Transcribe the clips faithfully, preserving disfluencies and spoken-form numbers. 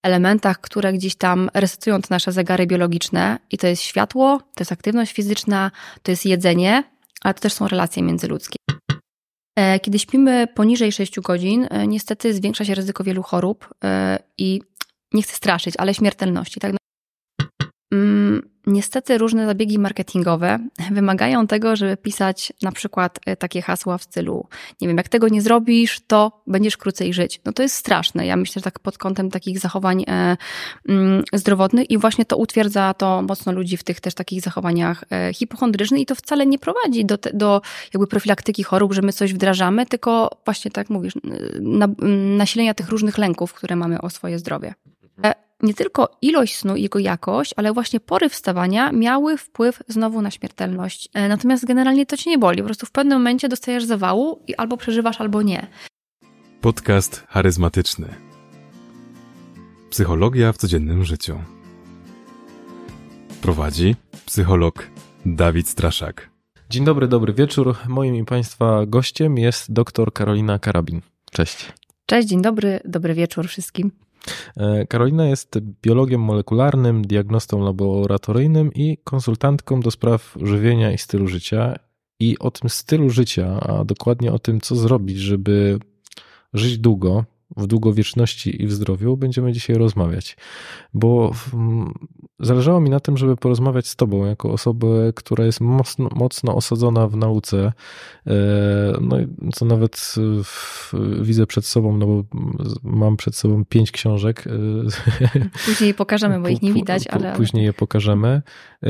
elementach, które gdzieś tam resetują te nasze zegary biologiczne i to jest światło, to jest aktywność fizyczna, to jest jedzenie, ale to też są relacje międzyludzkie. Kiedy śpimy poniżej sześciu godzin, niestety zwiększa się ryzyko wielu chorób i nie chcę straszyć, ale śmiertelności. Tak? Niestety różne zabiegi marketingowe wymagają tego, żeby pisać na przykład takie hasła w stylu, nie wiem, jak tego nie zrobisz, to będziesz krócej żyć. No to jest straszne. Ja myślę, że tak pod kątem takich zachowań e, mm, zdrowotnych i właśnie to utwierdza to mocno ludzi w tych też takich zachowaniach e, hipochondrycznych i to wcale nie prowadzi do, te, do jakby profilaktyki chorób, że my coś wdrażamy, tylko właśnie tak jak mówisz, na, nasilenia tych różnych lęków, które mamy o swoje zdrowie. E, Nie tylko ilość snu i jego jakość, ale właśnie pory wstawania miały wpływ znowu na śmiertelność. Natomiast generalnie to cię nie boli. Po prostu w pewnym momencie dostajesz zawału i albo przeżywasz, albo nie. Podcast charyzmatyczny. Psychologia w codziennym życiu. Prowadzi psycholog Dawid Straszak. Dzień dobry, dobry wieczór. Moim i Państwa gościem jest dr Karolina Karabin. Cześć. Cześć, dzień dobry, dobry wieczór wszystkim. Karolina jest biologiem molekularnym, diagnostą laboratoryjnym i konsultantką do spraw żywienia i stylu życia. I o tym stylu życia, a dokładnie o tym, co zrobić, żeby żyć długo, w długowieczności i w zdrowiu, będziemy dzisiaj rozmawiać. Bo zależało mi na tym, żeby porozmawiać z Tobą, jako osobę, która jest mocno, mocno osadzona w nauce, no co nawet widzę przed sobą, no bo mam przed sobą pięć książek. Później je pokażemy, bo ich nie widać, ale... Później je pokażemy.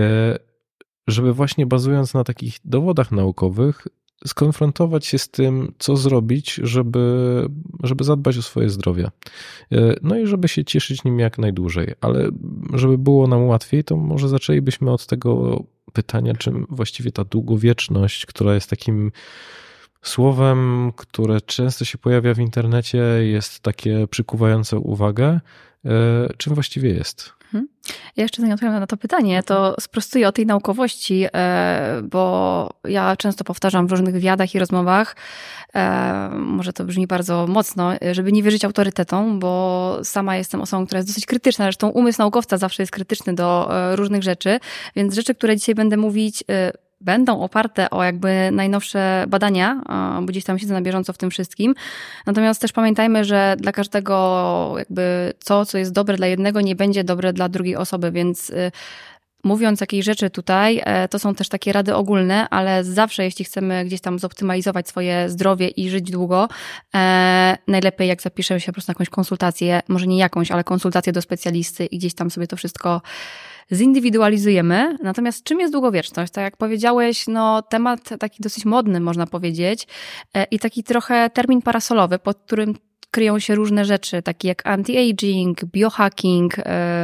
Żeby właśnie bazując na takich dowodach naukowych, skonfrontować się z tym, co zrobić, żeby, żeby zadbać o swoje zdrowie. No i żeby się cieszyć nim jak najdłużej. Ale żeby było nam łatwiej, to może zaczęlibyśmy od tego pytania, czym właściwie ta długowieczność, która jest takim słowem, które często się pojawia w internecie, jest takie przykuwające uwagę, czym właściwie jest? Ja jeszcze zanim odpowiem na to pytanie, to sprostuję o tej naukowości, bo ja często powtarzam w różnych wywiadach i rozmowach, może to brzmi bardzo mocno, żeby nie wierzyć autorytetom, bo sama jestem osobą, która jest dosyć krytyczna, zresztą umysł naukowca zawsze jest krytyczny do różnych rzeczy, więc rzeczy, które dzisiaj będę mówić, będą oparte o jakby najnowsze badania, bo gdzieś tam siedzę na bieżąco w tym wszystkim. Natomiast też pamiętajmy, że dla każdego jakby to, co jest dobre dla jednego, nie będzie dobre dla drugiej osoby, więc mówiąc jakiejś rzeczy tutaj, to są też takie rady ogólne, ale zawsze jeśli chcemy gdzieś tam zoptymalizować swoje zdrowie i żyć długo, najlepiej jak zapiszemy się po prostu na jakąś konsultację, może nie jakąś, ale konsultację do specjalisty i gdzieś tam sobie to wszystko zindywidualizujemy. Natomiast czym jest długowieczność? Tak jak powiedziałeś, no temat taki dosyć modny, można powiedzieć, i taki trochę termin parasolowy, pod którym kryją się różne rzeczy, takie jak anti-aging, biohacking.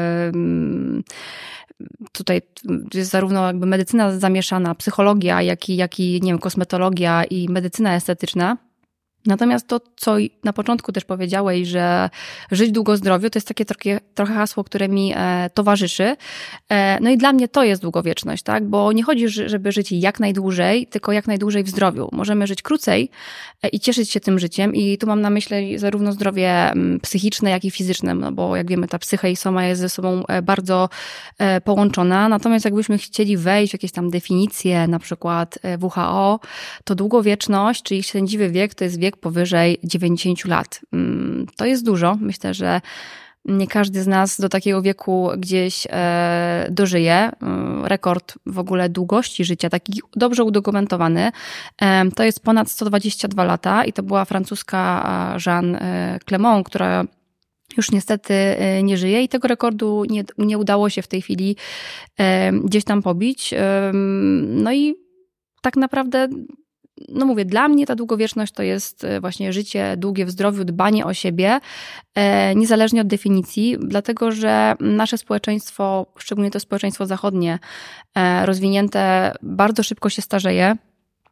Tutaj jest zarówno jakby medycyna zamieszana, psychologia, jak i, jak i nie wiem, kosmetologia i medycyna estetyczna. Natomiast to, co na początku też powiedziałeś, że żyć długo zdrowiu, to jest takie trochę, trochę hasło, które mi e, towarzyszy. E, no i dla mnie to jest długowieczność, tak? Bo nie chodzi, żeby żyć jak najdłużej, tylko jak najdłużej w zdrowiu. Możemy żyć krócej e, i cieszyć się tym życiem i tu mam na myśli zarówno zdrowie m, psychiczne, jak i fizyczne, no bo jak wiemy, ta psycha i soma jest ze sobą e, bardzo e, połączona. Natomiast jakbyśmy chcieli wejść w jakieś tam definicje, na przykład e, W H O, to długowieczność, czyli sędziwy wiek, to jest wiek powyżej dziewięćdziesięciu lat. To jest dużo. Myślę, że nie każdy z nas do takiego wieku gdzieś dożyje. Rekord w ogóle długości życia, taki dobrze udokumentowany, to jest ponad sto dwadzieścia dwa lata i to była francuska Jeanne Clément, która już niestety nie żyje i tego rekordu nie, nie udało się w tej chwili gdzieś tam pobić. No i tak naprawdę no mówię, dla mnie ta długowieczność to jest właśnie życie długie w zdrowiu, dbanie o siebie, niezależnie od definicji, dlatego że nasze społeczeństwo, szczególnie to społeczeństwo zachodnie, rozwinięte, bardzo szybko się starzeje.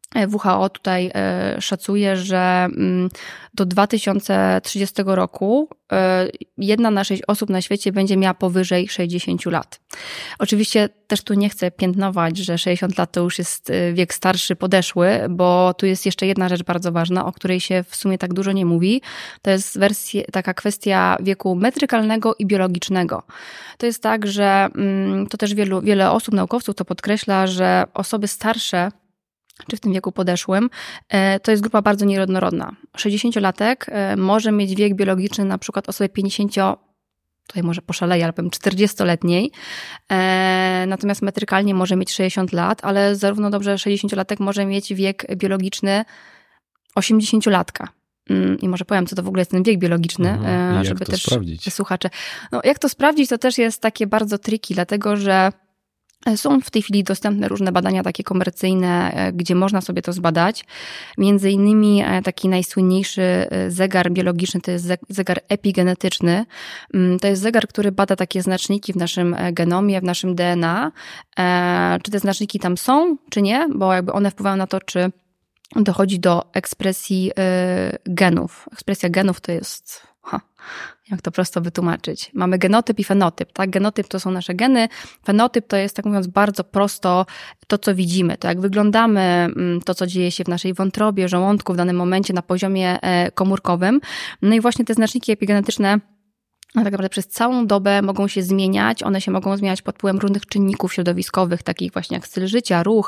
W H O tutaj szacuje, że do dwa tysiące trzydziestego roku jedna na sześć osób na świecie będzie miała powyżej sześćdziesiąt lat. Oczywiście też tu nie chcę piętnować, że sześćdziesiąt lat to już jest wiek starszy, podeszły, bo tu jest jeszcze jedna rzecz bardzo ważna, o której się w sumie tak dużo nie mówi. To jest wersja, taka kwestia wieku metrykalnego i biologicznego. To jest tak, że to też wielu, wiele osób, naukowców to podkreśla, że osoby starsze czy w tym wieku podeszłym, to jest grupa bardzo nieróżnorodna. sześćdziesięciolatek może mieć wiek biologiczny na przykład osoby pięćdziesięcio, tutaj może poszaleję, ale powiem czterdziestoletniej, natomiast metrykalnie może mieć sześćdziesiąt lat, ale zarówno dobrze sześćdziesięciolatek może mieć wiek biologiczny osiemdziesięciolatka. I może powiem, co to w ogóle jest ten wiek biologiczny, mhm. żeby jak to też sprawdzić? Słuchacze. No, jak to sprawdzić, to też jest takie bardzo tricky, dlatego że są w tej chwili dostępne różne badania takie komercyjne, gdzie można sobie to zbadać. Między innymi taki najsłynniejszy zegar biologiczny to jest zegar epigenetyczny. To jest zegar, który bada takie znaczniki w naszym genomie, w naszym D N A. Czy te znaczniki tam są, czy nie, bo jakby one wpływają na to, czy dochodzi do ekspresji genów. Ekspresja genów to jest... Ha. Jak to prosto wytłumaczyć? Mamy genotyp i fenotyp, tak? Genotyp to są nasze geny, fenotyp to jest, tak mówiąc, bardzo prosto to, co widzimy, to jak wyglądamy, to, co dzieje się w naszej wątrobie, żołądku w danym momencie na poziomie komórkowym. No i właśnie te znaczniki epigenetyczne tak naprawdę przez całą dobę mogą się zmieniać. One się mogą zmieniać pod wpływem różnych czynników środowiskowych, takich właśnie jak styl życia, ruch,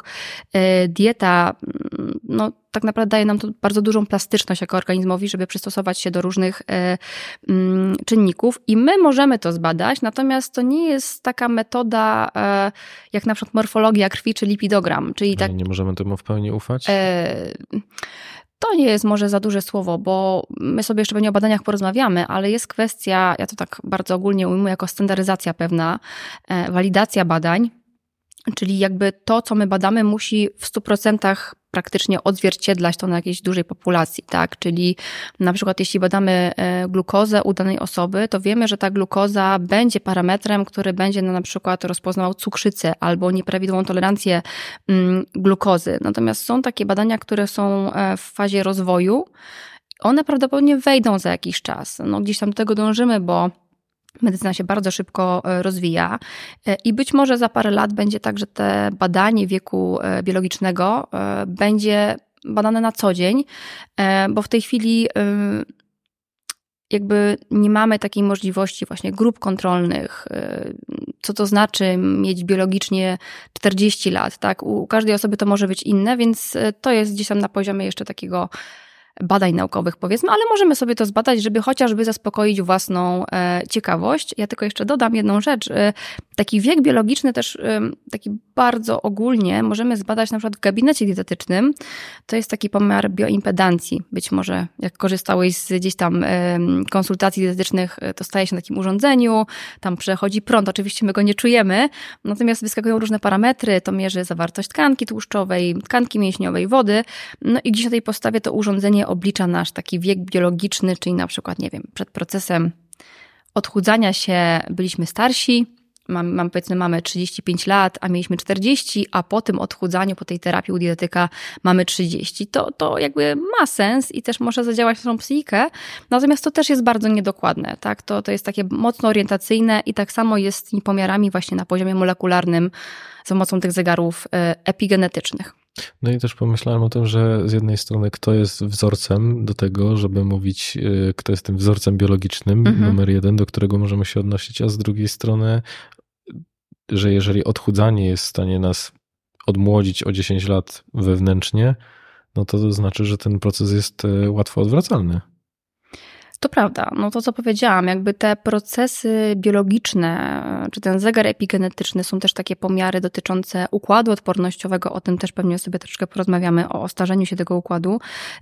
dieta. No, tak naprawdę daje nam to bardzo dużą plastyczność jako organizmowi, żeby przystosować się do różnych czynników i my możemy to zbadać, natomiast to nie jest taka metoda jak na przykład morfologia krwi czy lipidogram. Czyli tak, nie możemy temu w pełni ufać? E, To nie jest może za duże słowo, bo my sobie jeszcze pewnie o badaniach porozmawiamy, ale jest kwestia, ja to tak bardzo ogólnie ujmuję jako standaryzacja pewna, walidacja badań, czyli jakby to, co my badamy, musi w stu procentach praktycznie odzwierciedlać to na jakiejś dużej populacji, tak? Czyli na przykład jeśli badamy glukozę u danej osoby, to wiemy, że ta glukoza będzie parametrem, który będzie na przykład rozpoznawał cukrzycę albo nieprawidłową tolerancję glukozy. Natomiast są takie badania, które są w fazie rozwoju. One prawdopodobnie wejdą za jakiś czas. No gdzieś tam do tego dążymy, bo medycyna się bardzo szybko rozwija i być może za parę lat będzie tak, że te badanie wieku biologicznego będzie badane na co dzień, bo w tej chwili jakby nie mamy takiej możliwości właśnie grup kontrolnych, co to znaczy mieć biologicznie czterdzieści lat, tak? U każdej osoby to może być inne, więc to jest gdzieś tam na poziomie jeszcze takiego badań naukowych, powiedzmy, ale możemy sobie to zbadać, żeby chociażby zaspokoić własną e, ciekawość. Ja tylko jeszcze dodam jedną rzecz. E, taki wiek biologiczny też, e, taki bardzo ogólnie możemy zbadać na przykład w gabinecie dietetycznym. To jest taki pomiar bioimpedancji. Być może jak korzystałeś z gdzieś tam e, konsultacji dietetycznych, to staje się na takim urządzeniu, tam przechodzi prąd, oczywiście my go nie czujemy, natomiast wyskakują różne parametry, to mierzy zawartość tkanki tłuszczowej, tkanki mięśniowej, wody, no i gdzieś na tej podstawie to urządzenie oblicza nasz taki wiek biologiczny, czyli na przykład, nie wiem, przed procesem odchudzania się byliśmy starsi, mam, mam powiedzmy mamy trzydzieści pięć lat, a mieliśmy czterdzieści, a po tym odchudzaniu, po tej terapii u dietetyka mamy trzydzieści. To, to jakby ma sens i też może zadziałać na naszą psychikę, natomiast to też jest bardzo niedokładne, tak? To, to jest takie mocno orientacyjne i tak samo jest z tymi pomiarami właśnie na poziomie molekularnym za pomocą tych zegarów epigenetycznych. No i też pomyślałem o tym, że z jednej strony kto jest wzorcem do tego, żeby mówić, kto jest tym wzorcem biologicznym, mhm. numer jeden, do którego możemy się odnosić, a z drugiej strony, że jeżeli odchudzanie jest w stanie nas odmłodzić o dziesięć lat wewnętrznie, no to, to znaczy, że ten proces jest łatwo odwracalny. To prawda, no to co powiedziałam, jakby te procesy biologiczne, czy ten zegar epigenetyczny są też takie pomiary dotyczące układu odpornościowego, o tym też pewnie sobie troszkę porozmawiamy, o starzeniu się tego układu.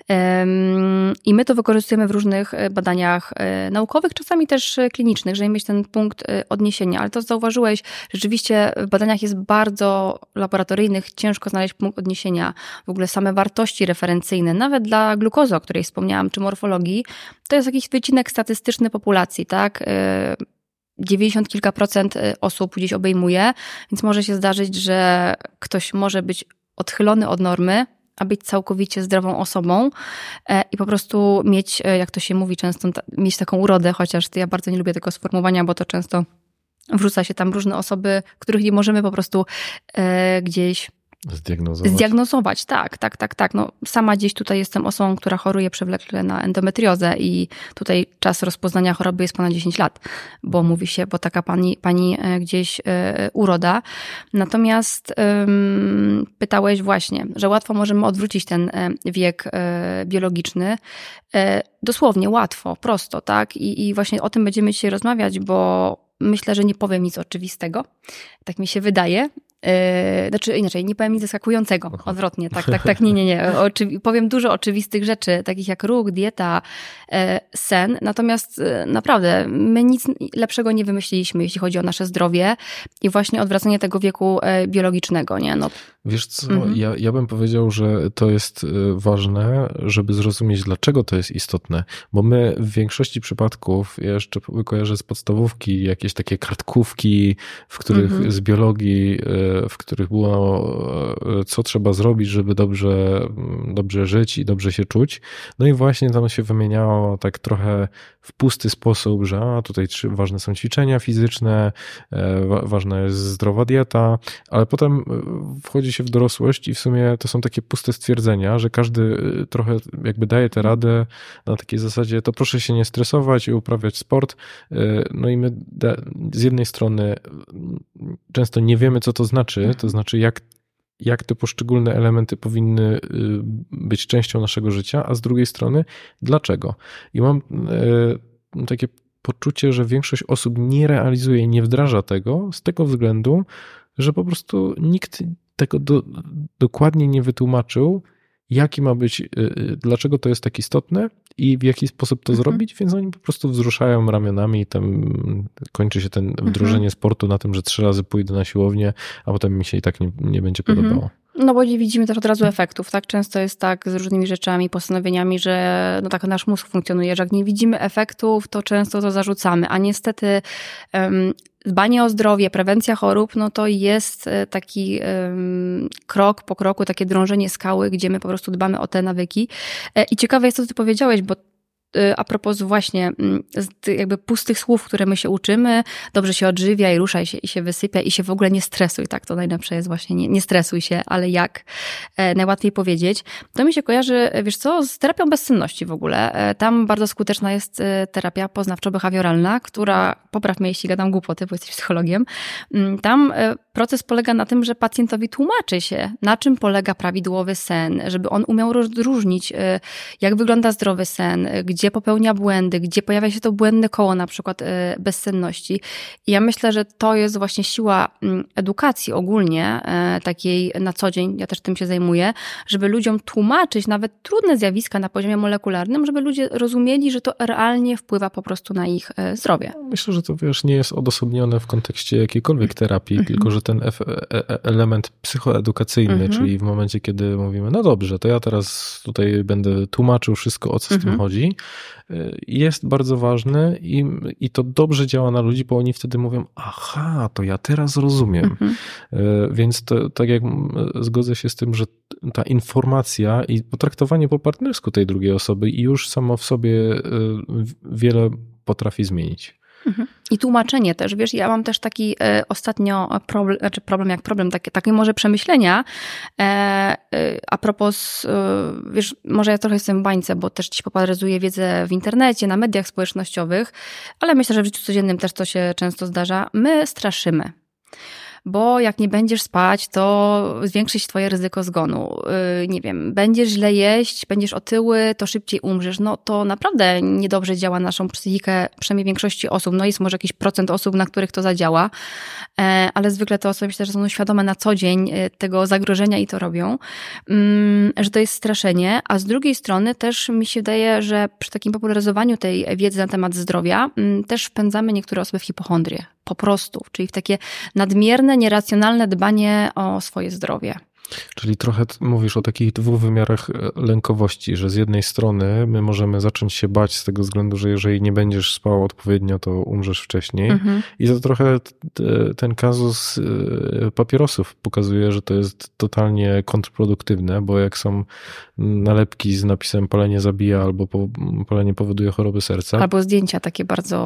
I my to wykorzystujemy w różnych badaniach naukowych, czasami też klinicznych, żeby mieć ten punkt odniesienia, ale to zauważyłeś, rzeczywiście w badaniach jest bardzo laboratoryjnych, ciężko znaleźć punkt odniesienia, w ogóle same wartości referencyjne, nawet dla glukozy, o której wspomniałam, czy morfologii, to jest jakiś wycinek statystyczny populacji, tak? dziewięćdziesiąt kilka procent osób gdzieś obejmuje, więc może się zdarzyć, że ktoś może być odchylony od normy, a być całkowicie zdrową osobą i po prostu mieć, jak to się mówi często, mieć taką urodę, chociaż ja bardzo nie lubię tego sformułowania, bo to często wrzuca się tam różne osoby, których nie możemy po prostu gdzieś Zdiagnozować. Zdiagnozować, tak, tak, tak, tak. No, sama gdzieś tutaj jestem osobą, która choruje przewlekle na endometriozę i tutaj czas rozpoznania choroby jest ponad dziesięć lat, bo mówi się, bo taka pani, pani gdzieś e, uroda. Natomiast ym, pytałeś właśnie, że łatwo możemy odwrócić ten wiek e, biologiczny. E, dosłownie, łatwo, prosto, tak? I, I właśnie o tym będziemy dzisiaj rozmawiać, bo myślę, że nie powiem nic oczywistego. Tak mi się wydaje. Yy, znaczy inaczej, nie powiem nic zaskakującego, Aha. odwrotnie, tak, tak, tak, nie, nie, nie. Oczywi- powiem dużo oczywistych rzeczy, takich jak ruch, dieta, yy, sen, natomiast yy, naprawdę my nic lepszego nie wymyśliliśmy, jeśli chodzi o nasze zdrowie i właśnie odwracanie tego wieku yy, biologicznego, nie? No. Wiesz co, mhm. ja, ja bym powiedział, że to jest ważne, żeby zrozumieć, dlaczego to jest istotne, bo my w większości przypadków, ja jeszcze kojarzę z podstawówki jakieś takie kartkówki, w których mhm. z biologii, w których było, co trzeba zrobić, żeby dobrze, dobrze żyć i dobrze się czuć. No i właśnie tam się wymieniało tak trochę w pusty sposób, że a, tutaj ważne są ćwiczenia fizyczne, ważna jest zdrowa dieta, ale potem wchodzi się w dorosłość i w sumie to są takie puste stwierdzenia, że każdy trochę jakby daje tę radę na takiej zasadzie, to proszę się nie stresować i uprawiać sport. No i my z jednej strony często nie wiemy, co to znaczy, to znaczy jak, jak te poszczególne elementy powinny być częścią naszego życia, a z drugiej strony dlaczego. I mam takie poczucie, że większość osób nie realizuje i nie wdraża tego z tego względu, że po prostu nikt tego do, dokładnie nie wytłumaczył, jaki ma być, dlaczego to jest tak istotne i w jaki sposób to mhm. zrobić, więc oni po prostu wzruszają ramionami i tam kończy się ten wdrożenie mhm. sportu na tym, że trzy razy pójdę na siłownię, a potem mi się i tak nie, nie będzie podobało. Mhm. No bo nie widzimy też od razu efektów, tak? Często jest tak z różnymi rzeczami, postanowieniami, że no tak nasz mózg funkcjonuje, że jak nie widzimy efektów, to często to zarzucamy, a niestety um, dbanie o zdrowie, prewencja chorób, no to jest taki um, krok po kroku, takie drążenie skały, gdzie my po prostu dbamy o te nawyki. I ciekawe jest to, co ty powiedziałeś, bo a propos właśnie jakby pustych słów, które my się uczymy, dobrze się odżywia i ruszaj się i się wysypia i się w ogóle nie stresuj, tak, to najlepsze jest właśnie, nie, nie stresuj się, ale jak e, najłatwiej powiedzieć, to mi się kojarzy, wiesz co, z terapią bezsenności w ogóle. E, tam bardzo skuteczna jest terapia poznawczo-behawioralna, która, popraw mnie jeśli gadam głupoty, bo jesteś psychologiem, tam e, proces polega na tym, że pacjentowi tłumaczy się, na czym polega prawidłowy sen, żeby on umiał rozróżnić, e, jak wygląda zdrowy sen, gdzie popełnia błędy, gdzie pojawia się to błędne koło, na przykład bezsenności. I ja myślę, że to jest właśnie siła edukacji ogólnie, takiej na co dzień, ja też tym się zajmuję, żeby ludziom tłumaczyć nawet trudne zjawiska na poziomie molekularnym, żeby ludzie rozumieli, że to realnie wpływa po prostu na ich zdrowie. Myślę, że to wiesz, nie jest odosobnione w kontekście jakiejkolwiek terapii, mm-hmm. tylko że ten element psychoedukacyjny, mm-hmm. czyli w momencie, kiedy mówimy, no dobrze, to ja teraz tutaj będę tłumaczył wszystko, o co z mm-hmm. tym chodzi, jest bardzo ważny i, i to dobrze działa na ludzi, bo oni wtedy mówią, aha, to ja teraz rozumiem. Mhm. Więc to, tak jak zgodzę się z tym, że ta informacja i potraktowanie po partnersku tej drugiej osoby już samo w sobie wiele potrafi zmienić. I tłumaczenie też, wiesz, ja mam też taki e, ostatnio problem, znaczy problem jak problem, takie, takie może przemyślenia e, e, a propos, e, wiesz, może ja trochę jestem w bańce, bo też ci popularyzuję wiedzę w internecie, na mediach społecznościowych, ale myślę, że w życiu codziennym też to się często zdarza. My straszymy. Bo jak nie będziesz spać, to zwiększy się twoje ryzyko zgonu. Yy, nie wiem, będziesz źle jeść, będziesz otyły, to szybciej umrzesz. No to naprawdę niedobrze działa naszą psychikę, przynajmniej większości osób. No jest może jakiś procent osób, na których to zadziała, yy, ale zwykle te osoby myślę, że są świadome na co dzień tego zagrożenia i to robią, yy, że to jest straszenie. A z drugiej strony też mi się wydaje, że przy takim popularyzowaniu tej wiedzy na temat zdrowia yy, też wpędzamy niektóre osoby w hipochondrię. Po prostu, czyli w takie nadmierne, nieracjonalne dbanie o swoje zdrowie. Czyli trochę mówisz o takich dwóch wymiarach lękowości, że z jednej strony my możemy zacząć się bać z tego względu, że jeżeli nie będziesz spał odpowiednio, to umrzesz wcześniej. Mhm. I to trochę ten kazus papierosów pokazuje, że to jest totalnie kontrproduktywne, bo jak są nalepki z napisem palenie zabija albo palenie powoduje choroby serca. Albo zdjęcia takie bardzo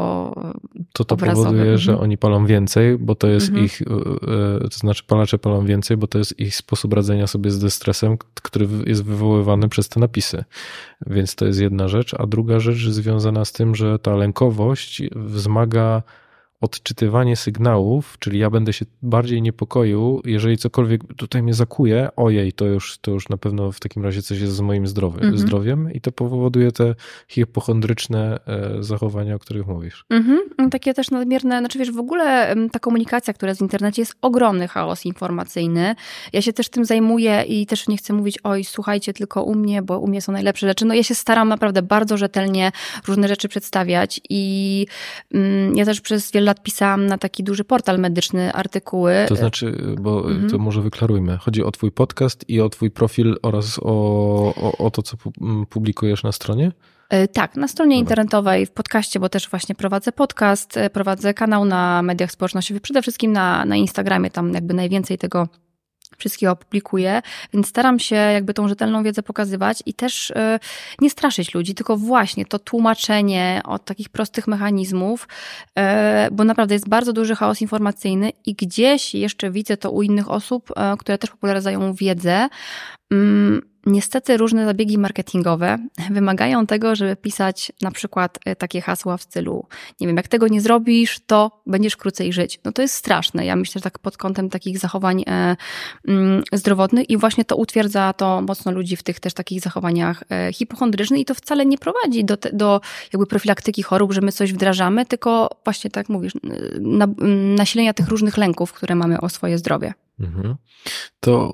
To to obrazowe. powoduje, mhm. że oni palą więcej, bo to jest mhm. ich, to znaczy palacze palą więcej, bo to jest ich sposób radzenia sobie z dystresem, który jest wywoływany przez te napisy. Więc to jest jedna rzecz. A druga rzecz związana z tym, że ta lękowość wzmaga odczytywanie sygnałów, czyli ja będę się bardziej niepokoił, jeżeli cokolwiek tutaj mnie zakuje, ojej, to już, to już na pewno w takim razie coś jest z moim zdrowie, mm-hmm. zdrowiem i to powoduje te hipochondryczne zachowania, o których mówisz. Mm-hmm. Takie też nadmierne, znaczy wiesz, w ogóle ta komunikacja, która jest w internecie, jest ogromny chaos informacyjny. Ja się też tym zajmuję i też nie chcę mówić, oj, słuchajcie tylko u mnie, bo u mnie są najlepsze rzeczy. No ja się staram naprawdę bardzo rzetelnie różne rzeczy przedstawiać i mm, ja też przez wiele lat pisałam na taki duży portal medyczny artykuły. To znaczy, bo mhm. to może wyklarujmy. Chodzi o twój podcast i o twój profil oraz o, o, o to, co publikujesz na stronie? Tak, na stronie Dobra. internetowej, w podcaście, bo też właśnie prowadzę podcast, prowadzę kanał na mediach społecznościowych, przede wszystkim na, na Instagramie, tam jakby najwięcej tego wszystkiego publikuję, więc staram się jakby tą rzetelną wiedzę pokazywać i też yy, nie straszyć ludzi, tylko właśnie to tłumaczenie od takich prostych mechanizmów, yy, bo naprawdę jest bardzo duży chaos informacyjny i gdzieś jeszcze widzę to u innych osób, yy, które też popularyzują wiedzę. Yy, Niestety różne zabiegi marketingowe wymagają tego, żeby pisać na przykład takie hasła w stylu, nie wiem, jak tego nie zrobisz, to będziesz krócej żyć. No to jest straszne. Ja myślę, że tak pod kątem takich zachowań e, mm, zdrowotnych i właśnie to utwierdza to mocno ludzi w tych też takich zachowaniach e, hipochondrycznych i to wcale nie prowadzi do, te, do jakby profilaktyki chorób, że my coś wdrażamy, tylko właśnie tak jak mówisz, na, nasilenia tych różnych lęków, które mamy o swoje zdrowie. Mhm. To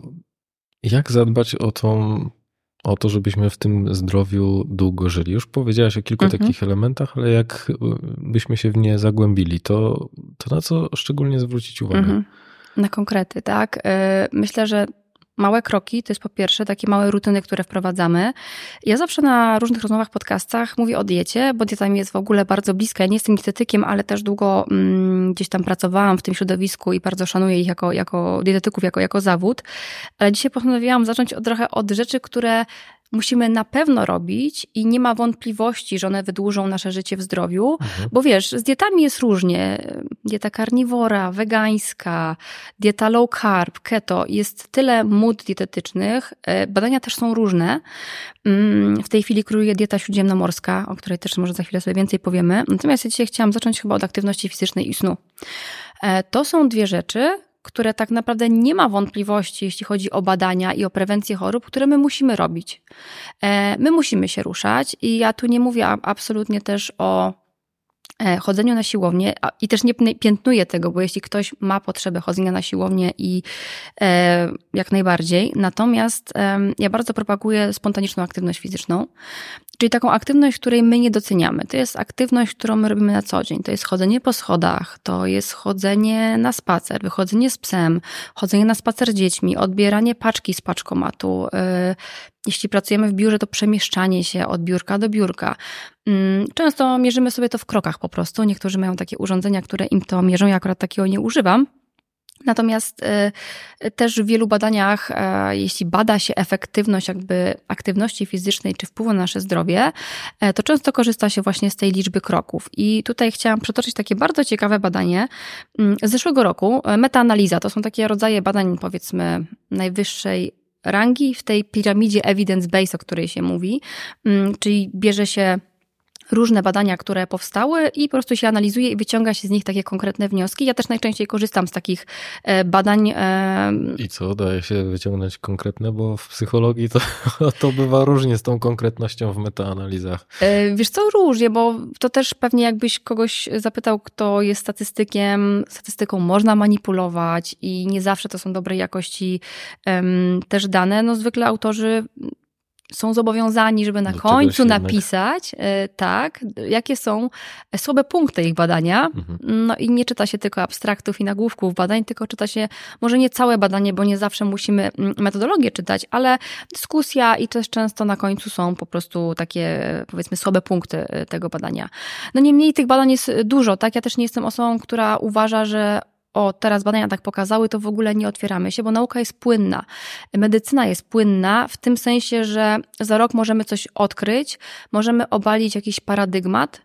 jak zadbać o, tą, o to, żebyśmy w tym zdrowiu długo żyli? Już powiedziałaś o kilku mhm. takich elementach, ale jak byśmy się w nie zagłębili, to, to na co szczególnie zwrócić uwagę? Mhm. Na konkrety, tak. Myślę, że małe kroki to jest po pierwsze takie małe rutyny, które wprowadzamy. Ja zawsze na różnych rozmowach, podcastach mówię o diecie, bo dieta mi jest w ogóle bardzo bliska. Ja nie jestem dietetykiem, ale też długo mm, gdzieś tam pracowałam w tym środowisku i bardzo szanuję ich jako, jako dietetyków, jako, jako zawód. Ale dzisiaj postanowiłam zacząć od, trochę od rzeczy, które musimy na pewno robić i nie ma wątpliwości, że one wydłużą nasze życie w zdrowiu, mhm. bo wiesz, z dietami jest różnie. Dieta karniwora, wegańska, dieta low carb, keto. Jest tyle mód dietetycznych. Badania też są różne. W tej chwili króluje dieta śródziemnomorska, o której też może za chwilę sobie więcej powiemy. Natomiast ja dzisiaj chciałam zacząć chyba od aktywności fizycznej i snu. To są dwie rzeczy, które tak naprawdę nie ma wątpliwości, jeśli chodzi o badania i o prewencję chorób, które my musimy robić. My musimy się ruszać i ja tu nie mówię absolutnie też o chodzeniu na siłownię i też nie piętnuję tego, bo jeśli ktoś ma potrzebę chodzenia na siłownię i e, jak najbardziej, natomiast e, ja bardzo propaguję spontaniczną aktywność fizyczną, czyli taką aktywność, której my nie doceniamy. To jest aktywność, którą my robimy na co dzień. To jest chodzenie po schodach, to jest chodzenie na spacer, wychodzenie z psem, chodzenie na spacer z dziećmi, odbieranie paczki z paczkomatu. E, jeśli pracujemy w biurze, to przemieszczanie się od biurka do biurka. Często mierzymy sobie to w krokach po prostu. Niektórzy mają takie urządzenia, które im to mierzą. Ja akurat takiego nie używam. Natomiast y, też w wielu badaniach, y, jeśli bada się efektywność jakby aktywności fizycznej czy wpływu na nasze zdrowie, y, to często korzysta się właśnie z tej liczby kroków. I tutaj chciałam przytoczyć takie bardzo ciekawe badanie y, z zeszłego roku. Metaanaliza to są takie rodzaje badań, powiedzmy, najwyższej rangi w tej piramidzie evidence-based, o której się mówi, y, czyli bierze się różne badania, które powstały i po prostu się analizuje i wyciąga się z nich takie konkretne wnioski. Ja też najczęściej korzystam z takich badań. I co, daje się wyciągnąć konkretne? Bo w psychologii to, to bywa różnie z tą konkretnością w metaanalizach. Wiesz co, różnie, bo to też pewnie jakbyś kogoś zapytał, kto jest statystykiem, statystyką można manipulować i nie zawsze to są dobrej jakości um, też dane. No zwykle autorzy są zobowiązani, żeby na Do końcu jednak... napisać, tak, jakie są słabe punkty ich badania. Mhm. No i nie czyta się tylko abstraktów i nagłówków badań, tylko czyta się może nie całe badanie, bo nie zawsze musimy metodologię czytać, ale dyskusja i też często na końcu są po prostu takie, powiedzmy, słabe punkty tego badania. No niemniej tych badań jest dużo, tak? Ja też nie jestem osobą, która uważa, że o, teraz badania tak pokazały, to w ogóle nie otwieramy się, bo nauka jest płynna. Medycyna jest płynna w tym sensie, że za rok możemy coś odkryć, możemy obalić jakiś paradygmat.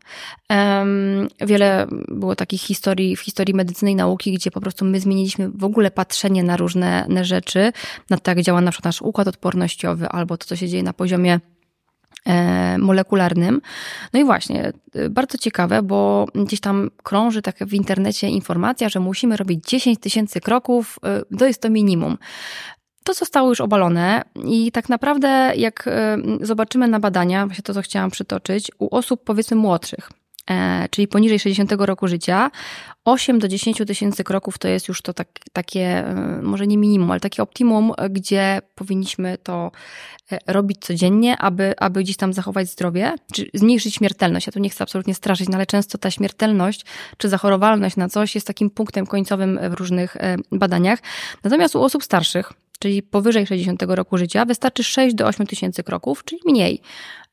Um, wiele było takich historii w historii medycyny i nauki, gdzie po prostu my zmieniliśmy w ogóle patrzenie na różne na rzeczy, na to, jak działa na przykład nasz układ odpornościowy, albo to, co się dzieje na poziomie molekularnym. No i właśnie, bardzo ciekawe, bo gdzieś tam krąży tak w internecie informacja, że musimy robić dziesięć tysięcy kroków, to jest to minimum. To zostało już obalone i tak naprawdę jak zobaczymy na badania, właśnie to, co chciałam przytoczyć, u osób powiedzmy młodszych, czyli poniżej sześćdziesiątego roku życia, osiem do dziesięciu tysięcy kroków to jest już to tak, takie, może nie minimum, ale takie optimum, gdzie powinniśmy to robić codziennie, aby, aby gdzieś tam zachować zdrowie, czy zmniejszyć śmiertelność. Ja tu nie chcę absolutnie straszyć, no ale często ta śmiertelność, czy zachorowalność na coś jest takim punktem końcowym w różnych badaniach. Natomiast u osób starszych, czyli powyżej sześćdziesiątego roku życia, wystarczy sześć do ośmiu tysięcy kroków, czyli mniej.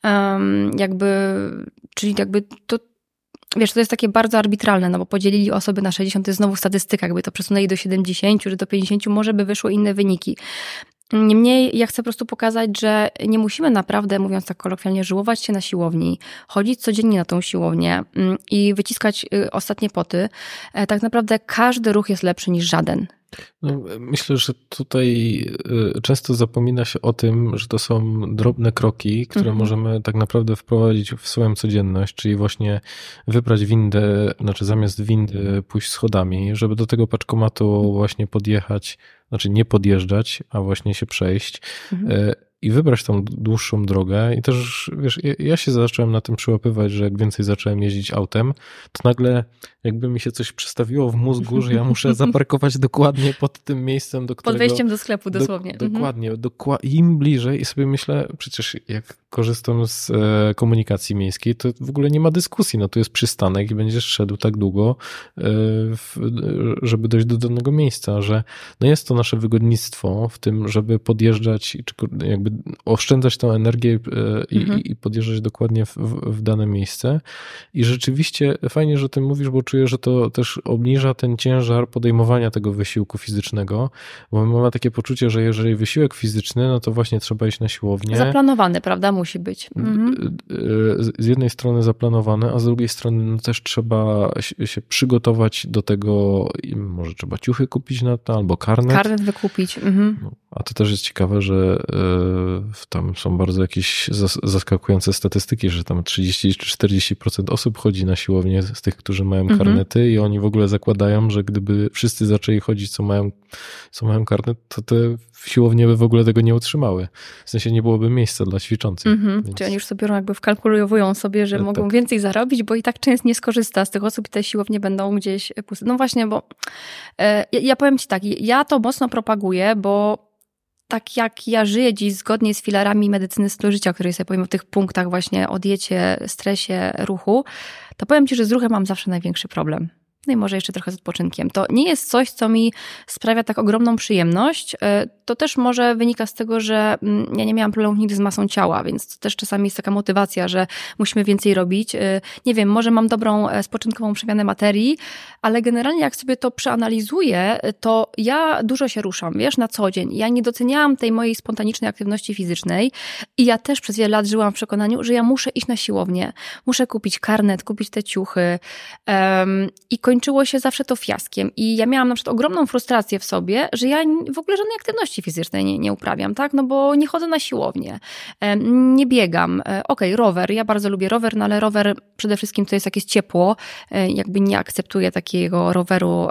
Um, jakby, czyli jakby to wiesz, to jest takie bardzo arbitralne, no bo podzielili osoby na sześćdziesiąt, to jest znowu statystyka, jakby to przesunęli do siedemdziesięciu czy do pięćdziesięciu, może by wyszły inne wyniki. Niemniej ja chcę po prostu pokazać, że nie musimy naprawdę, mówiąc tak kolokwialnie, żyłować się na siłowni, chodzić codziennie na tą siłownię i wyciskać ostatnie poty. Tak naprawdę każdy ruch jest lepszy niż żaden. No, myślę, że tutaj często zapomina się o tym, że to są drobne kroki, które mhm. możemy tak naprawdę wprowadzić w swoją codzienność, czyli właśnie wybrać windę, znaczy zamiast windy pójść schodami, żeby do tego paczkomatu właśnie podjechać, znaczy nie podjeżdżać, a właśnie się przejść. Mhm. I wybrać tą dłuższą drogę. I też, wiesz, ja się zacząłem na tym przyłapywać, że jak więcej zacząłem jeździć autem, to nagle jakby mi się coś przestawiło w mózgu, że ja muszę zaparkować dokładnie pod tym miejscem, do którego... Pod wejściem do sklepu dosłownie. Do, dokładnie. Dokła- Im bliżej i sobie myślę, przecież jak korzystam z e, komunikacji miejskiej, to w ogóle nie ma dyskusji. No tu jest przystanek i będziesz szedł tak długo, e, w, żeby dojść do danego miejsca, że no jest to nasze wygodnictwo w tym, żeby podjeżdżać, czy jakby oszczędzać tą energię i, mhm. i podjeżdżać dokładnie w, w dane miejsce. I rzeczywiście fajnie, że o tym mówisz, bo czuję, że to też obniża ten ciężar podejmowania tego wysiłku fizycznego, bo mamy takie poczucie, że jeżeli wysiłek fizyczny, no to właśnie trzeba iść na siłownię. Zaplanowany, prawda? Musi być. Mhm. Z jednej strony zaplanowany, a z drugiej strony no też trzeba się przygotować do tego, może trzeba ciuchy kupić na to, albo karnet. Karnet wykupić. Mhm. A to też jest ciekawe, że tam są bardzo jakieś zaskakujące statystyki, że tam trzydzieści czy czterdzieści procent osób chodzi na siłownię z tych, którzy mają karnety mhm. i oni w ogóle zakładają, że gdyby wszyscy zaczęli chodzić, co mają, co mają karnet, to te siłownie by w ogóle tego nie utrzymały. W sensie nie byłoby miejsca dla ćwiczących. Mhm. Więc... Czyli oni już sobie biorą, jakby wkalkulują sobie, że tak. mogą więcej zarobić, bo i tak część nie skorzysta z tych osób i te siłownie będą gdzieś puste. No właśnie, bo e, ja powiem ci tak, ja to mocno propaguję, bo tak jak ja żyję dziś zgodnie z filarami medycyny stylu życia, o której sobie powiem o tych punktach właśnie o diecie, stresie, ruchu, to powiem ci, że z ruchem mam zawsze największy problem. No i może jeszcze trochę z odpoczynkiem. To nie jest coś, co mi sprawia tak ogromną przyjemność. To też może wynika z tego, że ja nie miałam problemów nigdy z masą ciała, więc to też czasami jest taka motywacja, że musimy więcej robić. Nie wiem, może mam dobrą spoczynkową przemianę materii, ale generalnie jak sobie to przeanalizuję, to ja dużo się ruszam, wiesz, na co dzień. Ja nie doceniałam tej mojej spontanicznej aktywności fizycznej i ja też przez wiele lat żyłam w przekonaniu, że ja muszę iść na siłownię, muszę kupić karnet, kupić te ciuchy um, i kończyło się zawsze to fiaskiem. I ja miałam na przykład ogromną frustrację w sobie, że ja w ogóle żadnej aktywności fizycznej nie, nie uprawiam, tak? No bo nie chodzę na siłownię, nie biegam. Okej, okay, rower, ja bardzo lubię rower, no ale rower przede wszystkim to jest jakieś ciepło, jakby nie akceptuję takiego roweru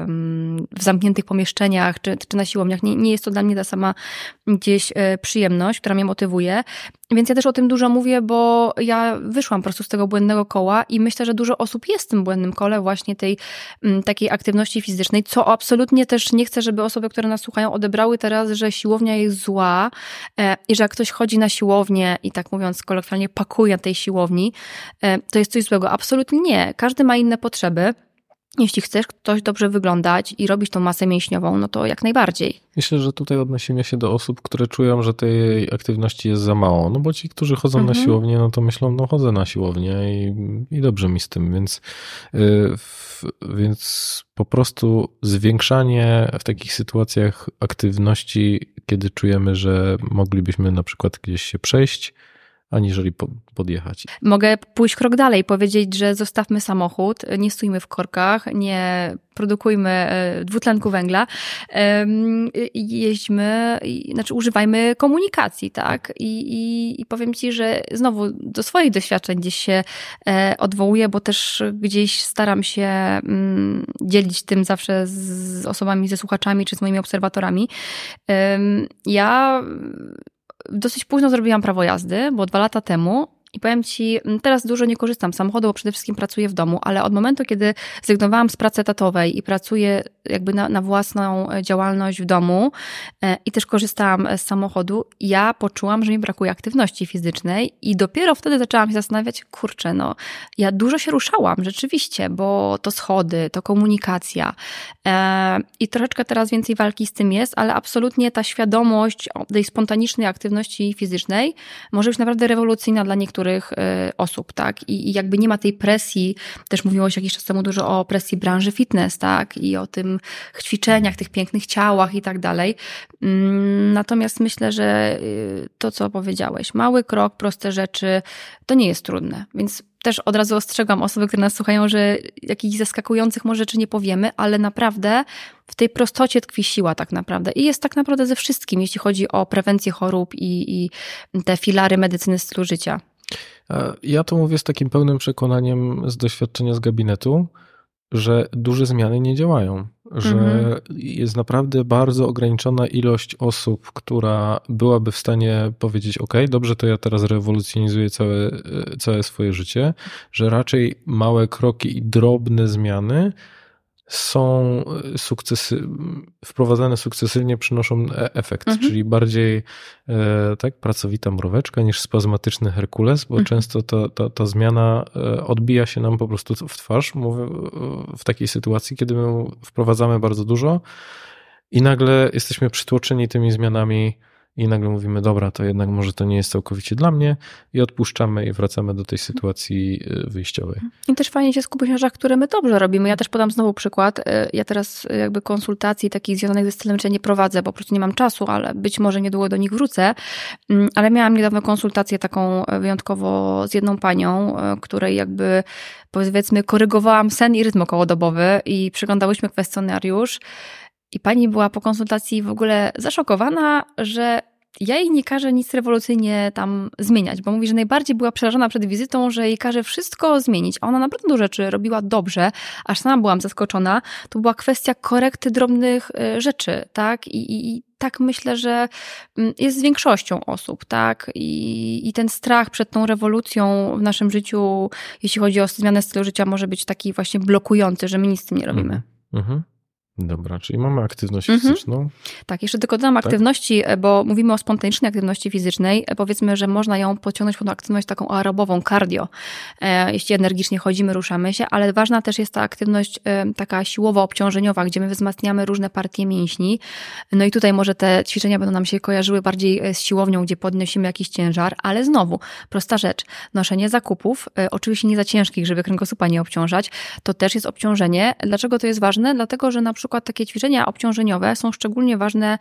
w zamkniętych pomieszczeniach czy, czy na siłowniach. Nie, nie jest to dla mnie ta sama gdzieś przyjemność, która mnie motywuje. Więc ja też o tym dużo mówię, bo ja wyszłam po prostu z tego błędnego koła i myślę, że dużo osób jest w tym błędnym kole właśnie tej m, takiej aktywności fizycznej, co absolutnie też nie chcę, żeby osoby, które nas słuchają, odebrały teraz, że siłownia jest zła e, i że jak ktoś chodzi na siłownię i tak mówiąc kolokwialnie pakuje na tej siłowni, e, to jest coś złego. Absolutnie nie. Każdy ma inne potrzeby. Jeśli chcesz ktoś dobrze wyglądać i robić tą masę mięśniową, no to jak najbardziej. Myślę, że tutaj odnosimy się do osób, które czują, że tej aktywności jest za mało. No bo ci, którzy chodzą mhm. na siłownię, no to myślą, no chodzę na siłownię i, i dobrze mi z tym. Więc, yy, w, więc po prostu zwiększanie w takich sytuacjach aktywności, kiedy czujemy, że moglibyśmy na przykład gdzieś się przejść, aniżeli podjechać. Mogę pójść krok dalej, powiedzieć, że zostawmy samochód, nie stójmy w korkach, nie produkujmy dwutlenku węgla, jeźdźmy, znaczy używajmy komunikacji, tak? I, i, i powiem Ci, że znowu do swoich doświadczeń gdzieś się odwołuję, bo też gdzieś staram się dzielić tym zawsze z osobami, ze słuchaczami czy z moimi obserwatorami. Ja dosyć późno zrobiłam prawo jazdy, bo dwa lata temu i powiem Ci, teraz dużo nie korzystam z samochodu, bo przede wszystkim pracuję w domu, ale od momentu, kiedy zrezygnowałam z pracy etatowej i pracuję jakby na, na własną działalność w domu i też korzystałam z samochodu, ja poczułam, że mi brakuje aktywności fizycznej i dopiero wtedy zaczęłam się zastanawiać, kurczę, no ja dużo się ruszałam rzeczywiście, bo to schody, to komunikacja i troszeczkę teraz więcej walki z tym jest, ale absolutnie ta świadomość tej spontanicznej aktywności fizycznej może być naprawdę rewolucyjna dla niektórych osób, tak? I, I jakby nie ma tej presji, też mówiło się jakiś czas temu dużo o presji branży fitness, tak? I o tym ćwiczeniach, tych pięknych ciałach i tak dalej. Natomiast myślę, że to, co powiedziałeś, mały krok, proste rzeczy, to nie jest trudne. Więc też od razu ostrzegam osoby, które nas słuchają, że jakichś zaskakujących może rzeczy nie powiemy, ale naprawdę w tej prostocie tkwi siła tak naprawdę. I jest tak naprawdę ze wszystkim, jeśli chodzi o prewencję chorób i, i te filary medycyny stylu życia. Ja to mówię z takim pełnym przekonaniem z doświadczenia z gabinetu, że duże zmiany nie działają, że mhm. jest naprawdę bardzo ograniczona ilość osób, która byłaby w stanie powiedzieć, ok, dobrze, to ja teraz rewolucjonizuję całe, całe swoje życie, że raczej małe kroki i drobne zmiany są sukcesy, wprowadzane sukcesywnie, przynoszą efekt, mhm. czyli bardziej e, tak pracowita mróweczka niż spazmatyczny Herkules, bo mhm. często ta, ta, ta zmiana odbija się nam po prostu w twarz, mówię, w takiej sytuacji, kiedy my wprowadzamy bardzo dużo i nagle jesteśmy przytłoczeni tymi zmianami i nagle mówimy, dobra, to jednak może to nie jest całkowicie dla mnie i odpuszczamy i wracamy do tej sytuacji wyjściowej. I też fajnie się skupić na rzeczach, które my dobrze robimy. Ja też podam znowu przykład. Ja teraz jakby konsultacji takich związanych ze stylem życia nie prowadzę, bo po prostu nie mam czasu, ale być może niedługo do nich wrócę. Ale miałam niedawno konsultację taką wyjątkowo z jedną panią, której jakby powiedzmy korygowałam sen i rytm okołodobowy i przyglądałyśmy kwestionariusz. I pani była po konsultacji w ogóle zaszokowana, że ja jej nie każę nic rewolucyjnie tam zmieniać, bo mówi, że najbardziej była przerażona przed wizytą, że jej każe wszystko zmienić. A ona naprawdę dużo rzeczy robiła dobrze, aż sama byłam zaskoczona. To była kwestia korekty drobnych rzeczy, tak? I, i, i tak myślę, że jest z większością osób, tak? I, i ten strach przed tą rewolucją w naszym życiu, jeśli chodzi o zmianę stylu życia, może być taki właśnie blokujący, że my nic z tym nie robimy. Mhm. Dobra, czyli mamy aktywność mhm. fizyczną. Tak, jeszcze tylko dodam tak? aktywności, bo mówimy o spontanicznej aktywności fizycznej. Powiedzmy, że można ją podciągnąć pod aktywność taką aerobową, cardio. Jeśli energicznie chodzimy, ruszamy się, ale ważna też jest ta aktywność taka siłowo-obciążeniowa, gdzie my wzmacniamy różne partie mięśni. No i tutaj może te ćwiczenia będą nam się kojarzyły bardziej z siłownią, gdzie podnosimy jakiś ciężar, ale znowu, prosta rzecz, noszenie zakupów, oczywiście nie za ciężkich, żeby kręgosłupa nie obciążać, to też jest obciążenie. Dlaczego to jest ważne? Dlatego, że na przykład przykład takie ćwiczenia obciążeniowe są szczególnie ważne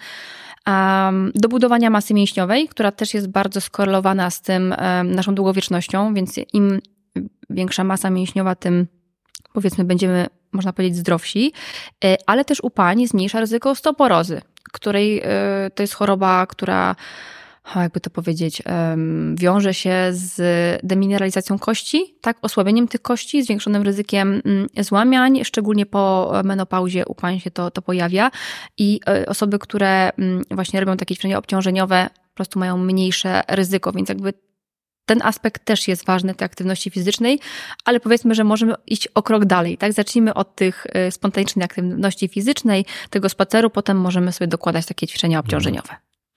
um, do budowania masy mięśniowej, która też jest bardzo skorelowana z tym um, naszą długowiecznością, więc im większa masa mięśniowa, tym powiedzmy będziemy, można powiedzieć, zdrowsi, ale też u pań zmniejsza ryzyko osteoporozy, której to jest choroba, która jakby to powiedzieć, wiąże się z demineralizacją kości, tak, osłabieniem tych kości, zwiększonym ryzykiem złamań, szczególnie po menopauzie u pań się to, to pojawia i osoby, które właśnie robią takie ćwiczenia obciążeniowe, po prostu mają mniejsze ryzyko, więc jakby ten aspekt też jest ważny, tej aktywności fizycznej, ale powiedzmy, że możemy iść o krok dalej, tak? Zacznijmy od tych spontanicznej aktywności fizycznej, tego spaceru, potem możemy sobie dokładać takie ćwiczenia obciążeniowe.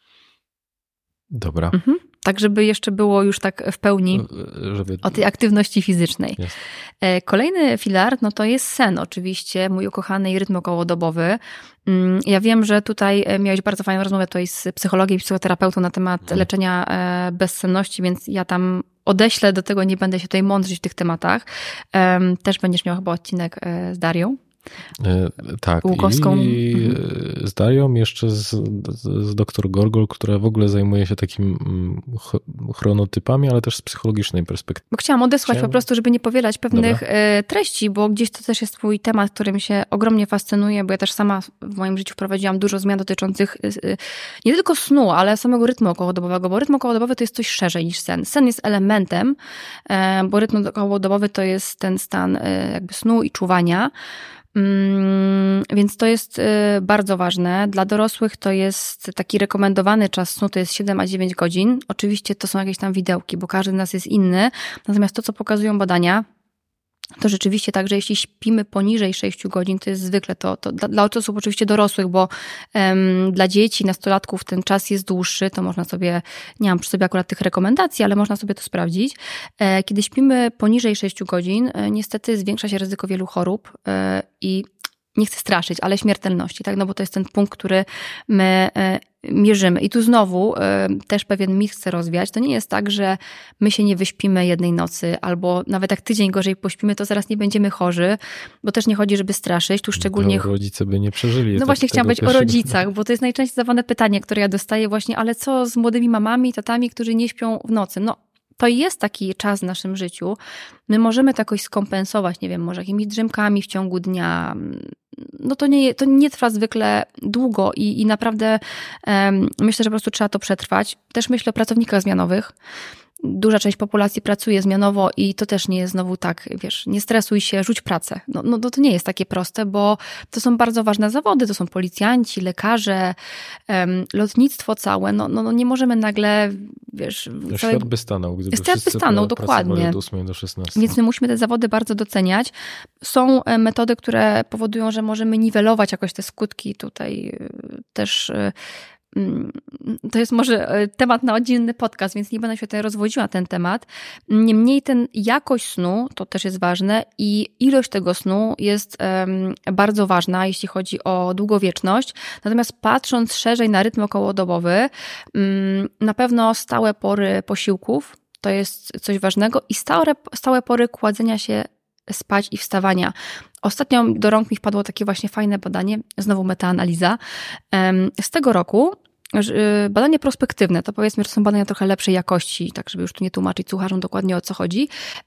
Dobra. Mhm. Tak, żeby jeszcze było już tak w pełni żeby... o tej aktywności fizycznej. Jest. Kolejny filar, no to jest sen oczywiście, mój ukochany i rytm okołodobowy. Ja wiem, że tutaj miałeś bardzo fajną rozmowę tutaj z psychologiem i psychoterapeutą na temat hmm. leczenia bezsenności, więc ja tam odeślę do tego, nie będę się tutaj mądrzyć w tych tematach. Też będziesz miał chyba odcinek z Darią. E, tak, Łukowską. I mhm. z Darią, jeszcze z, z doktor Gorgol, która w ogóle zajmuje się takim chronotypami, ale też z psychologicznej perspektywy. Bo chciałam odesłać Chciałem... po prostu, żeby nie powielać pewnych Dobra. treści, bo gdzieś to też jest twój temat, którym się ogromnie fascynuję, bo ja też sama w moim życiu wprowadziłam dużo zmian dotyczących nie tylko snu, ale samego rytmu okołodobowego, bo rytm okołodobowy to jest coś szerzej niż sen. Sen jest elementem, bo rytm okołodobowy to jest ten stan jakby snu i czuwania. Hmm, więc to jest y, bardzo ważne. Dla dorosłych to jest taki rekomendowany czas snu, to jest siedem a dziewięć godzin. Oczywiście to są jakieś tam widełki, bo każdy z nas jest inny. Natomiast to, co pokazują badania, to rzeczywiście tak, że jeśli śpimy poniżej sześciu godzin, to jest zwykle to, to dla, dla osób oczywiście dorosłych, bo um, dla dzieci, nastolatków ten czas jest dłuższy, to można sobie, nie mam przy sobie akurat tych rekomendacji, ale można sobie to sprawdzić. E, kiedy śpimy poniżej sześciu godzin, e, niestety zwiększa się ryzyko wielu chorób e, i nie chcę straszyć, ale śmiertelności, tak? No bo to jest ten punkt, który my e, mierzymy. I tu znowu e, też pewien mit chcę rozwiać. To nie jest tak, że my się nie wyśpimy jednej nocy, albo nawet jak tydzień gorzej pośpimy, to zaraz nie będziemy chorzy, bo też nie chodzi, żeby straszyć. Tu szczególnie... To rodzice by nie przeżyli. No właśnie chciałam powiedzieć o rodzicach, bo to jest najczęściej zadawane pytanie, które ja dostaję właśnie, ale co z młodymi mamami, tatami, którzy nie śpią w nocy? No, to jest taki czas w naszym życiu. My możemy to jakoś skompensować, nie wiem, może jakimiś drzemkami w ciągu dnia. No to nie, to nie trwa zwykle długo i, i naprawdę um, myślę, że po prostu trzeba to przetrwać. Też myślę o pracownikach zmianowych. Duża część populacji pracuje zmianowo i to też nie jest znowu tak, wiesz, nie stresuj się, rzuć pracę. No, no to nie jest takie proste, bo to są bardzo ważne zawody, to są policjanci, lekarze, um, lotnictwo całe, no, no, no nie możemy nagle, wiesz... No, całej... Świat by stanął, gdyby Świat by stanął, dokładnie. Od ósmej do szesnastej. Więc my musimy te zawody bardzo doceniać. Są metody, które powodują, że możemy niwelować jakoś te skutki tutaj też... To jest może temat na oddzielny podcast, więc nie będę się tutaj rozwodziła ten temat. Niemniej ten jakość snu, to też jest ważne i ilość tego snu jest um, bardzo ważna, jeśli chodzi o długowieczność. Natomiast patrząc szerzej na rytm okołodobowy, um, na pewno stałe pory posiłków to jest coś ważnego i stałe, stałe pory kładzenia się spać i wstawania. Ostatnio do rąk mi wpadło takie właśnie fajne badanie, znowu metaanaliza, z tego roku, badanie prospektywne, to powiedzmy, że są badania trochę lepszej jakości, tak żeby już tu nie tłumaczyć słuchaczom dokładnie o co chodzi,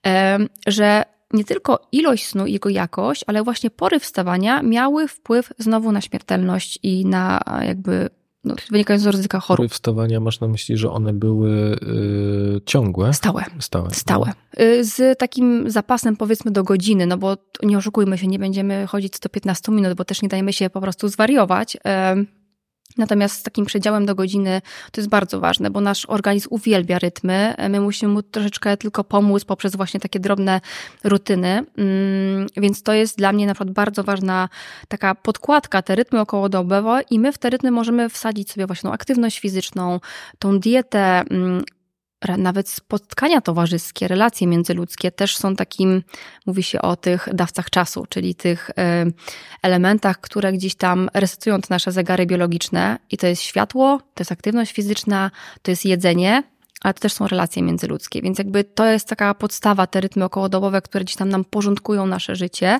że nie tylko ilość snu i jego jakość, ale właśnie pory wstawania miały wpływ znowu na śmiertelność i na jakby no, wynikające z ryzyka chorób. Pory wstawania masz na myśli, że one były y, ciągłe? Stałe. Stałe. Stałe. Z takim zapasem powiedzmy do godziny, no bo nie oszukujmy się, nie będziemy chodzić sto piętnaście minut, bo też nie dajemy się po prostu zwariować. Natomiast z takim przedziałem do godziny to jest bardzo ważne, bo nasz organizm uwielbia rytmy. My musimy mu troszeczkę tylko pomóc poprzez właśnie takie drobne rutyny. Więc to jest dla mnie na przykład bardzo ważna taka podkładka, te rytmy okołodobowe i my w te rytmy możemy wsadzić sobie właśnie tą aktywność fizyczną, tą dietę, nawet spotkania towarzyskie, relacje międzyludzkie też są takim, mówi się o tych dawcach czasu, czyli tych elementach, które gdzieś tam resetują te nasze zegary biologiczne i to jest światło, to jest aktywność fizyczna, to jest jedzenie, ale to też są relacje międzyludzkie, więc jakby to jest taka podstawa, te rytmy okołodobowe, które gdzieś tam nam porządkują nasze życie.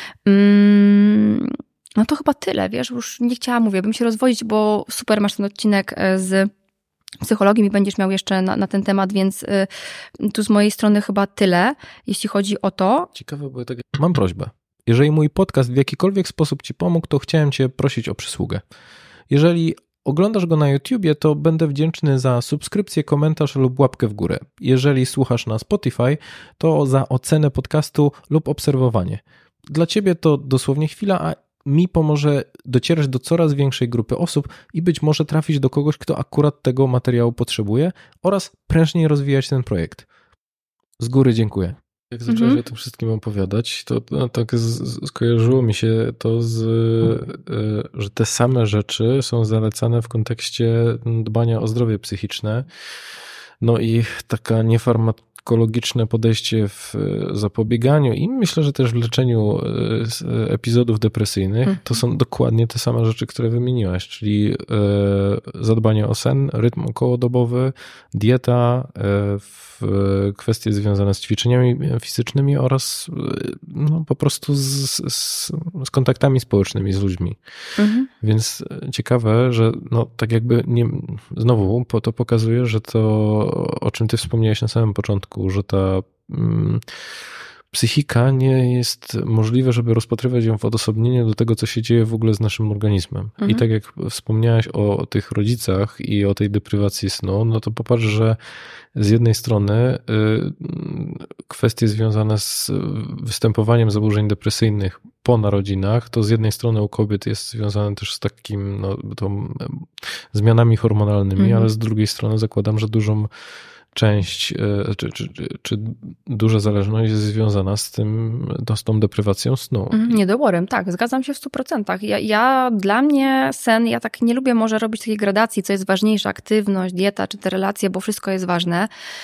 No to chyba tyle, wiesz, już nie chciałam, mówię, bym się rozwodzić, bo super masz ten odcinek z psychologiem i będziesz miał jeszcze na, na ten temat, więc y, tu z mojej strony chyba tyle, jeśli chodzi o to. Ciekawe, bo tak... Mam prośbę. Jeżeli mój podcast w jakikolwiek sposób ci pomógł, to chciałem cię prosić o przysługę. Jeżeli oglądasz go na YouTubie, to będę wdzięczny za subskrypcję, komentarz lub łapkę w górę. Jeżeli słuchasz na Spotify, to za ocenę podcastu lub obserwowanie. Dla ciebie to dosłownie chwila, a mi pomoże docierać do coraz większej grupy osób i być może trafić do kogoś, kto akurat tego materiału potrzebuje oraz prężniej rozwijać ten projekt. Z góry dziękuję. Jak zacząłeś Mhm. o tym wszystkim opowiadać, to no, tak z, skojarzyło mi się to, z, y, że te same rzeczy są zalecane w kontekście dbania o zdrowie psychiczne. No i taka niefarmakologiczne podejście w zapobieganiu i myślę, że też w leczeniu epizodów depresyjnych, mhm. to są dokładnie te same rzeczy, które wymieniłaś, czyli zadbanie o sen, rytm okołodobowy, dieta, kwestie związane z ćwiczeniami fizycznymi oraz no, po prostu z, z, z kontaktami społecznymi z ludźmi. Mhm. Więc ciekawe, że no, tak jakby nie, znowu to pokazuje, że to, o czym ty wspomniałeś na samym początku, że ta mm, psychika nie jest możliwe, żeby rozpatrywać ją w odosobnieniu do tego, co się dzieje w ogóle z naszym organizmem. Mhm. I tak jak wspomniałaś o, o tych rodzicach i o tej deprywacji snu, no to popatrz, że z jednej strony y, kwestie związane z występowaniem zaburzeń depresyjnych po narodzinach, to z jednej strony u kobiet jest związane też z takim, no, tą zmianami hormonalnymi, mhm. ale z drugiej strony zakładam, że dużą część, czy, czy, czy, czy duża zależność jest związana z tym, z tą deprywacją snu. Niedoborem, tak, zgadzam się w stu procentach. Ja, ja, dla mnie sen, ja tak nie lubię może robić takiej gradacji, co jest ważniejsze, aktywność, dieta, czy te relacje, bo wszystko jest ważne,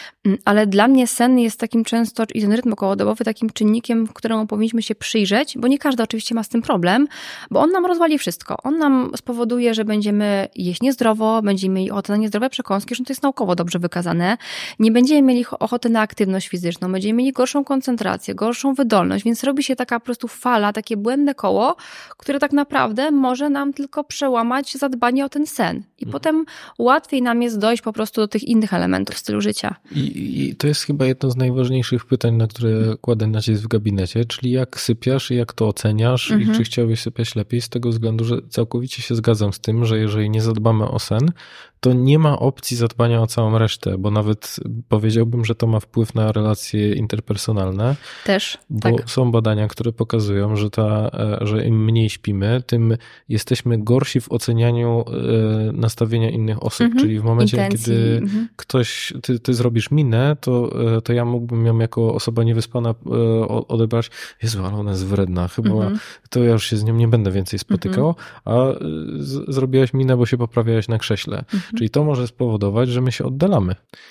ale dla mnie sen jest takim często, i ten rytm okołodobowy, takim czynnikiem, któremu powinniśmy się przyjrzeć, bo nie każdy oczywiście ma z tym problem, bo on nam rozwali wszystko. On nam spowoduje, że będziemy jeść niezdrowo, będziemy mieli ochotę na niezdrowe przekąski, że to jest naukowo dobrze wykazane. Nie będziemy mieli ochoty na aktywność fizyczną, będziemy mieli gorszą koncentrację, gorszą wydolność, więc robi się taka po prostu fala, takie błędne koło, które tak naprawdę może nam tylko przełamać zadbanie o ten sen. I hmm. potem łatwiej nam jest dojść po prostu do tych innych elementów stylu życia. I, I to jest chyba jedno z najważniejszych pytań, na które kładę nacisk w gabinecie, czyli jak sypiasz i jak to oceniasz hmm. i czy chciałbyś sypiać lepiej, z tego względu, że całkowicie się zgadzam z tym, że jeżeli nie zadbamy o sen, to nie ma opcji zadbania o całą resztę, bo nawet powiedziałbym, że to ma wpływ na relacje interpersonalne. Też, bo tak. są badania, które pokazują, że, ta, że im mniej śpimy, tym jesteśmy gorsi w ocenianiu nastawienia innych osób. Mhm. Czyli w momencie, Intencji. kiedy mhm. ktoś, ty, ty zrobisz minę, to, to ja mógłbym ją jako osoba niewyspana odebrać. Jezu, ale ona jest wredna. Chyba mhm. to ja już się z nią nie będę więcej spotykał, mhm. a z, zrobiłaś minę, bo się poprawiałaś na krześle. Mhm. Czyli to może spowodować, że my się oddalamy.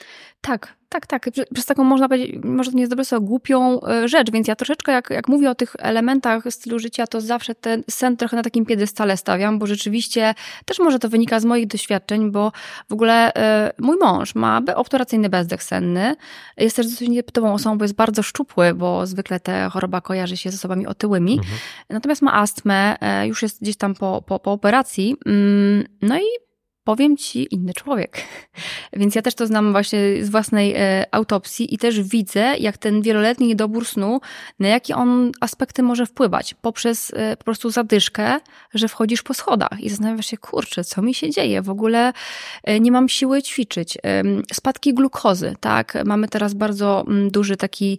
Tak, tak, tak. Przez taką można powiedzieć, może to nie jest dobre słowo, głupią rzecz, więc ja troszeczkę jak, jak mówię o tych elementach stylu życia, to zawsze ten sen trochę na takim piedestale stawiam, bo rzeczywiście też może to wynika z moich doświadczeń, bo w ogóle y, mój mąż ma obturacyjny bezdech senny, jest też dosyć nietypową osobą, bo jest bardzo szczupły, bo zwykle ta choroba kojarzy się z osobami otyłymi, mhm. natomiast ma astmę, y, już jest gdzieś tam po, po, po operacji, y, no i powiem ci, inny człowiek. Więc ja też to znam właśnie z własnej e, autopsji i też widzę, jak ten wieloletni niedobór snu, na jakie on aspekty może wpływać. Poprzez e, po prostu zadyszkę, że wchodzisz po schodach i zastanawiasz się, kurczę, co mi się dzieje? W ogóle e, nie mam siły ćwiczyć. E, spadki glukozy, tak? Mamy teraz bardzo m, duży taki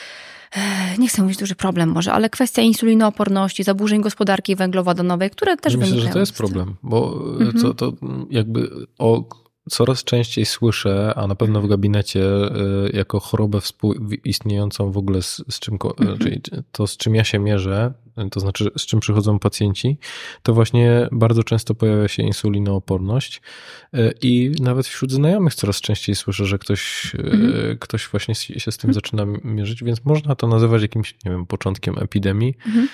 nie chcę mówić duży problem może, ale kwestia insulinooporności, zaburzeń gospodarki węglowodanowej, które też Myślę, wynikają. że to jest problem, bo mhm. to, to jakby o coraz częściej słyszę, a na pewno w gabinecie, jako chorobę współistniejącą w ogóle z, z czym, mhm. czyli to z czym ja się mierzę, to znaczy z czym przychodzą pacjenci, to właśnie bardzo często pojawia się insulinooporność i nawet wśród znajomych coraz częściej słyszę, że ktoś, mhm. ktoś właśnie się z tym zaczyna mierzyć, więc można to nazywać jakimś, nie wiem, początkiem epidemii. Mhm.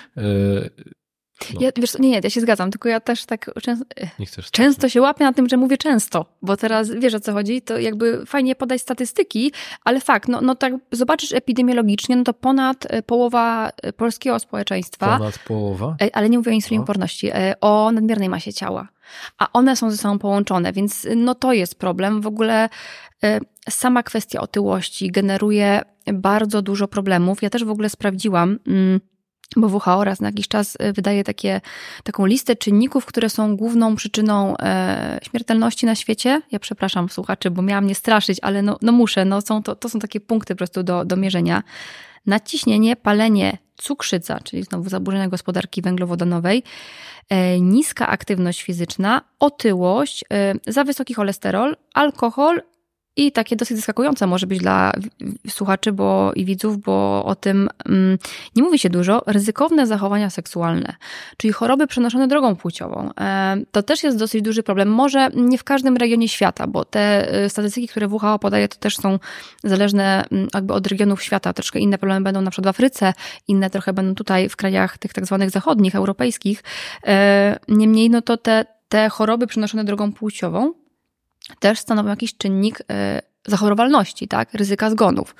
No. Ja, wiesz, nie, nie, ja się zgadzam, tylko ja też tak często, często się łapię na tym, że mówię często, bo teraz wiesz, o co chodzi, to jakby fajnie podać statystyki, ale fakt, no, no tak zobaczysz epidemiologicznie, no to ponad połowa polskiego społeczeństwa. Ponad połowa? Ale nie mówię o insulinooporności, o nadmiernej masie ciała. A one są ze sobą połączone, więc no to jest problem. W ogóle sama kwestia otyłości generuje bardzo dużo problemów. Ja też w ogóle sprawdziłam, bo W H O raz na jakiś czas wydaje takie, taką listę czynników, które są główną przyczyną e, śmiertelności na świecie. Ja przepraszam słuchaczy, bo miałam nie straszyć, ale no, no muszę, no są to, to są takie punkty po prostu do, do mierzenia. Nadciśnienie, palenie, cukrzyca, czyli znowu zaburzenia gospodarki węglowodanowej, e, niska aktywność fizyczna, otyłość, e, za wysoki cholesterol, alkohol i takie dosyć zaskakujące może być dla słuchaczy bo, i widzów, bo o tym mm, nie mówi się dużo, ryzykowne zachowania seksualne, czyli choroby przenoszone drogą płciową. E, to też jest dosyć duży problem. Może nie w każdym regionie świata, bo te statystyki, które W H O podaje, to też są zależne jakby od regionów świata. Troszkę inne problemy będą na przykład w Afryce, inne trochę będą tutaj w krajach tych tak zwanych zachodnich, europejskich. E, niemniej no to te, te choroby przenoszone drogą płciową też stanowią jakiś czynnik y, zachorowalności, tak? Ryzyka zgonów.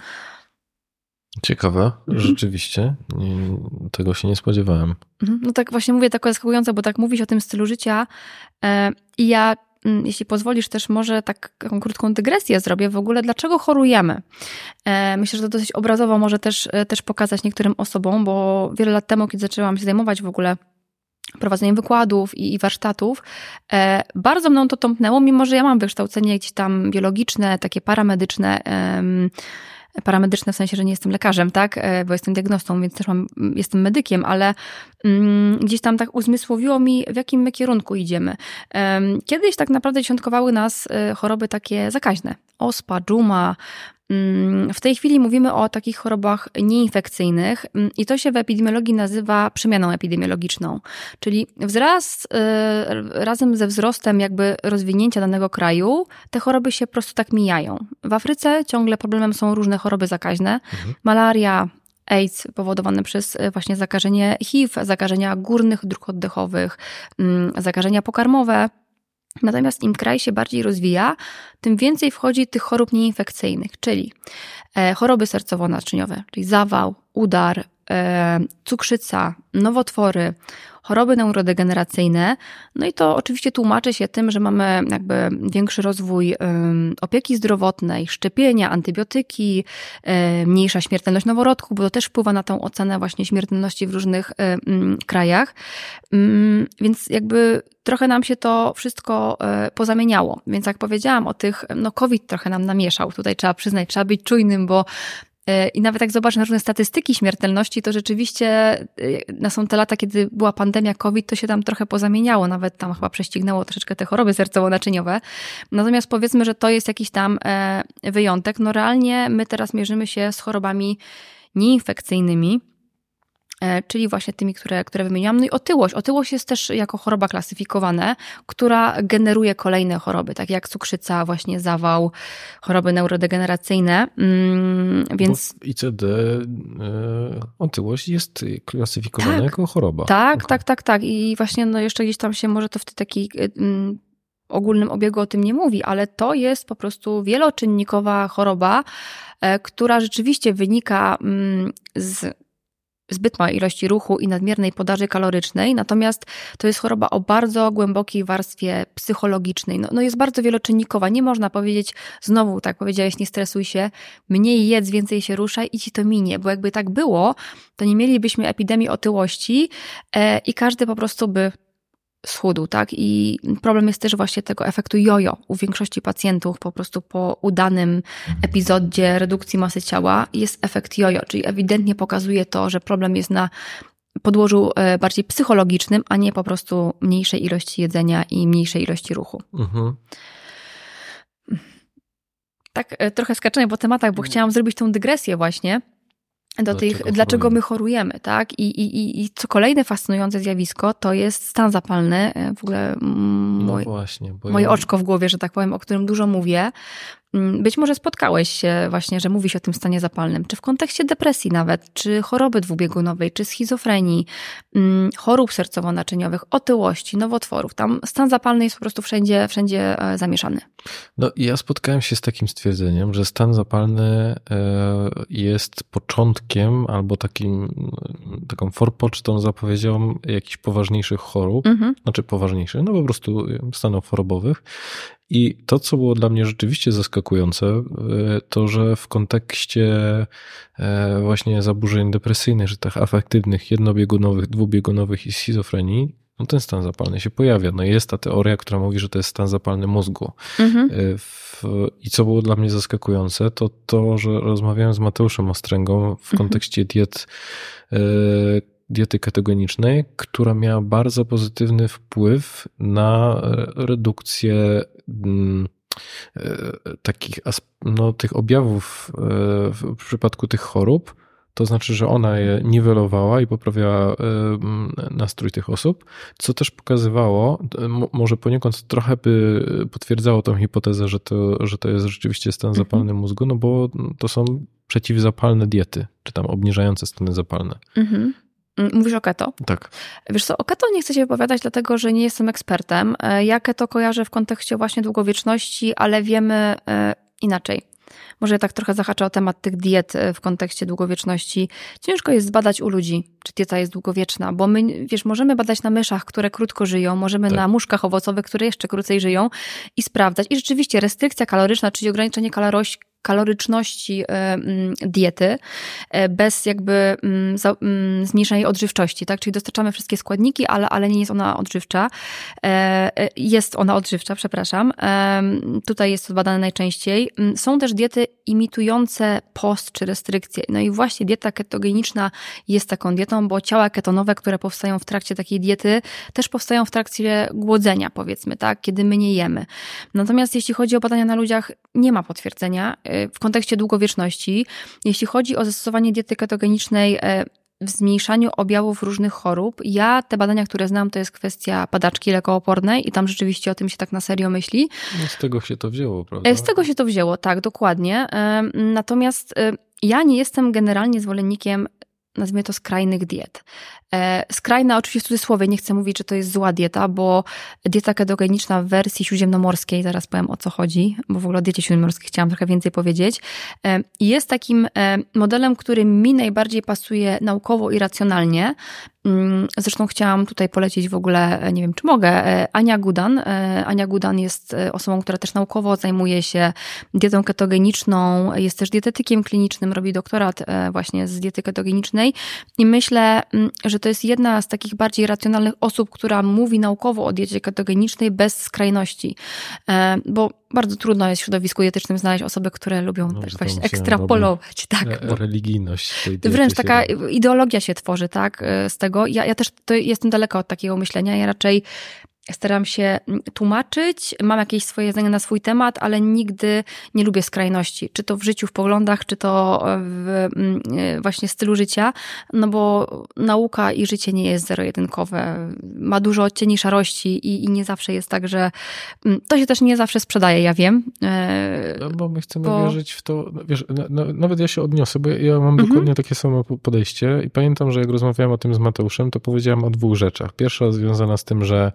Ciekawe, rzeczywiście. Nie, tego się nie spodziewałem. No tak właśnie mówię, tak zaskakujące, bo tak mówić o tym stylu życia y, i ja, y, jeśli pozwolisz, też może tak taką krótką dygresję zrobię w ogóle, dlaczego chorujemy. Y, myślę, że to dosyć obrazowo może też, y, też pokazać niektórym osobom, bo wiele lat temu, kiedy zaczęłam się zajmować w ogóle prowadzeniem wykładów i, i warsztatów, e, bardzo mną to tąpnęło, mimo że ja mam wykształcenie gdzieś tam biologiczne, takie paramedyczne, em, paramedyczne w sensie, że nie jestem lekarzem, tak, e, bo jestem diagnostą, więc też mam, jestem medykiem, ale mm, gdzieś tam tak uzmysłowiło mi, w jakim my kierunku idziemy. E, kiedyś tak naprawdę dziesiątkowały nas e, choroby takie zakaźne. Ospa, dżuma. W tej chwili mówimy o takich chorobach nieinfekcyjnych i to się w epidemiologii nazywa przemianą epidemiologiczną, czyli wzrast razem ze wzrostem jakby rozwinięcia danego kraju, te choroby się po prostu tak mijają. W Afryce ciągle problemem są różne choroby zakaźne, mhm. malaria, AIDS powodowane przez właśnie zakażenie H I V, zakażenia górnych dróg oddechowych, zakażenia pokarmowe. Natomiast im kraj się bardziej rozwija, tym więcej wchodzi tych chorób nieinfekcyjnych, czyli choroby sercowo-naczyniowe, czyli zawał, udar, cukrzyca, nowotwory, choroby neurodegeneracyjne. No i to oczywiście tłumaczy się tym, że mamy jakby większy rozwój opieki zdrowotnej, szczepienia, antybiotyki, mniejsza śmiertelność noworodków, bo to też wpływa na tą ocenę właśnie śmiertelności w różnych krajach. Więc jakby trochę nam się to wszystko pozamieniało. Więc jak powiedziałam o tych, no COVID trochę nam namieszał. Tutaj trzeba przyznać, trzeba być czujnym, bo i nawet jak zobaczę na różne statystyki śmiertelności, to rzeczywiście na są te lata, kiedy była pandemia COVID, to się tam trochę pozamieniało. Nawet tam chyba prześcignęło troszeczkę te choroby sercowo-naczyniowe. Natomiast powiedzmy, że to jest jakiś tam wyjątek. No realnie my teraz mierzymy się z chorobami nieinfekcyjnymi, czyli właśnie tymi, które, które wymieniłam. No i otyłość. Otyłość jest też jako choroba klasyfikowana, która generuje kolejne choroby, tak jak cukrzyca, właśnie zawał, choroby neurodegeneracyjne. Więc... Bo w I C D y, otyłość jest klasyfikowana tak, jako choroba. Tak, okay. tak, tak, tak. I właśnie no jeszcze gdzieś tam się może to w tej takiej y, ogólnym obiegu o tym nie mówi, ale to jest po prostu wieloczynnikowa choroba, y, która rzeczywiście wynika y, z zbyt małej ilości ruchu i nadmiernej podaży kalorycznej, natomiast to jest choroba o bardzo głębokiej warstwie psychologicznej. No, no jest bardzo wieloczynnikowa. Nie można powiedzieć znowu, tak powiedziałeś, nie stresuj się, mniej jedz, więcej się ruszaj i ci to minie, bo jakby tak było, to nie mielibyśmy epidemii otyłości e, i każdy po prostu by schudł, tak? I problem jest też właśnie tego efektu jojo u większości pacjentów, po prostu po udanym epizodzie redukcji masy ciała jest efekt jojo, czyli ewidentnie pokazuje to, że problem jest na podłożu bardziej psychologicznym, a nie po prostu mniejszej ilości jedzenia i mniejszej ilości ruchu. Mhm. Tak trochę skaczemy po tematach, bo chciałam zrobić tą dygresję właśnie do dlaczego tych, chorujemy? dlaczego my chorujemy, tak? I, i, i co kolejne fascynujące zjawisko, to jest stan zapalny. W ogóle mój, no właśnie, bo moje ja... oczko w głowie, że tak powiem, o którym dużo mówię. Być może spotkałeś się właśnie, że mówi się o tym stanie zapalnym, czy w kontekście depresji nawet, czy choroby dwubiegunowej, czy schizofrenii, chorób sercowo-naczyniowych, otyłości, nowotworów. Tam stan zapalny jest po prostu wszędzie, wszędzie zamieszany. No i ja spotkałem się z takim stwierdzeniem, że stan zapalny jest początkiem albo takim, taką forpocztą, zapowiedzią jakichś poważniejszych chorób, mhm. znaczy poważniejszych, no po prostu stanów chorobowych. I to, co było dla mnie rzeczywiście zaskakujące, to, że w kontekście właśnie zaburzeń depresyjnych, że tak afektywnych, jednobiegunowych, dwubiegunowych i schizofrenii, no ten stan zapalny się pojawia. No jest ta teoria, która mówi, że to jest stan zapalny mózgu. Mhm. W, I co było dla mnie zaskakujące, to to, że rozmawiałem z Mateuszem Ostręgą w kontekście diet, diety ketogenicznej, która miała bardzo pozytywny wpływ na redukcję takich no, tych objawów w przypadku tych chorób, to znaczy, że ona je niwelowała i poprawiała nastrój tych osób, co też pokazywało, może poniekąd trochę by potwierdzało tą hipotezę, że to, że to jest rzeczywiście stan zapalny mózgu, no bo to są przeciwzapalne diety, czy tam obniżające stany zapalne. Mhm. Mówisz o keto? Tak. Wiesz co, o keto nie chcę się wypowiadać, dlatego że nie jestem ekspertem. Ja keto kojarzę w kontekście właśnie długowieczności, ale wiemy inaczej. Może ja tak trochę zahaczę o temat tych diet w kontekście długowieczności. Ciężko jest zbadać u ludzi, czy dieta jest długowieczna, bo my, wiesz, możemy badać na myszach, które krótko żyją, możemy tak. na muszkach owocowych, które jeszcze krócej żyją i sprawdzać. I rzeczywiście restrykcja kaloryczna, czyli ograniczenie kaloroś, kaloryczności diety bez jakby zmniejszenia odżywczości, tak? Czyli dostarczamy wszystkie składniki, ale, ale nie jest ona odżywcza. Jest ona odżywcza, przepraszam. Tutaj jest to badane najczęściej. Są też diety imitujące post czy restrykcje. No i właśnie dieta ketogeniczna jest taką dietą, bo ciała ketonowe, które powstają w trakcie takiej diety, też powstają w trakcie głodzenia, powiedzmy, tak? Kiedy my nie jemy. Natomiast jeśli chodzi o badania na ludziach, nie ma potwierdzenia w kontekście długowieczności. Jeśli chodzi o zastosowanie diety ketogenicznej w zmniejszaniu objawów różnych chorób, ja te badania, które znam, to jest kwestia padaczki lekoopornej i tam rzeczywiście o tym się tak na serio myśli. No z tego się to wzięło, prawda? Z tego się to wzięło, tak, dokładnie. Natomiast ja nie jestem generalnie zwolennikiem, nazwijmy to, skrajnych diet. Skrajna oczywiście w cudzysłowie, nie chcę mówić, że to jest zła dieta, bo dieta ketogeniczna w wersji śródziemnomorskiej, zaraz powiem o co chodzi, bo w ogóle o diecie śródziemnomorskiej chciałam trochę więcej powiedzieć, jest takim modelem, który mi najbardziej pasuje naukowo i racjonalnie. Zresztą chciałam tutaj polecić w ogóle, nie wiem czy mogę, Ania Gudan. Ania Gudan jest osobą, która też naukowo zajmuje się dietą ketogeniczną, jest też dietetykiem klinicznym, robi doktorat właśnie z diety ketogenicznej i myślę, że to jest jedna z takich bardziej racjonalnych osób, która mówi naukowo o diecie ketogenicznej bez skrajności, bo bardzo trudno jest w środowisku dietetycznym znaleźć osoby, które lubią no, tak właśnie ekstrapolować. Tak, bo religijność tej diety wręcz taka się... ideologia się tworzy, tak, z tego. Ja, ja też to jestem daleka od takiego myślenia. Ja raczej staram się tłumaczyć, mam jakieś swoje zdanie na swój temat, ale nigdy nie lubię skrajności. Czy to w życiu, w poglądach, czy to w właśnie stylu życia, no bo nauka i życie nie jest zero-jedynkowe. Ma dużo odcieni szarości i, i nie zawsze jest tak, że to się też nie zawsze sprzedaje, ja wiem. No bo my chcemy bo... wierzyć w to, wiesz, no, nawet ja się odniosę, bo ja mam mhm. dokładnie takie samo podejście i pamiętam, że jak rozmawiałem o tym z Mateuszem, to powiedziałem o dwóch rzeczach. Pierwsza związana z tym, że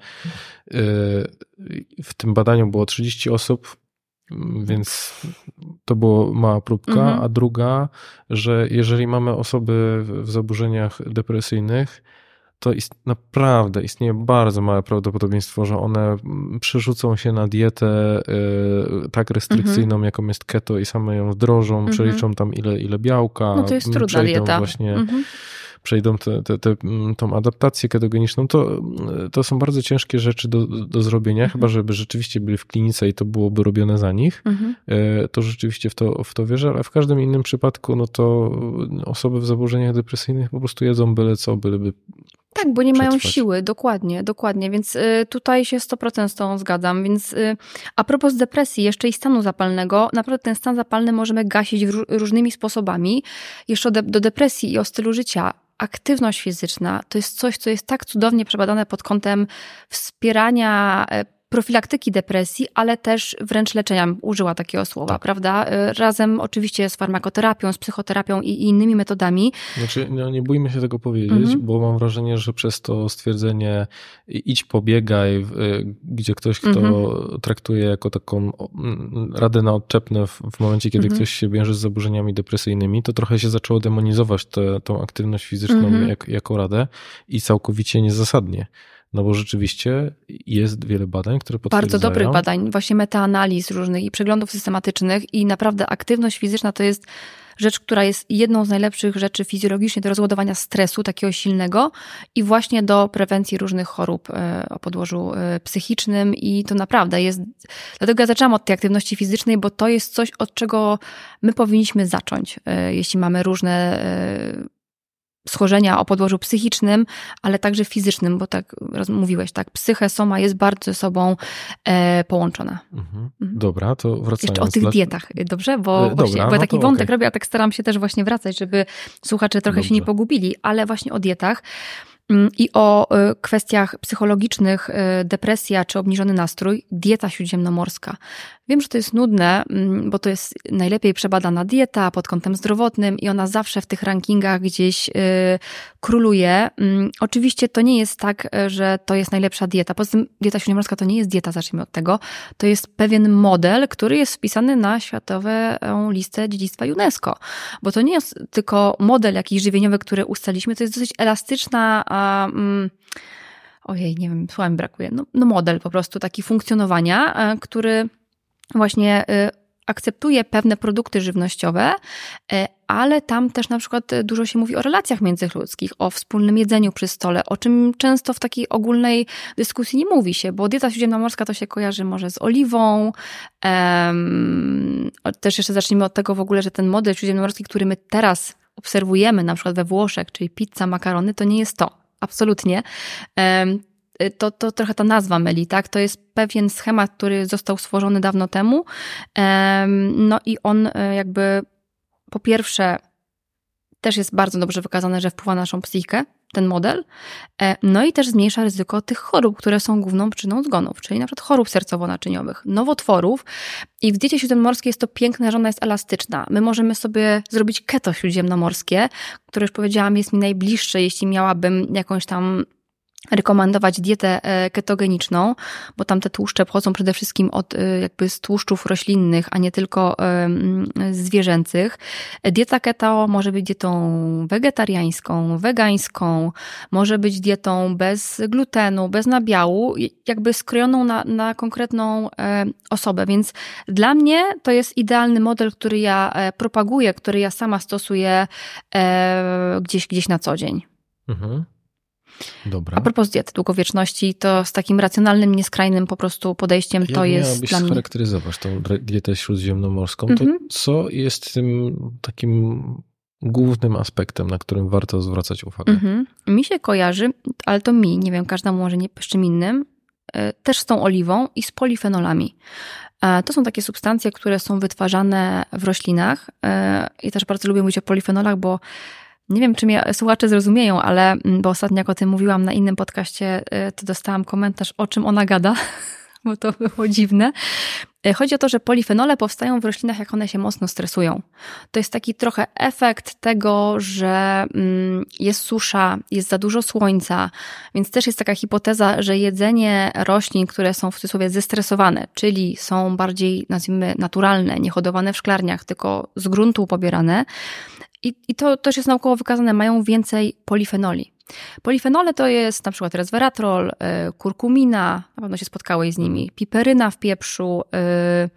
w tym badaniu było trzydzieści osób, więc to była mała próbka, mhm. a druga, że jeżeli mamy osoby w zaburzeniach depresyjnych, to ist, naprawdę istnieje bardzo małe prawdopodobieństwo, że one przerzucą się na dietę y, tak restrykcyjną, mhm. jaką jest keto i same ją wdrożą, mhm. przeliczą tam ile, ile białka, no to jest trudna dieta. Właśnie mhm. przejdą te, te, te, tą adaptację ketogeniczną, to, to są bardzo ciężkie rzeczy do, do zrobienia, mhm. chyba żeby rzeczywiście byli w klinice i to byłoby robione za nich, mhm. to rzeczywiście w to, w to wierzę, ale w każdym innym przypadku, no to osoby w zaburzeniach depresyjnych po prostu jedzą byle co, byleby tak, bo nie przetrwać. Mają siły, dokładnie, dokładnie, więc y, tutaj się sto procent z tą zgadzam, więc y, a propos depresji jeszcze i stanu zapalnego, naprawdę ten stan zapalny możemy gasić w, różnymi sposobami. Jeszcze do, do depresji i o stylu życia. Aktywność fizyczna to jest coś, co jest tak cudownie przebadane pod kątem wspierania profilaktyki depresji, ale też wręcz leczenia, użyła takiego słowa, tak. prawda? Razem oczywiście z farmakoterapią, z psychoterapią i innymi metodami. Znaczy, no nie bójmy się tego powiedzieć, mm-hmm. bo mam wrażenie, że przez to stwierdzenie idź pobiegaj, gdzie ktoś, kto mm-hmm. traktuje jako taką radę na odczepne w, w momencie, kiedy mm-hmm. ktoś się bierze z zaburzeniami depresyjnymi, to trochę się zaczęło demonizować tę tą aktywność fizyczną mm-hmm. jak, jako radę i całkowicie niezasadnie. No bo rzeczywiście jest wiele badań, które potwierdzają. Bardzo dobrych badań, właśnie metaanaliz różnych i przeglądów systematycznych i naprawdę aktywność fizyczna to jest rzecz, która jest jedną z najlepszych rzeczy fizjologicznie do rozładowania stresu takiego silnego i właśnie do prewencji różnych chorób o podłożu psychicznym i to naprawdę jest, dlatego ja zaczęłam od tej aktywności fizycznej, bo to jest coś, od czego my powinniśmy zacząć, jeśli mamy różne schorzenia o podłożu psychicznym, ale także fizycznym, bo tak mówiłeś, tak, psyche, soma jest bardzo ze sobą e, połączona. Mhm. Dobra, to wracając. Jeszcze o tych dla... dietach, dobrze? Bo, Dobra, właśnie, bo no taki to wątek okay. robię, a tak staram się też właśnie wracać, żeby słuchacze trochę Dobrze. się nie pogubili, ale właśnie o dietach i o kwestiach psychologicznych, depresja czy obniżony nastrój, dieta śródziemnomorska. Wiem, że to jest nudne, bo to jest najlepiej przebadana dieta pod kątem zdrowotnym i ona zawsze w tych rankingach gdzieś króluje. Oczywiście to nie jest tak, że to jest najlepsza dieta. Poza tym dieta śródziemnomorska to nie jest dieta, zacznijmy od tego. To jest pewien model, który jest wpisany na Światową Listę Dziedzictwa UNESCO. Bo to nie jest tylko model jakiś żywieniowy, który ustaliliśmy, to jest dosyć elastyczna a, mm, ojej, nie wiem, słowa mi brakuje, no, no model po prostu taki funkcjonowania, który właśnie akceptuje pewne produkty żywnościowe, ale tam też na przykład dużo się mówi o relacjach międzyludzkich, o wspólnym jedzeniu przy stole, o czym często w takiej ogólnej dyskusji nie mówi się, bo dieta śródziemnomorska to się kojarzy może z oliwą. Um, też jeszcze zacznijmy od tego w ogóle, że ten model śródziemnomorski, który my teraz obserwujemy na przykład we Włoszech, czyli pizza, makarony, to nie jest to. Absolutnie. Um, To, to trochę ta nazwa myli, tak? To jest pewien schemat, który został stworzony dawno temu. No i on jakby po pierwsze też jest bardzo dobrze wykazane, że wpływa na naszą psychikę, ten model. No i też zmniejsza ryzyko tych chorób, które są główną przyczyną zgonów, czyli na przykład chorób sercowo-naczyniowych, nowotworów. I w diecie śródziemnomorskiej jest to piękne, że ona jest elastyczna. My możemy sobie zrobić keto śródziemnomorskie, które już powiedziałam jest mi najbliższe, jeśli miałabym jakąś tam rekomendować dietę ketogeniczną, bo tam te tłuszcze pochodzą przede wszystkim od jakby z tłuszczów roślinnych, a nie tylko zwierzęcych. Dieta keto może być dietą wegetariańską, wegańską, może być dietą bez glutenu, bez nabiału, jakby skrojoną na, na konkretną osobę, więc dla mnie to jest idealny model, który ja propaguję, który ja sama stosuję gdzieś, gdzieś na co dzień. Mhm. Dobra. A propos diety długowieczności, to z takim racjonalnym, nieskrajnym po prostu podejściem Jak to jest miałabyś dla mnie... scharakteryzować tą dietę śródziemnomorską, Mm-hmm. to co jest tym takim głównym aspektem, na którym warto zwracać uwagę? Mm-hmm. Mi się kojarzy, ale to mi, nie wiem, każdemu może nie z czym innym, też z tą oliwą i z polifenolami. To są takie substancje, które są wytwarzane w roślinach i też bardzo lubię mówić o polifenolach, bo nie wiem, czy mnie słuchacze zrozumieją, ale bo ostatnio jak o tym mówiłam na innym podcaście, to dostałam komentarz, o czym ona gada, bo to było dziwne. Chodzi o to, że polifenole powstają w roślinach, jak one się mocno stresują. To jest taki trochę efekt tego, że jest susza, jest za dużo słońca, więc też jest taka hipoteza, że jedzenie roślin, które są w cudzysłowie zestresowane, czyli są bardziej, nazwijmy, naturalne, nie hodowane w szklarniach, tylko z gruntu pobierane, I, I to też jest naukowo wykazane, mają więcej polifenoli. Polifenole to jest na przykład resveratrol, y, kurkumina, na pewno się spotkałeś z nimi, piperyna w pieprzu, y,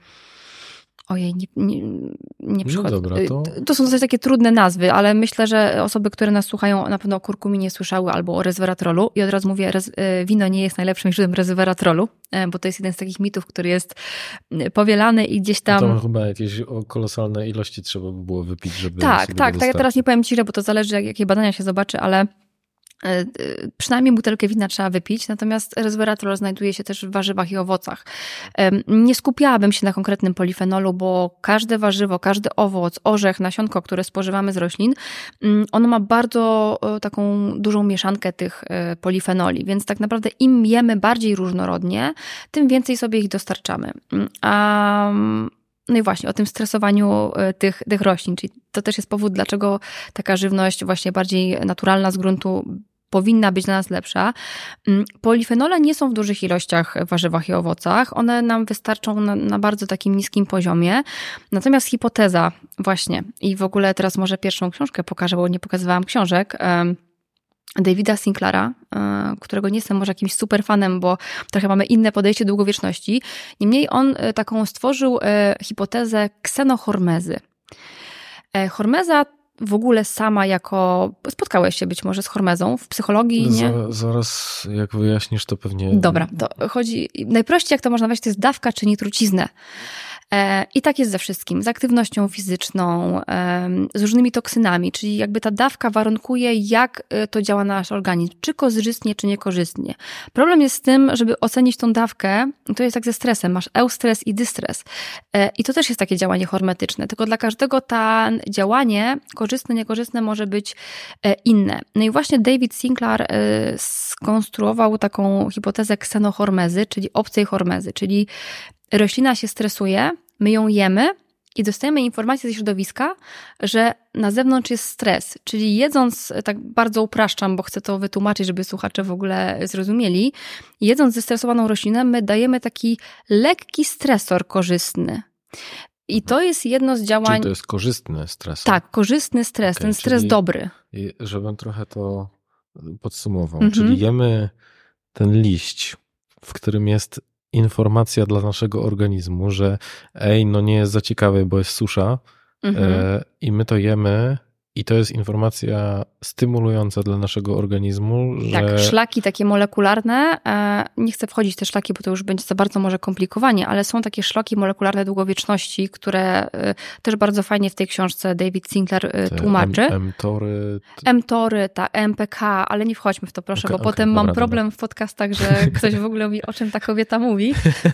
ojej, nie, nie, nie przychodzi. No dobra, to... to są dosyć takie trudne nazwy, ale myślę, że osoby, które nas słuchają, na pewno o kurkuminie słyszały albo o resveratrolu i od razu mówię, rez, wino nie jest najlepszym źródłem resveratrolu, bo to jest jeden z takich mitów, który jest powielany i gdzieś tam... To chyba jakieś kolosalne ilości trzeba by było wypić, żeby Tak, sobie tak, tak. Ja teraz nie powiem ci, że, bo to zależy, jakie badania się zobaczy, ale przynajmniej butelkę wina trzeba wypić, natomiast resveratrol znajduje się też w warzywach i owocach. Nie skupiałabym się na konkretnym polifenolu, bo każde warzywo, każdy owoc, orzech, nasionko, które spożywamy z roślin, ono ma bardzo taką dużą mieszankę tych polifenoli, więc tak naprawdę im jemy bardziej różnorodnie, tym więcej sobie ich dostarczamy. A No i właśnie o tym stresowaniu tych, tych roślin, czyli to też jest powód, dlaczego taka żywność właśnie bardziej naturalna z gruntu powinna być dla nas lepsza. Polifenole nie są w dużych ilościach w warzywach i owocach. One nam wystarczą na, na bardzo takim niskim poziomie. Natomiast hipoteza właśnie i w ogóle teraz może pierwszą książkę pokażę, bo nie pokazywałam książek, Davida Sinclaira, którego nie jestem może jakimś super fanem, bo trochę mamy inne podejście do długowieczności. Niemniej on taką stworzył hipotezę ksenohormezy. Hormeza w ogóle sama jako... Spotkałeś się być może z hormezą w psychologii, nie? Z, zaraz jak wyjaśnisz, to pewnie... Dobra, to chodzi... Najprościej jak to można nazwać, to jest dawka, czyni truciznę. I tak jest ze wszystkim, z aktywnością fizyczną, z różnymi toksynami, czyli jakby ta dawka warunkuje, jak to działa na nasz organizm, czy korzystnie, czy niekorzystnie. Problem jest z tym, żeby ocenić tą dawkę, to jest jak ze stresem, masz eustres i dystres. I to też jest takie działanie hormetyczne, tylko dla każdego to działanie korzystne, niekorzystne może być inne. No i właśnie David Sinclair skonstruował taką hipotezę ksenohormezy, czyli obcej hormezy, czyli roślina się stresuje, my ją jemy i dostajemy informację ze środowiska, że na zewnątrz jest stres. Czyli jedząc, tak bardzo upraszczam, bo chcę to wytłumaczyć, żeby słuchacze w ogóle zrozumieli, jedząc zestresowaną roślinę, my dajemy taki lekki stresor korzystny. I to jest jedno z działań... Czyli to jest korzystny stres. Tak, korzystny stres, okay, ten stres dobry. Żebym trochę to podsumował. Mhm. Czyli jemy ten liść, w którym jest informacja dla naszego organizmu, że ej, no nie jest za ciekawe, bo jest susza, mhm. e, i my to jemy i to jest informacja stymulująca dla naszego organizmu, że... Tak, szlaki takie molekularne, nie chcę wchodzić w te szlaki, bo to już będzie za bardzo może komplikowanie, ale są takie szlaki molekularne długowieczności, które też bardzo fajnie w tej książce David Sinclair te tłumaczy. mTory. mTory, ta M P K, ale nie wchodźmy w to, proszę, okay, bo okay, potem dobra, mam problem dobra. w podcastach, że ktoś w ogóle mówi, o czym ta kobieta mówi.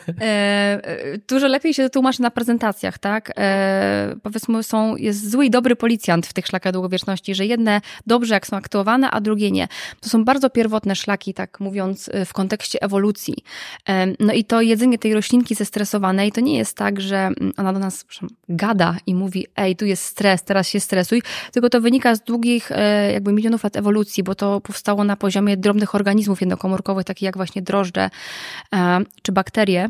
E, dużo lepiej się to tłumaczy na prezentacjach, tak? E, powiedzmy, są, jest zły i dobry policjant w tych szlakach długowieczności, że jedne dobrze jak są aktywowane, a drugie nie. To są bardzo pierwotne szlaki, tak mówiąc w kontekście ewolucji. No i to jedzenie tej roślinki zestresowanej, to nie jest tak, że ona do nas gada i mówi, ej, tu jest stres, teraz się stresuj, tylko to wynika z długich jakby milionów lat ewolucji, bo to powstało na poziomie drobnych organizmów jednokomórkowych, takich jak właśnie drożdże czy bakterie.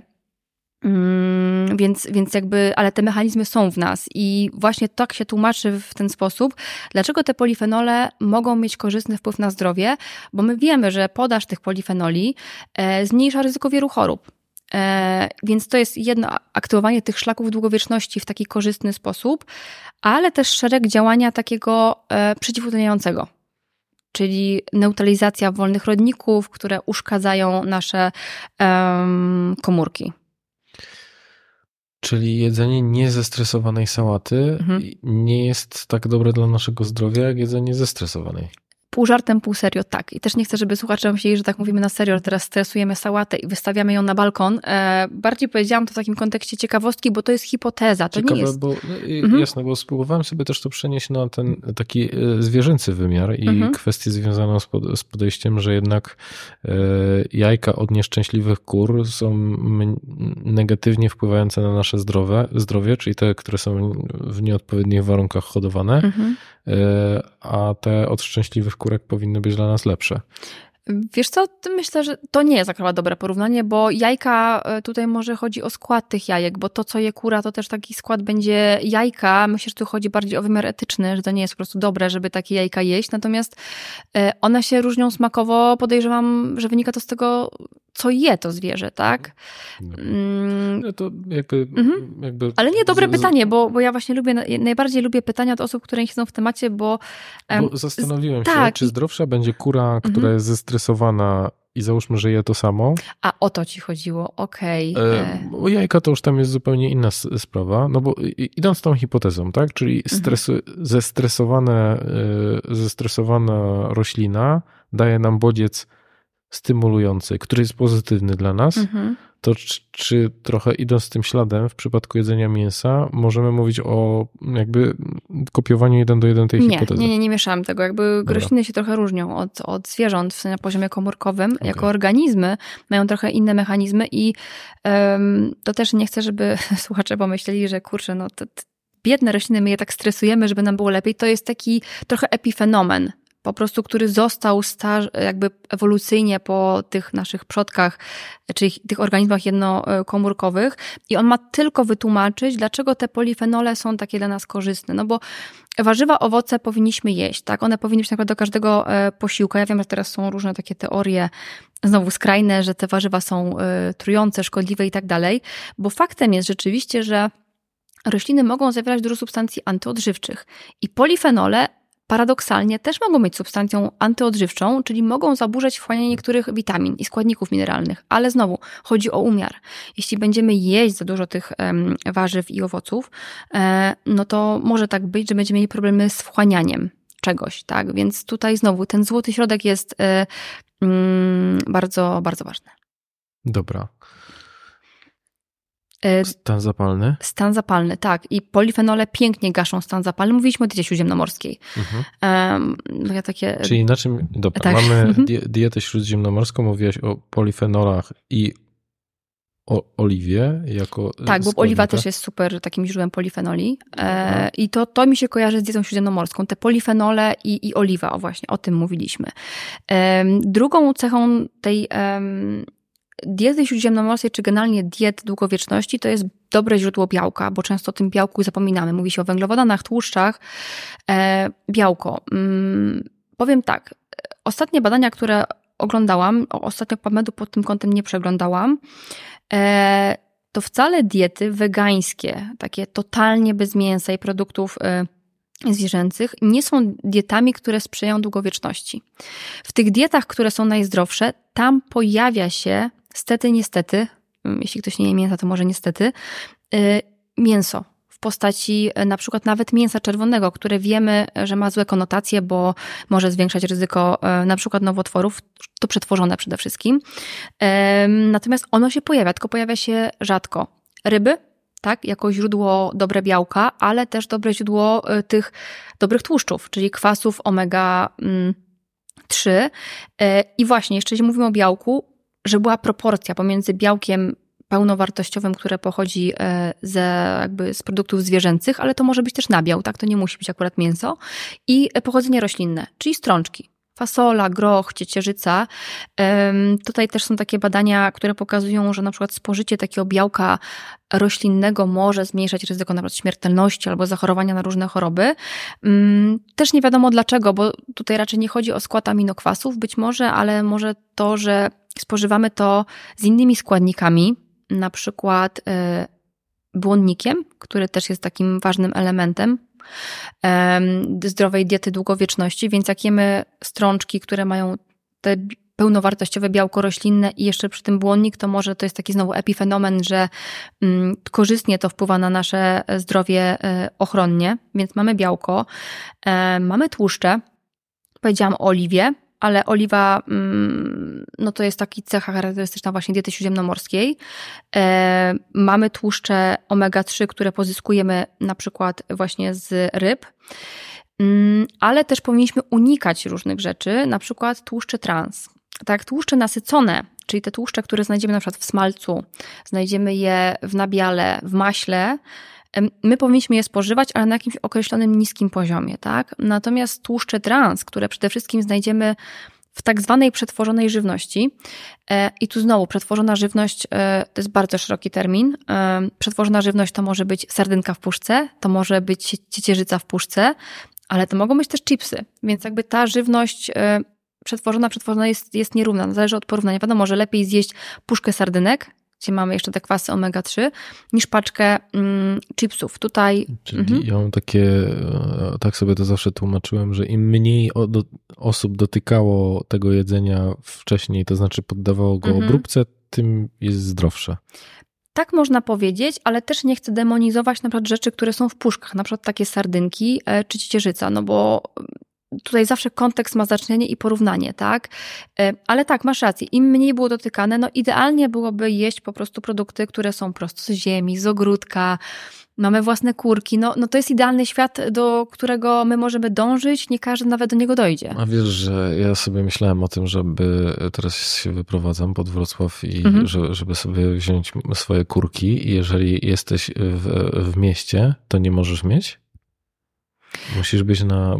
Hmm, więc, więc jakby, ale te mechanizmy są w nas i właśnie tak się tłumaczy w ten sposób, dlaczego te polifenole mogą mieć korzystny wpływ na zdrowie, bo my wiemy, że podaż tych polifenoli e, zmniejsza ryzyko wielu chorób. E, więc to jest jedno, aktywowanie tych szlaków długowieczności w taki korzystny sposób, ale też szereg działania takiego e, przeciwutleniającego. Czyli neutralizacja wolnych rodników, które uszkadzają nasze um, komórki. Czyli jedzenie niezestresowanej sałaty mhm. nie jest tak dobre dla naszego zdrowia, jak jedzenie zestresowanej. Pół żartem, pół serio, tak. I też nie chcę, żeby słuchacze myśleli, że tak mówimy na serio, teraz stresujemy sałatę i wystawiamy ją na balkon. E, bardziej powiedziałam to w takim kontekście ciekawostki, bo to jest hipoteza. To Ciekawe, nie jest... bo mhm. jasne, bo spróbowałem sobie też to przenieść na ten taki zwierzęcy wymiar i mhm. kwestię związaną z, pod, z podejściem, że jednak e, jajka od nieszczęśliwych kur są negatywnie wpływające na nasze zdrowie, zdrowie, czyli te, które są w nieodpowiednich warunkach hodowane, mhm. e, a te od szczęśliwych kurek powinny być dla nas lepsze. Wiesz co, myślę, że to nie jest akurat dobre porównanie, bo jajka, tutaj może chodzi o skład tych jajek, bo to, co je kura, to też taki skład będzie jajka. Myślę, że tu chodzi bardziej o wymiar etyczny, że to nie jest po prostu dobre, żeby takie jajka jeść, natomiast one się różnią smakowo, podejrzewam, że wynika to z tego, co je to zwierzę, tak? No to jakby... Mhm. jakby Ale nie, dobre z, pytanie, bo, bo ja właśnie lubię, najbardziej lubię pytania od osób, które nie siedzą w temacie, bo... Bo zastanowiłem z, się, tak. czy zdrowsza będzie kura, która mhm. jest zestresowana i załóżmy, że je to samo. A o to ci chodziło, okej. Okay. E, o jajka to już tam jest zupełnie inna sprawa, no bo idąc tą hipotezą, tak? Czyli stres, mhm. zestresowane, zestresowana roślina daje nam bodziec stymulujący, który jest pozytywny dla nas, mhm. to czy, czy trochę idąc tym śladem w przypadku jedzenia mięsa możemy mówić o jakby kopiowaniu jeden do jeden tej nie, hipotezy? Nie, nie, nie mieszamy tego. Jakby Dobra. rośliny się trochę różnią od, od zwierząt w na poziomie komórkowym. Okay. Jako organizmy mają trochę inne mechanizmy i um, to też nie chcę, żeby słuchacze pomyśleli, że kurczę, no to, to biedne rośliny, my je tak stresujemy, żeby nam było lepiej. To jest taki trochę epifenomen. Po prostu, który został staż, jakby ewolucyjnie po tych naszych przodkach, czyli tych organizmach jednokomórkowych i on ma tylko wytłumaczyć, dlaczego te polifenole są takie dla nas korzystne. No bo warzywa, owoce powinniśmy jeść, tak? One powinny być naprawdę do każdego posiłka. Ja wiem, że teraz są różne takie teorie, znowu skrajne, że te warzywa są trujące, szkodliwe i tak dalej, bo faktem jest rzeczywiście, że rośliny mogą zawierać dużo substancji antyodżywczych i polifenole paradoksalnie też mogą być substancją antyodżywczą, czyli mogą zaburzać wchłanianie niektórych witamin i składników mineralnych. Ale znowu, chodzi o umiar. Jeśli będziemy jeść za dużo tych um, warzyw i owoców, e, no to może tak być, że będziemy mieli problemy z wchłanianiem czegoś, tak? Więc tutaj znowu ten złoty środek jest e, mm, bardzo, bardzo ważny. Dobra. Stan zapalny? Stan zapalny, tak. I polifenole pięknie gaszą stan zapalny. Mówiliśmy o diecie śródziemnomorskiej. Mhm. Um, ja takie... Czyli na czym... Dobra, tak. Mamy dietę śródziemnomorską, mówiłaś o polifenolach i o oliwie jako... Tak, bo oliwa też jest super takim źródłem polifenoli. E, I to, to mi się kojarzy z dietą śródziemnomorską. Te polifenole i, i oliwa, o właśnie, o tym mówiliśmy. E, drugą cechą tej... E, diety śródziemnomorskiej, czy generalnie diet długowieczności, to jest dobre źródło białka, bo często o tym białku zapominamy. Mówi się o węglowodanach, tłuszczach, e, białko. Mm, powiem tak, ostatnie badania, które oglądałam, ostatnio PubMedu pod tym kątem nie przeglądałam, e, to wcale diety wegańskie, takie totalnie bez mięsa i produktów e, zwierzęcych, nie są dietami, które sprzyjają długowieczności. W tych dietach, które są najzdrowsze, tam pojawia się stety, niestety, jeśli ktoś nie je mięsa, to może niestety, mięso w postaci na przykład nawet mięsa czerwonego, które wiemy, że ma złe konotacje, bo może zwiększać ryzyko na przykład nowotworów, to przetworzone przede wszystkim. Natomiast ono się pojawia, tylko pojawia się rzadko. Ryby, tak, jako źródło dobre białka, ale też dobre źródło tych dobrych tłuszczów, czyli kwasów omega trzy. I właśnie, jeszcze jeśli mówimy o białku, że była proporcja pomiędzy białkiem pełnowartościowym, które pochodzi ze, jakby z produktów zwierzęcych, ale to może być też nabiał, tak, to nie musi być akurat mięso, i pochodzenie roślinne, czyli strączki. Fasola, groch, ciecierzyca. Tutaj też są takie badania, które pokazują, że na przykład spożycie takiego białka roślinnego może zmniejszać ryzyko na przykład śmiertelności albo zachorowania na różne choroby. Też nie wiadomo dlaczego, bo tutaj raczej nie chodzi o skład aminokwasów, być może, ale może to, że spożywamy to z innymi składnikami, na przykład błonnikiem, który też jest takim ważnym elementem zdrowej diety długowieczności, więc jak jemy strączki, które mają te pełnowartościowe białko roślinne i jeszcze przy tym błonnik, to może to jest taki znowu epifenomen, że mm, korzystnie to wpływa na nasze zdrowie e, ochronnie, więc mamy białko, e, mamy tłuszcze, powiedziałam o oliwie, ale oliwa no to jest taki cecha charakterystyczna właśnie diety śródziemnomorskiej. E, mamy tłuszcze omega trzy, które pozyskujemy na przykład właśnie z ryb, mm, ale też powinniśmy unikać różnych rzeczy, na przykład tłuszcze trans. Tak, tłuszcze nasycone, czyli te tłuszcze, które znajdziemy na przykład w smalcu, znajdziemy je w nabiale, w maśle, my powinniśmy je spożywać, ale na jakimś określonym niskim poziomie, tak? Natomiast tłuszcze trans, które przede wszystkim znajdziemy w tak zwanej przetworzonej żywności, i tu znowu przetworzona żywność to jest bardzo szeroki termin. Przetworzona żywność to może być sardynka w puszce, to może być ciecierzyca w puszce, ale to mogą być też chipsy, więc jakby ta żywność przetworzona, przetworzona jest, jest nierówna, zależy od porównania. Wiadomo, że lepiej zjeść puszkę sardynek, gdzie mamy jeszcze te kwasy omega trzy, niż paczkę mm, chipsów. Tutaj... Czyli mhm. ja mam takie, tak sobie to zawsze tłumaczyłem, że im mniej o, do, osób dotykało tego jedzenia wcześniej, to znaczy poddawało go mhm. obróbce, tym jest zdrowsze. Tak można powiedzieć, ale też nie chcę demonizować na przykład rzeczy, które są w puszkach, na przykład takie sardynki e, czy ciecierzyca, no bo tutaj zawsze kontekst ma znaczenie i porównanie, tak? Ale tak, masz rację, im mniej było dotykane, no idealnie byłoby jeść po prostu produkty, które są prosto z ziemi, z ogródka, mamy własne kurki, no, no to jest idealny świat, do którego my możemy dążyć, nie każdy nawet do niego dojdzie. A wiesz, że ja sobie myślałem o tym, żeby, teraz się wyprowadzam pod Wrocław i mhm. że, żeby sobie wziąć swoje kurki i jeżeli jesteś w, w mieście, to nie możesz mieć? Musisz być na...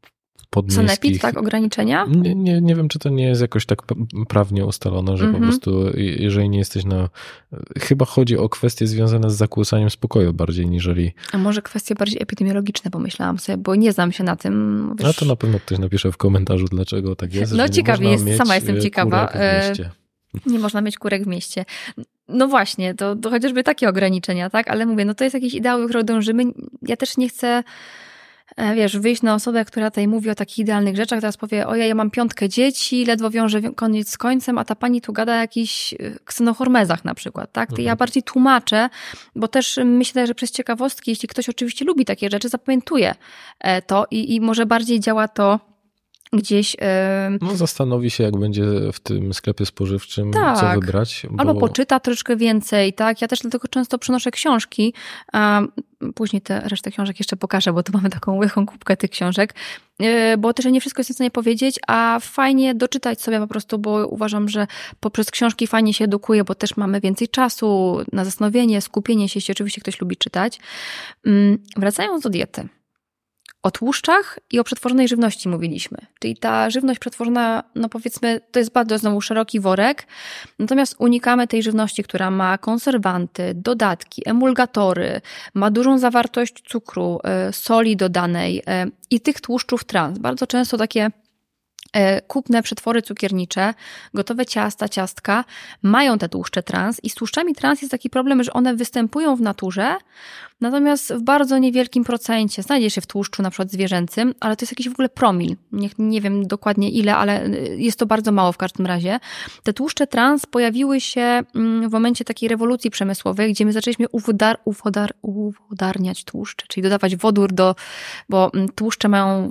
Sanepid, tak? Ograniczenia? Nie, nie, nie wiem, czy to nie jest jakoś tak prawnie ustalone, że mm-hmm. po prostu jeżeli nie jesteś na... Chyba chodzi o kwestie związane z zakłócaniem spokoju bardziej niżeli... A może kwestie bardziej epidemiologiczne, pomyślałam sobie, bo nie znam się na tym. Wiesz... No to na pewno ktoś napisze w komentarzu, dlaczego tak jest. No ciekawie jest, sama jestem ciekawa. W mieście. Nie można mieć kurek w mieście. No właśnie, to, to chociażby takie ograniczenia, tak? Ale mówię, no to jest jakiś ideał, do którego dążymy. Ja też nie chcę... wiesz, wyjść na osobę, która tutaj mówi o takich idealnych rzeczach, teraz powie, ojej, ja mam piątkę dzieci, ledwo wiążę koniec z końcem, a ta pani tu gada o jakichś ksenohormezach na przykład, tak? Mhm. Ja bardziej tłumaczę, bo też myślę, że przez ciekawostki, jeśli ktoś oczywiście lubi takie rzeczy, zapamiętuje to i, i może bardziej działa to gdzieś... Yy... No zastanowi się, jak będzie w tym sklepie spożywczym, tak. co wybrać. Bo... Albo poczyta troszkę więcej, tak? Ja też dlatego często przynoszę książki, a później tę resztę książek jeszcze pokażę, bo tu mamy taką łychą kubkę tych książek, yy, bo też nie wszystko jestem w stanie powiedzieć, a fajnie doczytać sobie po prostu, bo uważam, że poprzez książki fajnie się edukuje, bo też mamy więcej czasu na zastanowienie, skupienie się, jeśli oczywiście ktoś lubi czytać. Yy, wracając do diety. O tłuszczach i o przetworzonej żywności mówiliśmy. Czyli ta żywność przetworzona, no powiedzmy, to jest bardzo znowu szeroki worek, natomiast unikamy tej żywności, która ma konserwanty, dodatki, emulgatory, ma dużą zawartość cukru, soli dodanej i tych tłuszczów trans. Bardzo często takie kupne przetwory cukiernicze, gotowe ciasta, ciastka mają te tłuszcze trans i z tłuszczami trans jest taki problem, że one występują w naturze, natomiast w bardzo niewielkim procencie. Znajdzie się w tłuszczu na przykład zwierzęcym, ale to jest jakiś w ogóle promil. Nie, nie wiem dokładnie ile, ale jest to bardzo mało w każdym razie. Te tłuszcze trans pojawiły się w momencie takiej rewolucji przemysłowej, gdzie my zaczęliśmy uwodar, uwodar, uwodarniać tłuszcze, czyli dodawać wodór do, bo tłuszcze mają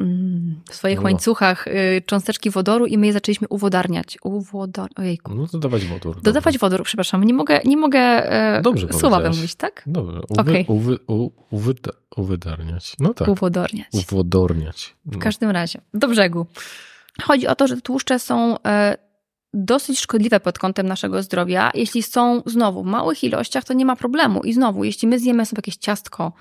w swoich no. łańcuchach cząsteczki wodoru i my je zaczęliśmy uwodarniać. Uwodar... Ojejku. No dodawać wodór. Dodawać dobrze. wodór, przepraszam. Nie mogę, nie mogę e, słowa wymówić, tak? Dobrze. Uwy, okay. uwy, u, uwyda, uwydarniać. No tak. Uwodorniać. Uwodorniać. No. W każdym razie. Do brzegu. Chodzi o to, że te tłuszcze są e, dosyć szkodliwe pod kątem naszego zdrowia. Jeśli są znowu w małych ilościach, to nie ma problemu. I znowu, jeśli my zjemy sobie jakieś ciastko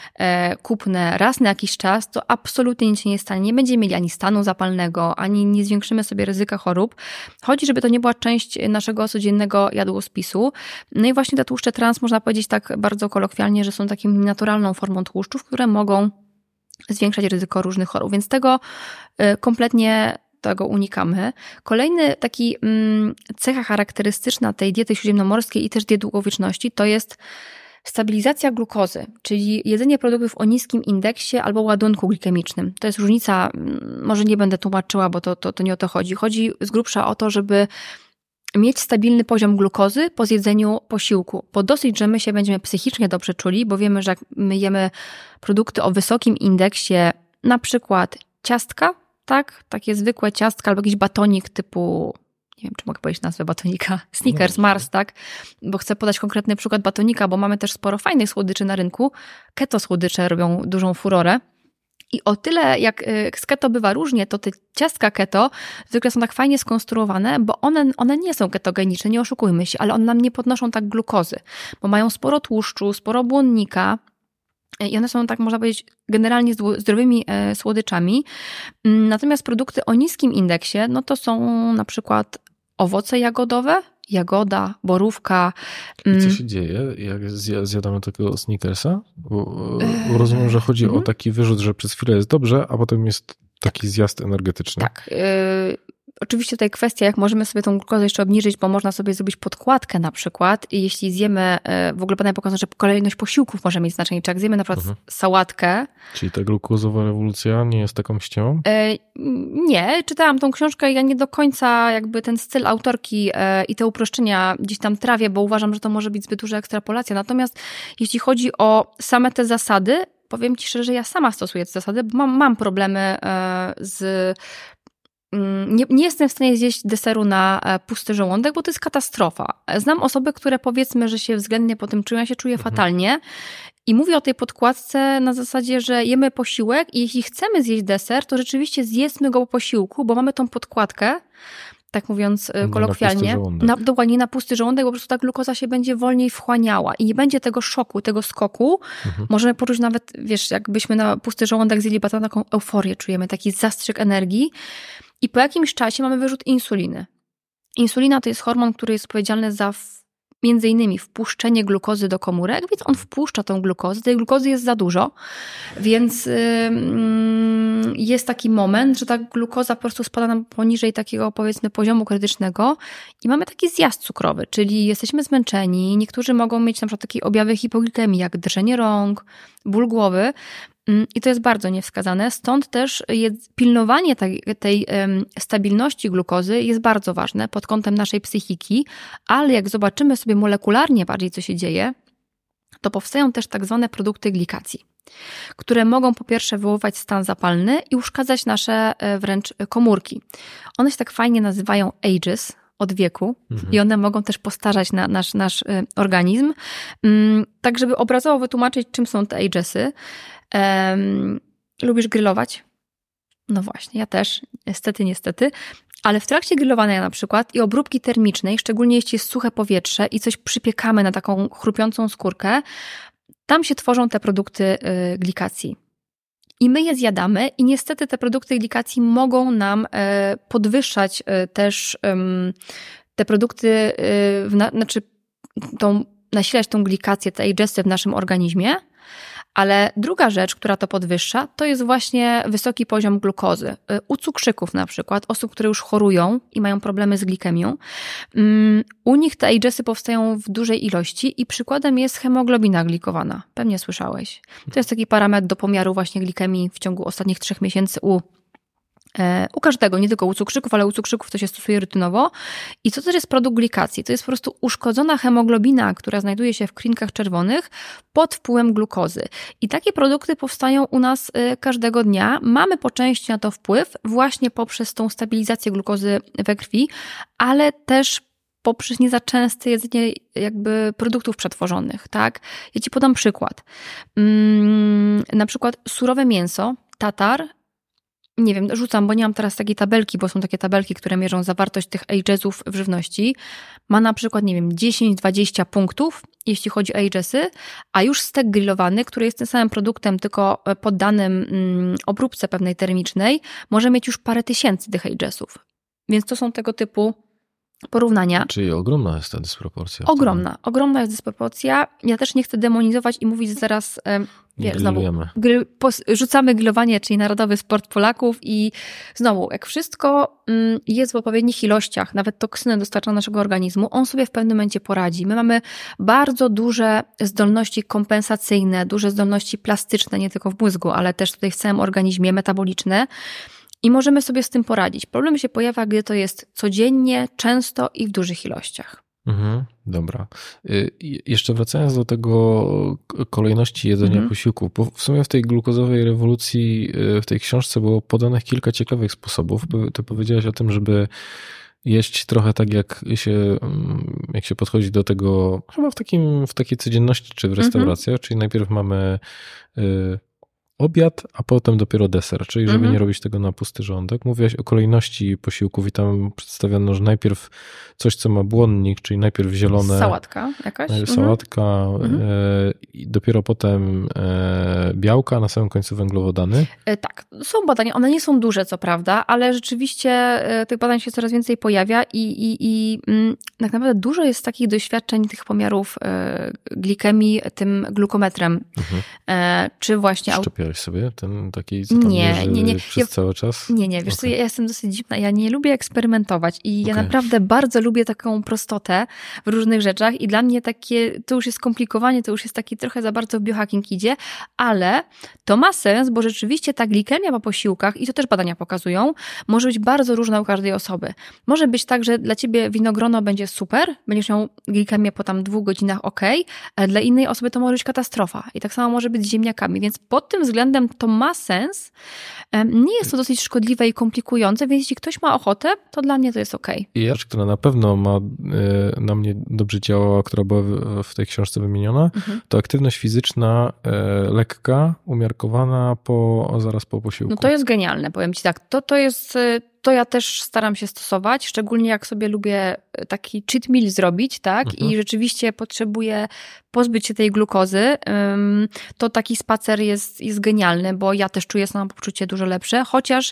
e, kupne raz na jakiś czas, to absolutnie nic się nie stanie. Nie będziemy mieli ani stanu zapalnego, ani nie zwiększymy sobie ryzyka chorób. Chodzi, żeby to nie była część naszego codziennego jadłospisu. No i właśnie te tłuszcze trans, można powiedzieć tak bardzo kolokwialnie, że są taką naturalną formą tłuszczów, które mogą zwiększać ryzyko różnych chorób. Więc tego e, kompletnie tego unikamy. Kolejny taki mm, cecha charakterystyczna tej diety śródziemnomorskiej i też diety długowieczności to jest stabilizacja glukozy, czyli jedzenie produktów o niskim indeksie albo ładunku glikemicznym. To jest różnica, może nie będę tłumaczyła, bo to, to, to nie o to chodzi. Chodzi z grubsza o to, żeby mieć stabilny poziom glukozy po zjedzeniu posiłku, bo dosyć, że my się będziemy psychicznie dobrze czuli, bo wiemy, że jak my jemy produkty o wysokim indeksie, na przykład ciastka, tak, takie zwykłe ciastka albo jakiś batonik typu, nie wiem, czy mogę powiedzieć nazwę batonika, Snickers, Mars, tak, bo chcę podać konkretny przykład batonika, bo mamy też sporo fajnych słodyczy na rynku. Keto słodycze robią dużą furorę. I o tyle, jak z keto bywa różnie, to te ciastka keto zwykle są tak fajnie skonstruowane, bo one, one nie są ketogeniczne, nie oszukujmy się, ale one nam nie podnoszą tak glukozy, bo mają sporo tłuszczu, sporo błonnika, i one są, tak można powiedzieć, generalnie zdrowymi słodyczami. Natomiast produkty o niskim indeksie, no to są na przykład owoce jagodowe, jagoda, borówka. I co się dzieje, jak zjadamy takiego Snickersa? Bo rozumiem, że chodzi o taki wyrzut, że przez chwilę jest dobrze, a potem jest taki zjazd energetyczny. Tak. Oczywiście tutaj kwestia, jak możemy sobie tą glukozę jeszcze obniżyć, bo można sobie zrobić podkładkę na przykład i jeśli zjemy, w ogóle badania pokazują, że kolejność posiłków może mieć znaczenie, czy jak zjemy na przykład mhm. sałatkę. Czyli ta glukozowa rewolucja nie jest taką ścią? Nie, czytałam tą książkę i ja nie do końca jakby ten styl autorki i te uproszczenia gdzieś tam trawię, bo uważam, że to może być zbyt duża ekstrapolacja. Natomiast jeśli chodzi o same te zasady, powiem Ci szczerze, że ja sama stosuję te zasady, bo mam, mam problemy z... Nie, nie jestem w stanie zjeść deseru na pusty żołądek, bo to jest katastrofa. Znam osoby, które powiedzmy, że się względnie po tym czują, ja się czuję mhm. fatalnie i mówię o tej podkładce na zasadzie, że jemy posiłek i jeśli chcemy zjeść deser, to rzeczywiście zjedzmy go po posiłku, bo mamy tą podkładkę, tak mówiąc kolokwialnie, na, dokładnie na pusty żołądek, bo po prostu ta glukoza się będzie wolniej wchłaniała i nie będzie tego szoku, tego skoku. Mhm. Możemy poczuć nawet, wiesz, jakbyśmy na pusty żołądek zjeli batata, taką euforię czujemy, taki zastrzyk energii. I po jakimś czasie mamy wyrzut insuliny. Insulina to jest hormon, który jest odpowiedzialny za w, między innymi wpuszczenie glukozy do komórek, więc on wpuszcza tą glukozę. Tej glukozy jest za dużo, więc yy, jest taki moment, że ta glukoza po prostu spada nam poniżej takiego, powiedzmy, poziomu krytycznego i mamy taki zjazd cukrowy, czyli jesteśmy zmęczeni. Niektórzy mogą mieć na przykład takie objawy hipoglikemii, jak drżenie rąk, ból głowy. i to jest bardzo niewskazane. Stąd też pilnowanie tej, tej stabilności glukozy jest bardzo ważne pod kątem naszej psychiki, ale jak zobaczymy sobie molekularnie bardziej, co się dzieje, to powstają też tak zwane produkty glikacji, które mogą po pierwsze wywoływać stan zapalny i uszkadzać nasze wręcz komórki. One się tak fajnie nazywają ages od wieku mhm. i one mogą też postarzać na nasz, nasz organizm. Tak, żeby obrazowo wytłumaczyć, czym są te agesy. Um, lubisz grillować? No właśnie, ja też, niestety, niestety. Ale w trakcie grillowania na przykład i obróbki termicznej, szczególnie jeśli jest suche powietrze i coś przypiekamy na taką chrupiącą skórkę, tam się tworzą te produkty y, glikacji. I my je zjadamy i niestety te produkty glikacji mogą nam y, podwyższać y, też y, te produkty, y, w na, znaczy tą, nasilać tą glikację, te agesy w naszym organizmie. Ale druga rzecz, która to podwyższa, to jest właśnie wysoki poziom glukozy. U cukrzyków na przykład, osób, które już chorują i mają problemy z glikemią, u nich te agesy powstają w dużej ilości i przykładem jest hemoglobina glikowana. Pewnie słyszałeś. To jest taki parametr do pomiaru właśnie glikemii w ciągu ostatnich trzech miesięcy u U każdego, nie tylko u cukrzyków, ale u cukrzyków to się stosuje rutynowo. I to też jest produkt glikacji. To jest po prostu uszkodzona hemoglobina, która znajduje się w krinkach czerwonych pod wpływem glukozy. I takie produkty powstają u nas każdego dnia. Mamy po części na to wpływ właśnie poprzez tą stabilizację glukozy we krwi, ale też poprzez nie za częste jedzenie jakby produktów przetworzonych, tak? Ja Ci podam przykład. Hmm, na przykład surowe mięso, tatar, nie wiem, rzucam, bo nie mam teraz takiej tabelki, bo są takie tabelki, które mierzą zawartość tych agesów w żywności. Ma na przykład, nie wiem, dziesięć dwadzieścia punktów, jeśli chodzi o agesy, a już stek grillowany, który jest tym samym produktem, tylko poddanym mm, obróbce pewnej termicznej, może mieć już parę tysięcy tych agesów. Więc to są tego typu porównania. Czyli ogromna jest ta dysproporcja. Ogromna, ogromna jest dysproporcja. Ja też nie chcę demonizować i mówić zaraz, nie, znowu, gry, pos, rzucamy grillowanie, czyli narodowy sport Polaków i znowu, jak wszystko jest w odpowiednich ilościach, nawet toksyny dostarczane do naszego organizmu, on sobie w pewnym momencie poradzi. My mamy bardzo duże zdolności kompensacyjne, duże zdolności plastyczne, nie tylko w mózgu, ale też tutaj w całym organizmie, metaboliczne. I możemy sobie z tym poradzić. Problem się pojawia, gdy to jest codziennie, często i w dużych ilościach. Mhm, dobra. Jeszcze wracając do tego kolejności jedzenia mhm. posiłków, bo w sumie w tej glukozowej rewolucji w tej książce było podanych kilka ciekawych sposobów. Ty powiedziałaś o tym, żeby jeść trochę tak, jak się, jak się podchodzi do tego chyba w, takim, w takiej codzienności czy w restauracjach, mhm. czyli najpierw mamy obiad, a potem dopiero deser, czyli żeby mhm. nie robić tego na pusty żołądek. Mówiłaś o kolejności posiłków i tam przedstawiono, że najpierw coś, co ma błonnik, czyli najpierw zielone. Sałatka jakaś. Sałatka mhm. e, i dopiero potem e, białka, na samym końcu węglowodany. E, tak, są badania, one nie są duże, co prawda, ale rzeczywiście e, tych badań się coraz więcej pojawia i, i, i m, tak naprawdę dużo jest takich doświadczeń, tych pomiarów e, glikemii tym glukometrem. Mhm. E, czy właśnie... Szczepiałeś sobie ten taki, co tam nie, nie, nie. przez ja, cały czas? Nie, nie, wiesz okay. co, ja jestem dosyć dziwna, ja nie lubię eksperymentować i okay. ja naprawdę bardzo lubię taką prostotę w różnych rzeczach i dla mnie takie, to już jest skomplikowanie, to już jest taki trochę za bardzo w biohacking idzie, ale to ma sens, bo rzeczywiście ta glikemia po posiłkach, i to też badania pokazują, może być bardzo różna u każdej osoby. Może być tak, że dla ciebie winogrono będzie super, będziesz miał glikemię po tam dwóch godzinach ok, ale dla innej osoby to może być katastrofa i tak samo może być z ziemniakami, więc pod tym względem to ma sens. Nie jest to dosyć szkodliwe i komplikujące, więc jeśli ktoś ma ochotę, to dla mnie to jest ok. I rzecz, która na pewno ma na mnie dobrze działała, która była w tej książce wymieniona, mhm. to aktywność fizyczna lekka, umiarkowana po, zaraz po posiłku. No to jest genialne, powiem ci tak. To, to jest... To ja też staram się stosować, szczególnie jak sobie lubię taki cheat meal zrobić, tak? Mhm. I rzeczywiście potrzebuję pozbyć się tej glukozy. To taki spacer jest, jest genialny, bo ja też czuję samopoczucie dużo lepsze, chociaż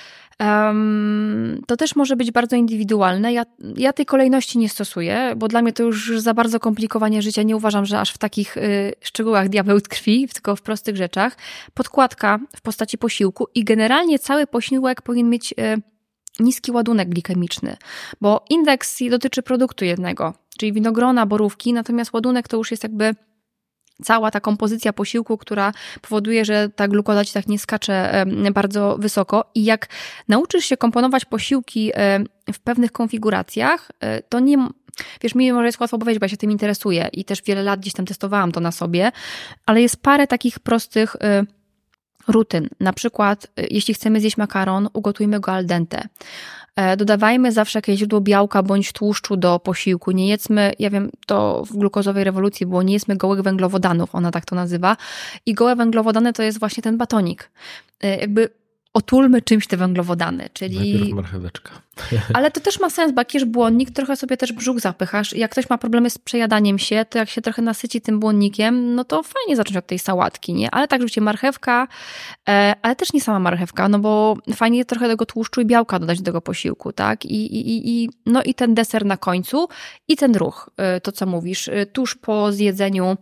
um, to też może być bardzo indywidualne. Ja, ja tej kolejności nie stosuję, bo dla mnie to już za bardzo komplikowanie życia. Nie uważam, że aż w takich y, szczegółach diabeł tkwi, tylko w prostych rzeczach. Podkładka w postaci posiłku i generalnie cały posiłek powinien mieć... Y, niski ładunek glikemiczny, bo indeks dotyczy produktu jednego, czyli winogrona, borówki, natomiast ładunek to już jest jakby cała ta kompozycja posiłku, która powoduje, że ta glukoza ci tak nie skacze bardzo wysoko i jak nauczysz się komponować posiłki w pewnych konfiguracjach, to nie, wiesz, mi może jest łatwo powiedzieć, bo ja się tym interesuję i też wiele lat gdzieś tam testowałam to na sobie, ale jest parę takich prostych rutyn. Na przykład, jeśli chcemy zjeść makaron, ugotujmy go al dente. Dodawajmy zawsze jakieś źródło białka bądź tłuszczu do posiłku. Nie jedzmy, ja wiem, to w glukozowej rewolucji było, nie jedzmy gołych węglowodanów, ona tak to nazywa. I gołe węglowodany to jest właśnie ten batonik. Jakby otulmy czymś te węglowodany, czyli... Najpierw marcheweczka. Ale to też ma sens, bo jak jesz błonnik, trochę sobie też brzuch zapychasz. Jak ktoś ma problemy z przejadaniem się, to jak się trochę nasyci tym błonnikiem, no to fajnie zacząć od tej sałatki, nie? Ale tak rzeczywiście marchewka, ale też nie sama marchewka, no bo fajnie trochę tego tłuszczu i białka dodać do tego posiłku, tak? I, i, i, no i ten deser na końcu i ten ruch, to co mówisz, tuż po zjedzeniu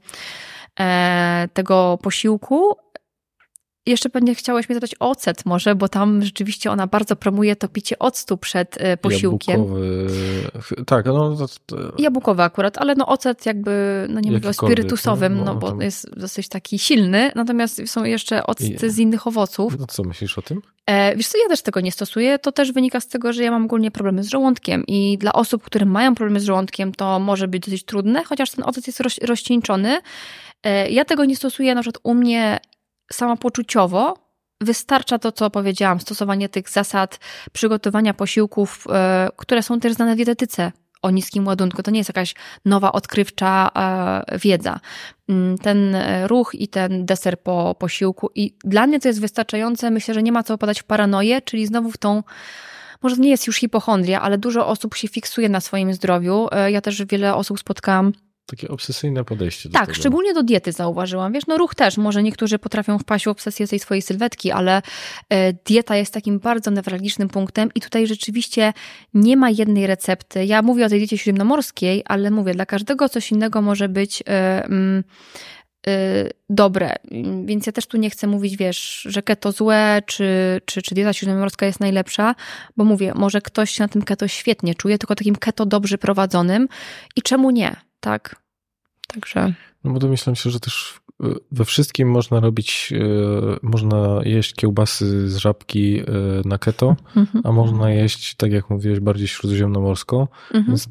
tego posiłku. Jeszcze pewnie chciałeś mnie zadać o ocet może, bo tam rzeczywiście ona bardzo promuje to picie octu przed posiłkiem. Jabłkowy, tak, no to, to... Jabłkowy akurat, ale no ocet jakby, no nie mówię o spirytusowym, no, no bo tam... jest dosyć taki silny, natomiast są jeszcze octy z innych owoców. No co myślisz o tym? E, wiesz co, ja też tego nie stosuję, to też wynika z tego, że ja mam ogólnie problemy z żołądkiem i dla osób, które mają problemy z żołądkiem, to może być dosyć trudne, chociaż ten ocet jest roz, rozcieńczony. E, ja tego nie stosuję, na przykład u mnie samopoczuciowo wystarcza to, co powiedziałam, stosowanie tych zasad przygotowania posiłków, które są też znane w dietetyce o niskim ładunku. To nie jest jakaś nowa, odkrywcza wiedza. Ten ruch i ten deser po posiłku i dla mnie to jest wystarczające. Myślę, że nie ma co opadać w paranoję, czyli znowu w tą, może nie jest już hipochondria, ale dużo osób się fiksuje na swoim zdrowiu. Ja też wiele osób spotkałam. Takie obsesyjne podejście do tak, tego. Tak, szczególnie do diety zauważyłam. Wiesz, no ruch też. Może niektórzy potrafią wpaść w obsesję tej swojej sylwetki, ale dieta jest takim bardzo newralgicznym punktem i tutaj rzeczywiście nie ma jednej recepty. Ja mówię o tej diecie śródziemnomorskiej, ale mówię, dla każdego coś innego może być yy, yy, dobre. Więc ja też tu nie chcę mówić, wiesz, że keto złe, czy, czy, czy dieta śródziemnomorska jest najlepsza, bo mówię, może ktoś się na tym keto świetnie czuje, tylko takim keto dobrze prowadzonym i czemu nie? Tak, także... No bo domyślam się, że też we wszystkim można robić, można jeść kiełbasy z żabki na keto, mm-hmm. a można jeść, tak jak mówiłeś, bardziej śródziemnomorsko. Mm-hmm. Więc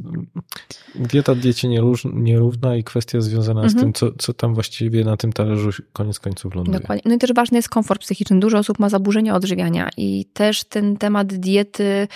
dieta diecie nierówna i kwestia związana mm-hmm. z tym, co, co tam właściwie na tym talerzu koniec końców ląduje. Dokładnie. No i też ważny jest komfort psychiczny. Dużo osób ma zaburzenia odżywiania i też ten temat diety,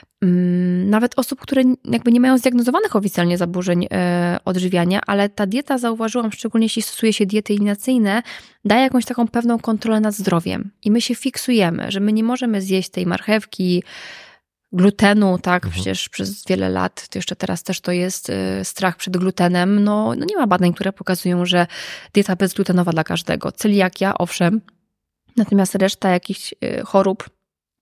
nawet osób, które jakby nie mają zdiagnozowanych oficjalnie zaburzeń odżywiania, ale ta dieta, zauważyłam, szczególnie jeśli stosuje się diety eliminacyjne, daje jakąś taką pewną kontrolę nad zdrowiem. I my się fiksujemy, że my nie możemy zjeść tej marchewki, glutenu, tak, mhm. przecież przez wiele lat, to jeszcze teraz też to jest strach przed glutenem. No, no nie ma badań, które pokazują, że dieta bezglutenowa dla każdego. Celiakia, owszem, natomiast reszta jakichś chorób.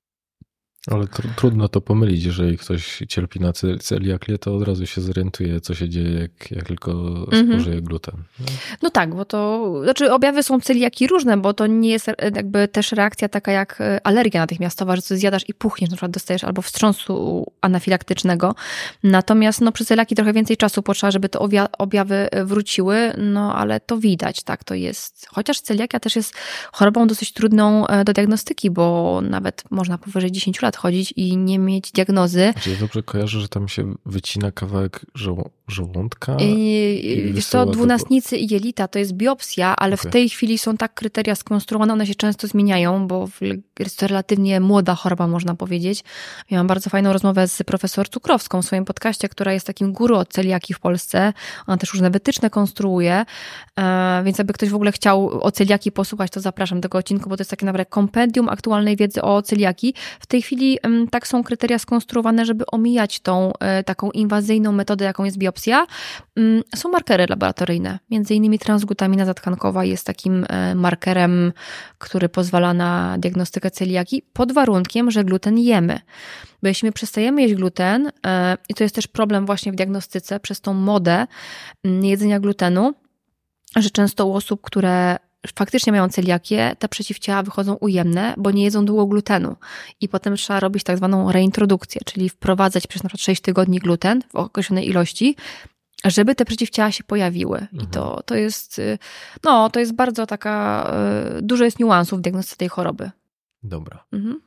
Ale tr- trudno to pomylić, jeżeli ktoś cierpi na celiakię, to od razu się zorientuje, co się dzieje, jak, jak tylko spożyje mm-hmm. gluten. No. no tak, bo to, znaczy objawy są celiaki różne, bo to nie jest jakby też reakcja taka jak alergia natychmiastowa, że coś zjadasz i puchniesz, na przykład dostajesz albo wstrząsu anafilaktycznego. Natomiast no przy celiaki trochę więcej czasu potrzeba, żeby te objawy wróciły, no ale to widać, tak, to jest. Chociaż celiakia też jest chorobą dosyć trudną do diagnostyki, bo nawet można powyżej dziesięć lat chodzić i nie mieć diagnozy. Czy ja dobrze kojarzę, że tam się wycina kawałek żo- żołądka? Jest to dwunastnicy i jelita, to jest biopsja, ale okay. w tej chwili są tak kryteria skonstruowane, one się często zmieniają, bo jest to relatywnie młoda choroba, można powiedzieć. Miałam bardzo fajną rozmowę z profesor Cukrowską w swoim podcaście, która jest takim guru od celiaki w Polsce. Ona też różne wytyczne konstruuje, więc jakby ktoś w ogóle chciał o celiaki posłuchać, to zapraszam do tego odcinku, bo to jest takie naprawdę kompendium aktualnej wiedzy o celiaki. W tej chwili tak są kryteria skonstruowane, żeby omijać tą taką inwazyjną metodę, jaką jest biopsja. Są markery laboratoryjne. Między innymi transglutamina zatkankowa jest takim markerem, który pozwala na diagnostykę celiaki pod warunkiem, że gluten jemy. Bo jeśli my przestajemy jeść gluten, i to jest też problem właśnie w diagnostyce przez tą modę jedzenia glutenu, że często u osób, które faktycznie mają celiakię, te przeciwciała wychodzą ujemne, bo nie jedzą długo glutenu. I potem trzeba robić tak zwaną reintrodukcję, czyli wprowadzać przez na przykład sześć tygodni gluten w określonej ilości, żeby te przeciwciała się pojawiły. Mhm. I to, to jest, no, to jest bardzo taka, dużo jest niuansów w diagnostyce tej choroby. Dobra. Mhm.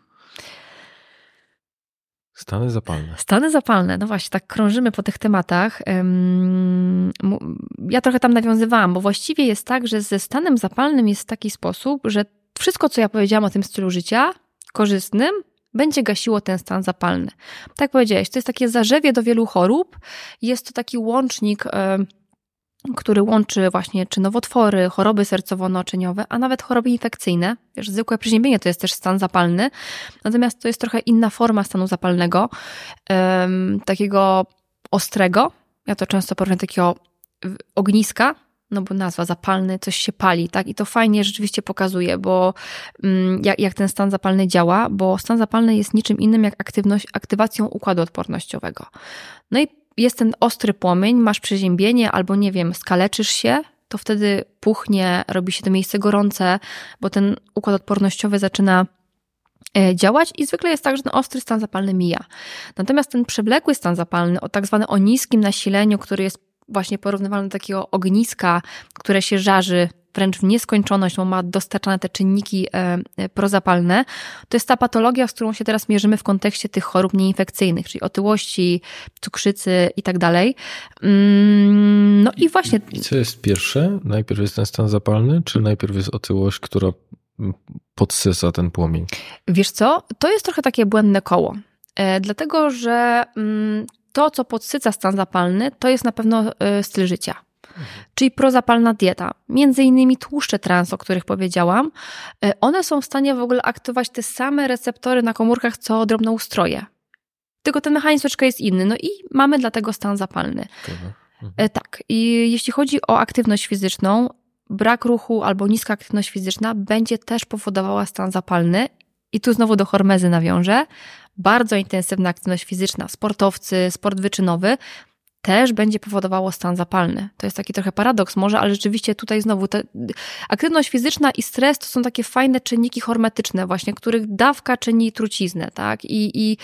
Stany zapalne. Stany zapalne, no właśnie, tak krążymy po tych tematach. Ja trochę tam nawiązywałam, bo właściwie jest tak, że ze stanem zapalnym jest w taki sposób, że wszystko, co ja powiedziałam o tym stylu życia korzystnym, będzie gasiło ten stan zapalny. Tak jak powiedziałeś, to jest takie zarzewie do wielu chorób. Jest to taki łącznik, który łączy właśnie czy nowotwory, choroby sercowo-naczyniowe, a nawet choroby infekcyjne. Wiesz, zwykłe przeziębienie to jest też stan zapalny, natomiast to jest trochę inna forma stanu zapalnego, um, takiego ostrego. Ja to często porównam takiego ogniska, no bo nazwa zapalny, coś się pali, tak? I to fajnie rzeczywiście pokazuje, bo um, jak, jak ten stan zapalny działa, bo stan zapalny jest niczym innym jak aktywność, aktywacją układu odpornościowego. No i jest ten ostry płomień, masz przeziębienie albo nie wiem, skaleczysz się, to wtedy puchnie, robi się to miejsce gorące, bo ten układ odpornościowy zaczyna działać i zwykle jest tak, że ten ostry stan zapalny mija. Natomiast ten przewlekły stan zapalny, o tak zwany o niskim nasileniu, który jest właśnie porównywalny do takiego ogniska, które się żarzy wręcz w nieskończoność, bo ma dostarczane te czynniki e, prozapalne, to jest ta patologia, z którą się teraz mierzymy w kontekście tych chorób nieinfekcyjnych, czyli otyłości, cukrzycy i tak dalej. No i właśnie... I co jest pierwsze? Najpierw jest ten stan zapalny, czy najpierw jest otyłość, która podsysa ten płomień? Wiesz co? To jest trochę takie błędne koło, e, dlatego że mm, to, co podsyca stan zapalny, to jest na pewno e, styl życia. Czyli prozapalna dieta, między innymi tłuszcze trans, o których powiedziałam, one są w stanie w ogóle aktywować te same receptory na komórkach, co drobnoustroje. Tylko ten mechanizm troszeczkę jest inny, no i mamy dlatego stan zapalny. Mhm. Tak, i jeśli chodzi o aktywność fizyczną, brak ruchu albo niska aktywność fizyczna będzie też powodowała stan zapalny i tu znowu do hormezy nawiążę. Bardzo intensywna aktywność fizyczna, sportowcy, sport wyczynowy, też będzie powodowało stan zapalny. To jest taki trochę paradoks może, ale rzeczywiście tutaj znowu te, aktywność fizyczna i stres to są takie fajne czynniki hormetyczne właśnie, których dawka czyni truciznę, tak? I, i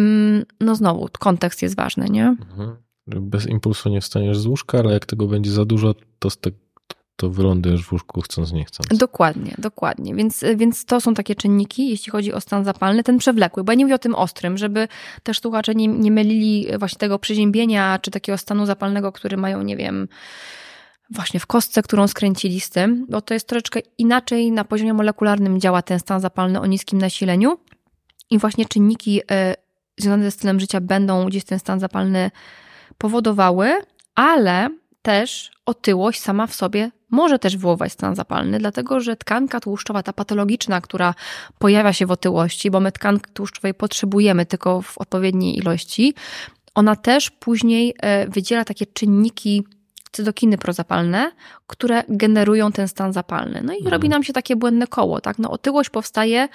no znowu, kontekst jest ważny, nie? Mhm. Bez impulsu nie wstaniesz z łóżka, ale jak tego będzie za dużo, to z te, to wylądujesz w łóżku chcąc, nie chcąc. Dokładnie, dokładnie. Więc, więc to są takie czynniki, jeśli chodzi o stan zapalny, ten przewlekły, bo ja nie mówię o tym ostrym, żeby też słuchacze nie, nie mylili właśnie tego przeziębienia, czy takiego stanu zapalnego, który mają, nie wiem, właśnie w kostce, którą skręcili z tym, bo to jest troszeczkę inaczej na poziomie molekularnym działa ten stan zapalny o niskim nasileniu i właśnie czynniki y, związane ze stylem życia będą gdzieś ten stan zapalny powodowały, ale też otyłość sama w sobie może też wywoływać stan zapalny, dlatego że tkanka tłuszczowa, ta patologiczna, która pojawia się w otyłości, bo my tkanki tłuszczowej potrzebujemy tylko w odpowiedniej ilości, ona też później wydziela takie czynniki cytokiny prozapalne, które generują ten stan zapalny. No i mhm. robi nam się takie błędne koło, tak? No otyłość powstaje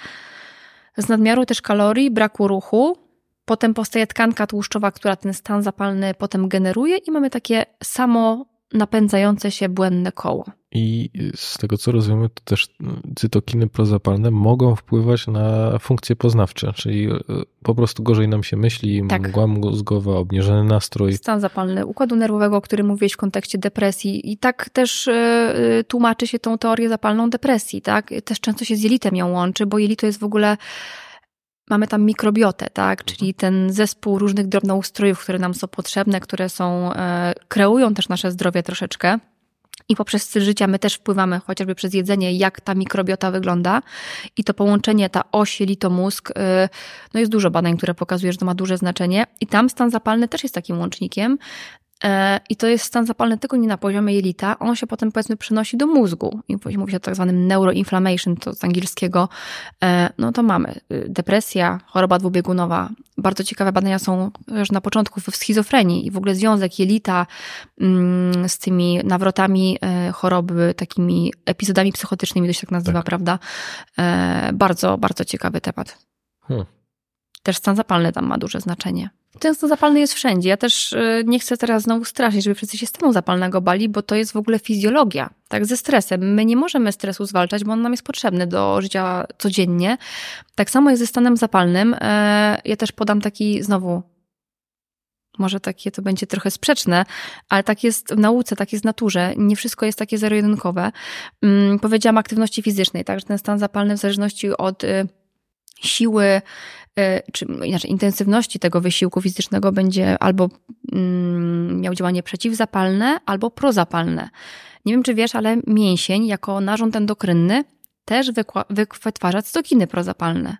z nadmiaru też kalorii, braku ruchu, potem powstaje tkanka tłuszczowa, która ten stan zapalny potem generuje i mamy takie samo napędzające się błędne koło. I z tego co rozumiemy, to też cytokiny prozapalne mogą wpływać na funkcje poznawcze, czyli po prostu gorzej nam się myśli, tak. mgła mózgowa, obniżony nastrój. Stan zapalny układu nerwowego, o którym mówiłeś w kontekście depresji i tak też y, tłumaczy się tą teorię zapalną depresji, tak? Też często się z jelitem ją łączy, bo jelito jest w ogóle mamy tam mikrobiotę, tak? Czyli ten zespół różnych drobnoustrojów, które nam są potrzebne, które są, e, kreują też nasze zdrowie troszeczkę. I poprzez styl życia my też wpływamy chociażby przez jedzenie, jak ta mikrobiota wygląda. I to połączenie, ta oś jelito-mózg, e, no jest dużo badań, które pokazuje, że to ma duże znaczenie. I tam stan zapalny też jest takim łącznikiem. I to jest stan zapalny tylko nie na poziomie jelita, on się potem powiedzmy przenosi do mózgu. I mówi się o tak zwanym neuroinflammation, to z angielskiego. No to mamy depresja, choroba dwubiegunowa. Bardzo ciekawe badania są już na początku w schizofrenii i w ogóle związek jelita z tymi nawrotami choroby, takimi epizodami psychotycznymi, to się tak nazywa, tak. prawda? Bardzo, bardzo ciekawy temat. Hmm. Też stan zapalny tam ma duże znaczenie. Ten stan zapalny jest wszędzie. Ja też nie chcę teraz znowu straszyć, żeby wszyscy się stanu zapalnego bali, bo to jest w ogóle fizjologia, tak, ze stresem. My nie możemy stresu zwalczać, bo on nam jest potrzebny do życia codziennie. Tak samo jest ze stanem zapalnym. Ja też podam taki znowu Może takie to będzie trochę sprzeczne, ale tak jest w nauce, tak jest w naturze. Nie wszystko jest takie zero-jedynkowe. Um, powiedziałam aktywności fizycznej, tak, że ten stan zapalny w zależności od y, siły, y, czy inaczej intensywności tego wysiłku fizycznego będzie albo y, miał działanie przeciwzapalne, albo prozapalne. Nie wiem, czy wiesz, ale mięsień jako narząd endokrynny też wytwarza cytokiny prozapalne.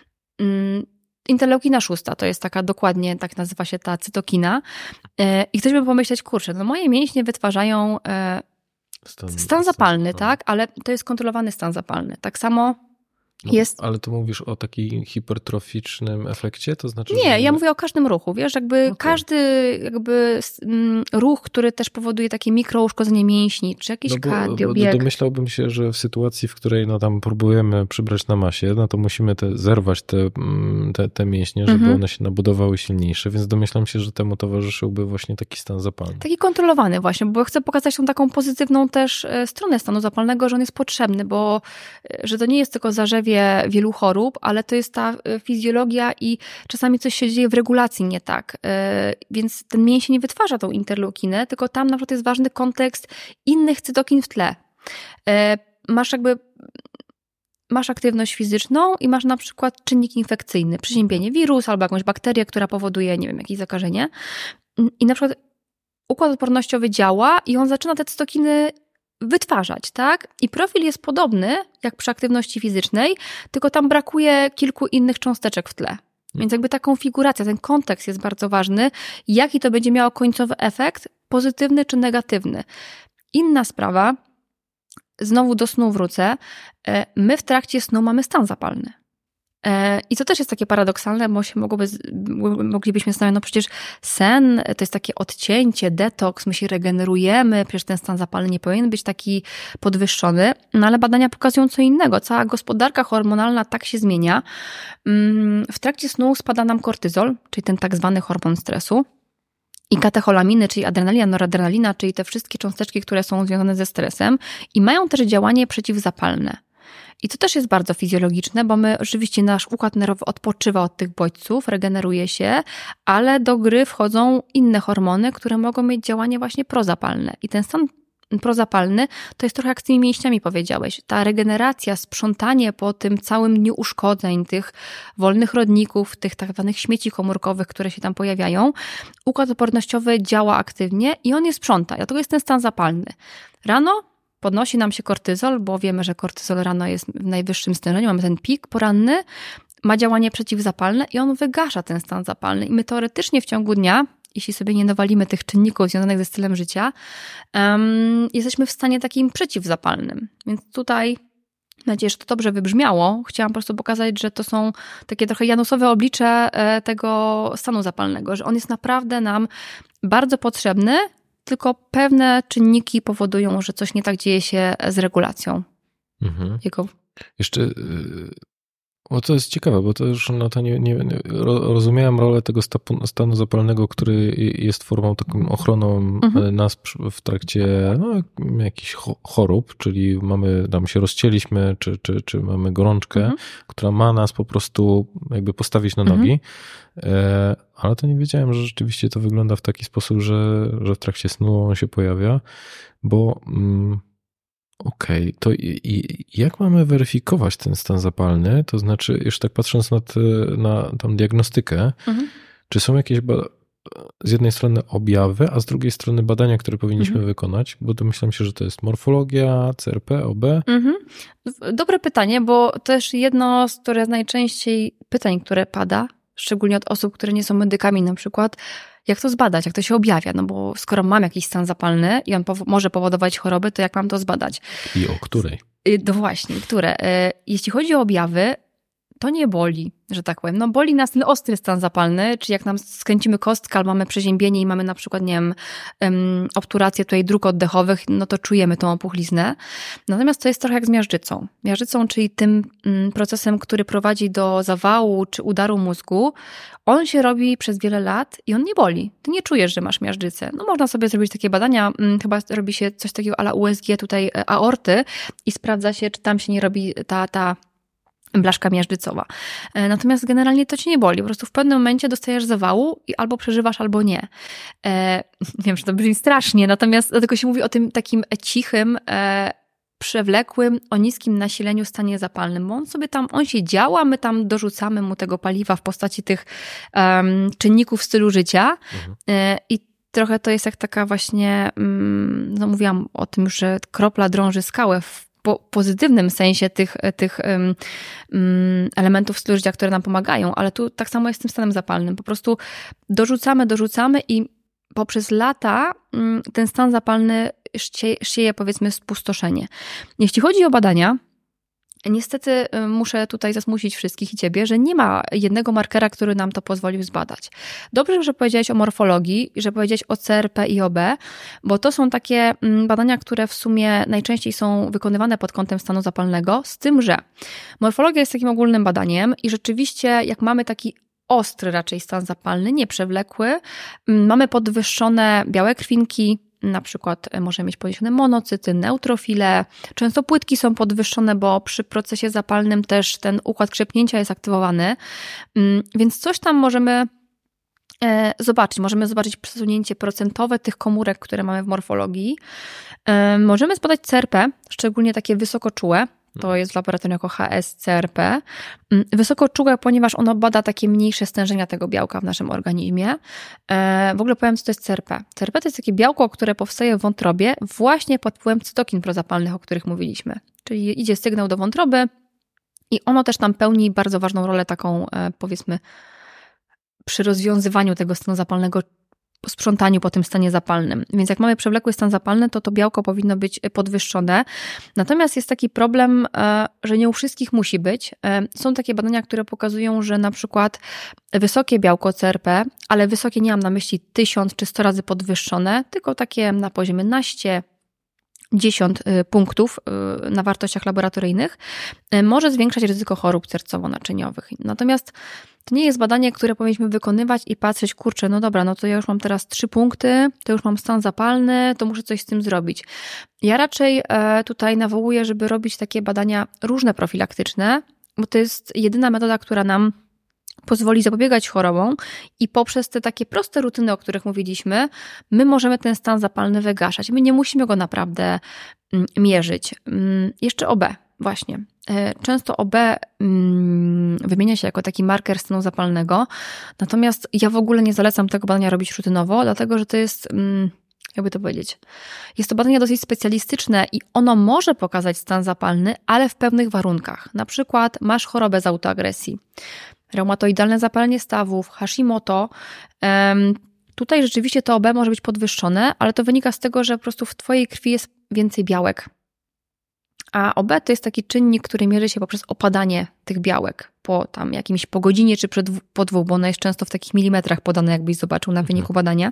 Y, Interleukina szósta to jest taka dokładnie, tak nazywa się ta cytokina. I ktoś by pomyśleć, kurczę, no moje mięśnie wytwarzają stan, stan zapalny, stan. tak? Ale to jest kontrolowany stan zapalny. Tak samo no, jest... Ale to mówisz o takim hipertroficznym efekcie? To znaczy, Nie, że... ja mówię o każdym ruchu. Wiesz, jakby okay. każdy jakby ruch, który też powoduje takie mikrouszkodzenie mięśni, czy jakiś no bo, cardio, bo bieg. Domyślałbym się, że w sytuacji, w której no tam próbujemy przybrać na masie, no to musimy te, zerwać te, te, te mięśnie, żeby mhm. one się nabudowały silniejsze, więc domyślam się, że temu towarzyszyłby właśnie taki stan zapalny. Taki kontrolowany właśnie, bo chcę pokazać tą taką pozytywną też stronę stanu zapalnego, że on jest potrzebny, bo że to nie jest tylko zarzewie wielu chorób, ale to jest ta fizjologia i czasami coś się dzieje w regulacji nie tak. Więc ten mięsień nie wytwarza tą interleukinę, tylko tam na przykład jest ważny kontekst innych cytokin w tle. Masz jakby masz aktywność fizyczną i masz na przykład czynnik infekcyjny, przeziębienie, wirus albo jakąś bakterię, która powoduje, nie wiem, jakieś zakażenie. I na przykład układ odpornościowy działa i on zaczyna te cytokiny wytwarzać, tak? I profil jest podobny jak przy aktywności fizycznej, tylko tam brakuje kilku innych cząsteczek w tle. Więc jakby ta konfiguracja, ten kontekst jest bardzo ważny. Jaki to będzie miało końcowy efekt? Pozytywny czy negatywny? Inna sprawa, znowu do snu wrócę, my w trakcie snu mamy stan zapalny. I to też jest takie paradoksalne, bo się mogłoby, moglibyśmy zastanawiać, no przecież sen to jest takie odcięcie, detoks, my się regenerujemy, przecież ten stan zapalny nie powinien być taki podwyższony, no ale badania pokazują co innego. Cała gospodarka hormonalna tak się zmienia. W trakcie snu spada nam kortyzol, czyli ten tak zwany hormon stresu, i katecholaminy, czyli adrenalina, noradrenalina, czyli te wszystkie cząsteczki, które są związane ze stresem i mają też działanie przeciwzapalne. I to też jest bardzo fizjologiczne, bo my oczywiście nasz układ nerwowy odpoczywa od tych bodźców, regeneruje się, ale do gry wchodzą inne hormony, które mogą mieć działanie właśnie prozapalne. I ten stan prozapalny to jest trochę jak z tymi mięśniami powiedziałeś. Ta regeneracja, sprzątanie po tym całym dniu uszkodzeń, tych wolnych rodników, tych tak zwanych śmieci komórkowych, które się tam pojawiają. Układ odpornościowy działa aktywnie i on je sprząta. Dlatego jest ten stan zapalny. Rano podnosi nam się kortyzol, bo wiemy, że kortyzol rano jest w najwyższym stężeniu, mamy ten pik poranny, ma działanie przeciwzapalne i on wygasza ten stan zapalny. I my teoretycznie w ciągu dnia, jeśli sobie nie dowalimy tych czynników związanych ze stylem życia, um, jesteśmy w stanie takim przeciwzapalnym. Więc tutaj, mam nadzieję, że to dobrze wybrzmiało, chciałam po prostu pokazać, że to są takie trochę janusowe oblicze tego stanu zapalnego, że on jest naprawdę nam bardzo potrzebny, tylko pewne czynniki powodują, że coś nie tak dzieje się z regulacją. Mhm. Jego... Jeszcze, bo to jest ciekawe, bo to już no to nie, nie rozumiałem rolę tego stanu zapalnego, który jest formą taką ochroną mhm. nas w trakcie no, jakichś chorób, czyli mamy, tam się rozcięliśmy, czy, czy, czy mamy gorączkę, mhm. która ma nas po prostu jakby postawić na nogi. Mhm. Ale to nie wiedziałem, że rzeczywiście to wygląda w taki sposób, że, że w trakcie snu on się pojawia, bo mm, okej, okay, to i, i jak mamy weryfikować ten stan zapalny? To znaczy, już tak patrząc na, te, na tam diagnostykę, mhm. czy są jakieś ba- z jednej strony objawy, a z drugiej strony badania, które powinniśmy mhm. wykonać, bo domyślam się, że to jest morfologia, C R P, O B. Mhm. Dobre pytanie, bo też jedno z które najczęściej pytań, które pada, szczególnie od osób, które nie są medykami na przykład, jak to zbadać, jak to się objawia, no bo skoro mam jakiś stan zapalny i on pow- może powodować choroby, to jak mam to zbadać? I o której? No właśnie, które? Jeśli chodzi o objawy, to nie boli, że tak powiem. No boli nas ten ostry stan zapalny, czyli jak nam skręcimy kostkę, albo mamy przeziębienie i mamy na przykład, nie wiem, um, obturację tutaj dróg oddechowych, no to czujemy tą opuchliznę. Natomiast to jest trochę jak z miażdżycą. Miażdżycą, czyli tym um, procesem, który prowadzi do zawału czy udaru mózgu, on się robi przez wiele lat i on nie boli. Ty nie czujesz, że masz miażdżycę. No można sobie zrobić takie badania, um, chyba robi się coś takiego a la U S G tutaj aorty i sprawdza się, czy tam się nie robi ta, ta blaszka miażdżycowa. Natomiast generalnie to cię nie boli. Po prostu w pewnym momencie dostajesz zawału i albo przeżywasz, albo nie. E, wiem, że to brzmi strasznie, natomiast dlatego się mówi o tym takim cichym, e, przewlekłym, o niskim nasileniu stanie zapalnym, bo on sobie tam, on się działa, my tam dorzucamy mu tego paliwa w postaci tych um, czynników stylu życia mhm. e, i trochę to jest jak taka właśnie, um, no mówiłam o tym, że kropla drąży skałę w po pozytywnym sensie tych, tych um, um, elementów stylu życia, które nam pomagają, ale tu tak samo jest z tym stanem zapalnym. Po prostu dorzucamy, dorzucamy i poprzez lata um, ten stan zapalny sieje, powiedzmy, spustoszenie. Jeśli chodzi o badania, niestety muszę tutaj zasmucić wszystkich i ciebie, że nie ma jednego markera, który nam to pozwolił zbadać. Dobrze, że powiedziałeś o morfologii, że powiedziałeś o C R P i O B, bo to są takie badania, które w sumie najczęściej są wykonywane pod kątem stanu zapalnego, z tym, że morfologia jest takim ogólnym badaniem i rzeczywiście jak mamy taki ostry raczej stan zapalny, nieprzewlekły, mamy podwyższone białe krwinki, na przykład możemy mieć podniesione monocyty, neutrofile. Często płytki są podwyższone, bo przy procesie zapalnym też ten układ krzepnięcia jest aktywowany. Więc coś tam możemy zobaczyć. Możemy zobaczyć przesunięcie procentowe tych komórek, które mamy w morfologii. Możemy zbadać C R P, szczególnie takie wysokoczułe. To jest w laboratorium jako H S C R P. Wysokoczułe, ponieważ ono bada takie mniejsze stężenia tego białka w naszym organizmie. W ogóle powiem, co to jest C R P. C R P to jest takie białko, które powstaje w wątrobie właśnie pod wpływem cytokin prozapalnych, o których mówiliśmy. Czyli idzie sygnał do wątroby i ono też tam pełni bardzo ważną rolę taką, powiedzmy, przy rozwiązywaniu tego stanu zapalnego, sprzątaniu po tym stanie zapalnym. Więc jak mamy przewlekły stan zapalny, to to białko powinno być podwyższone. Natomiast jest taki problem, że nie u wszystkich musi być. Są takie badania, które pokazują, że na przykład wysokie białko C R P, ale wysokie nie mam na myśli tysiąc czy sto razy podwyższone, tylko takie na poziomie naście, dziesięć punktów na wartościach laboratoryjnych, może zwiększać ryzyko chorób sercowo-naczyniowych. Natomiast to nie jest badanie, które powinniśmy wykonywać i patrzeć, kurczę, no dobra, no to ja już mam teraz trzy punkty, to już mam stan zapalny, to muszę coś z tym zrobić. Ja raczej tutaj nawołuję, żeby robić takie badania różne profilaktyczne, bo to jest jedyna metoda, która nam pozwoli zapobiegać chorobom i poprzez te takie proste rutyny, o których mówiliśmy, my możemy ten stan zapalny wygaszać. My nie musimy go naprawdę mierzyć. Jeszcze O B, właśnie. Często O B wymienia się jako taki marker stanu zapalnego, natomiast ja w ogóle nie zalecam tego badania robić rutynowo, dlatego że to jest, jakby to powiedzieć, jest to badanie dosyć specjalistyczne i ono może pokazać stan zapalny, ale w pewnych warunkach. Na przykład masz chorobę z autoagresji, reumatoidalne zapalenie stawów, Hashimoto. Tutaj rzeczywiście to O B może być podwyższone, ale to wynika z tego, że po prostu w twojej krwi jest więcej białek. A O B to jest taki czynnik, który mierzy się poprzez opadanie tych białek po tam jakimś po godzinie czy przed, po dwóch, bo ono jest często w takich milimetrach podane, jakbyś zobaczył na wyniku badania.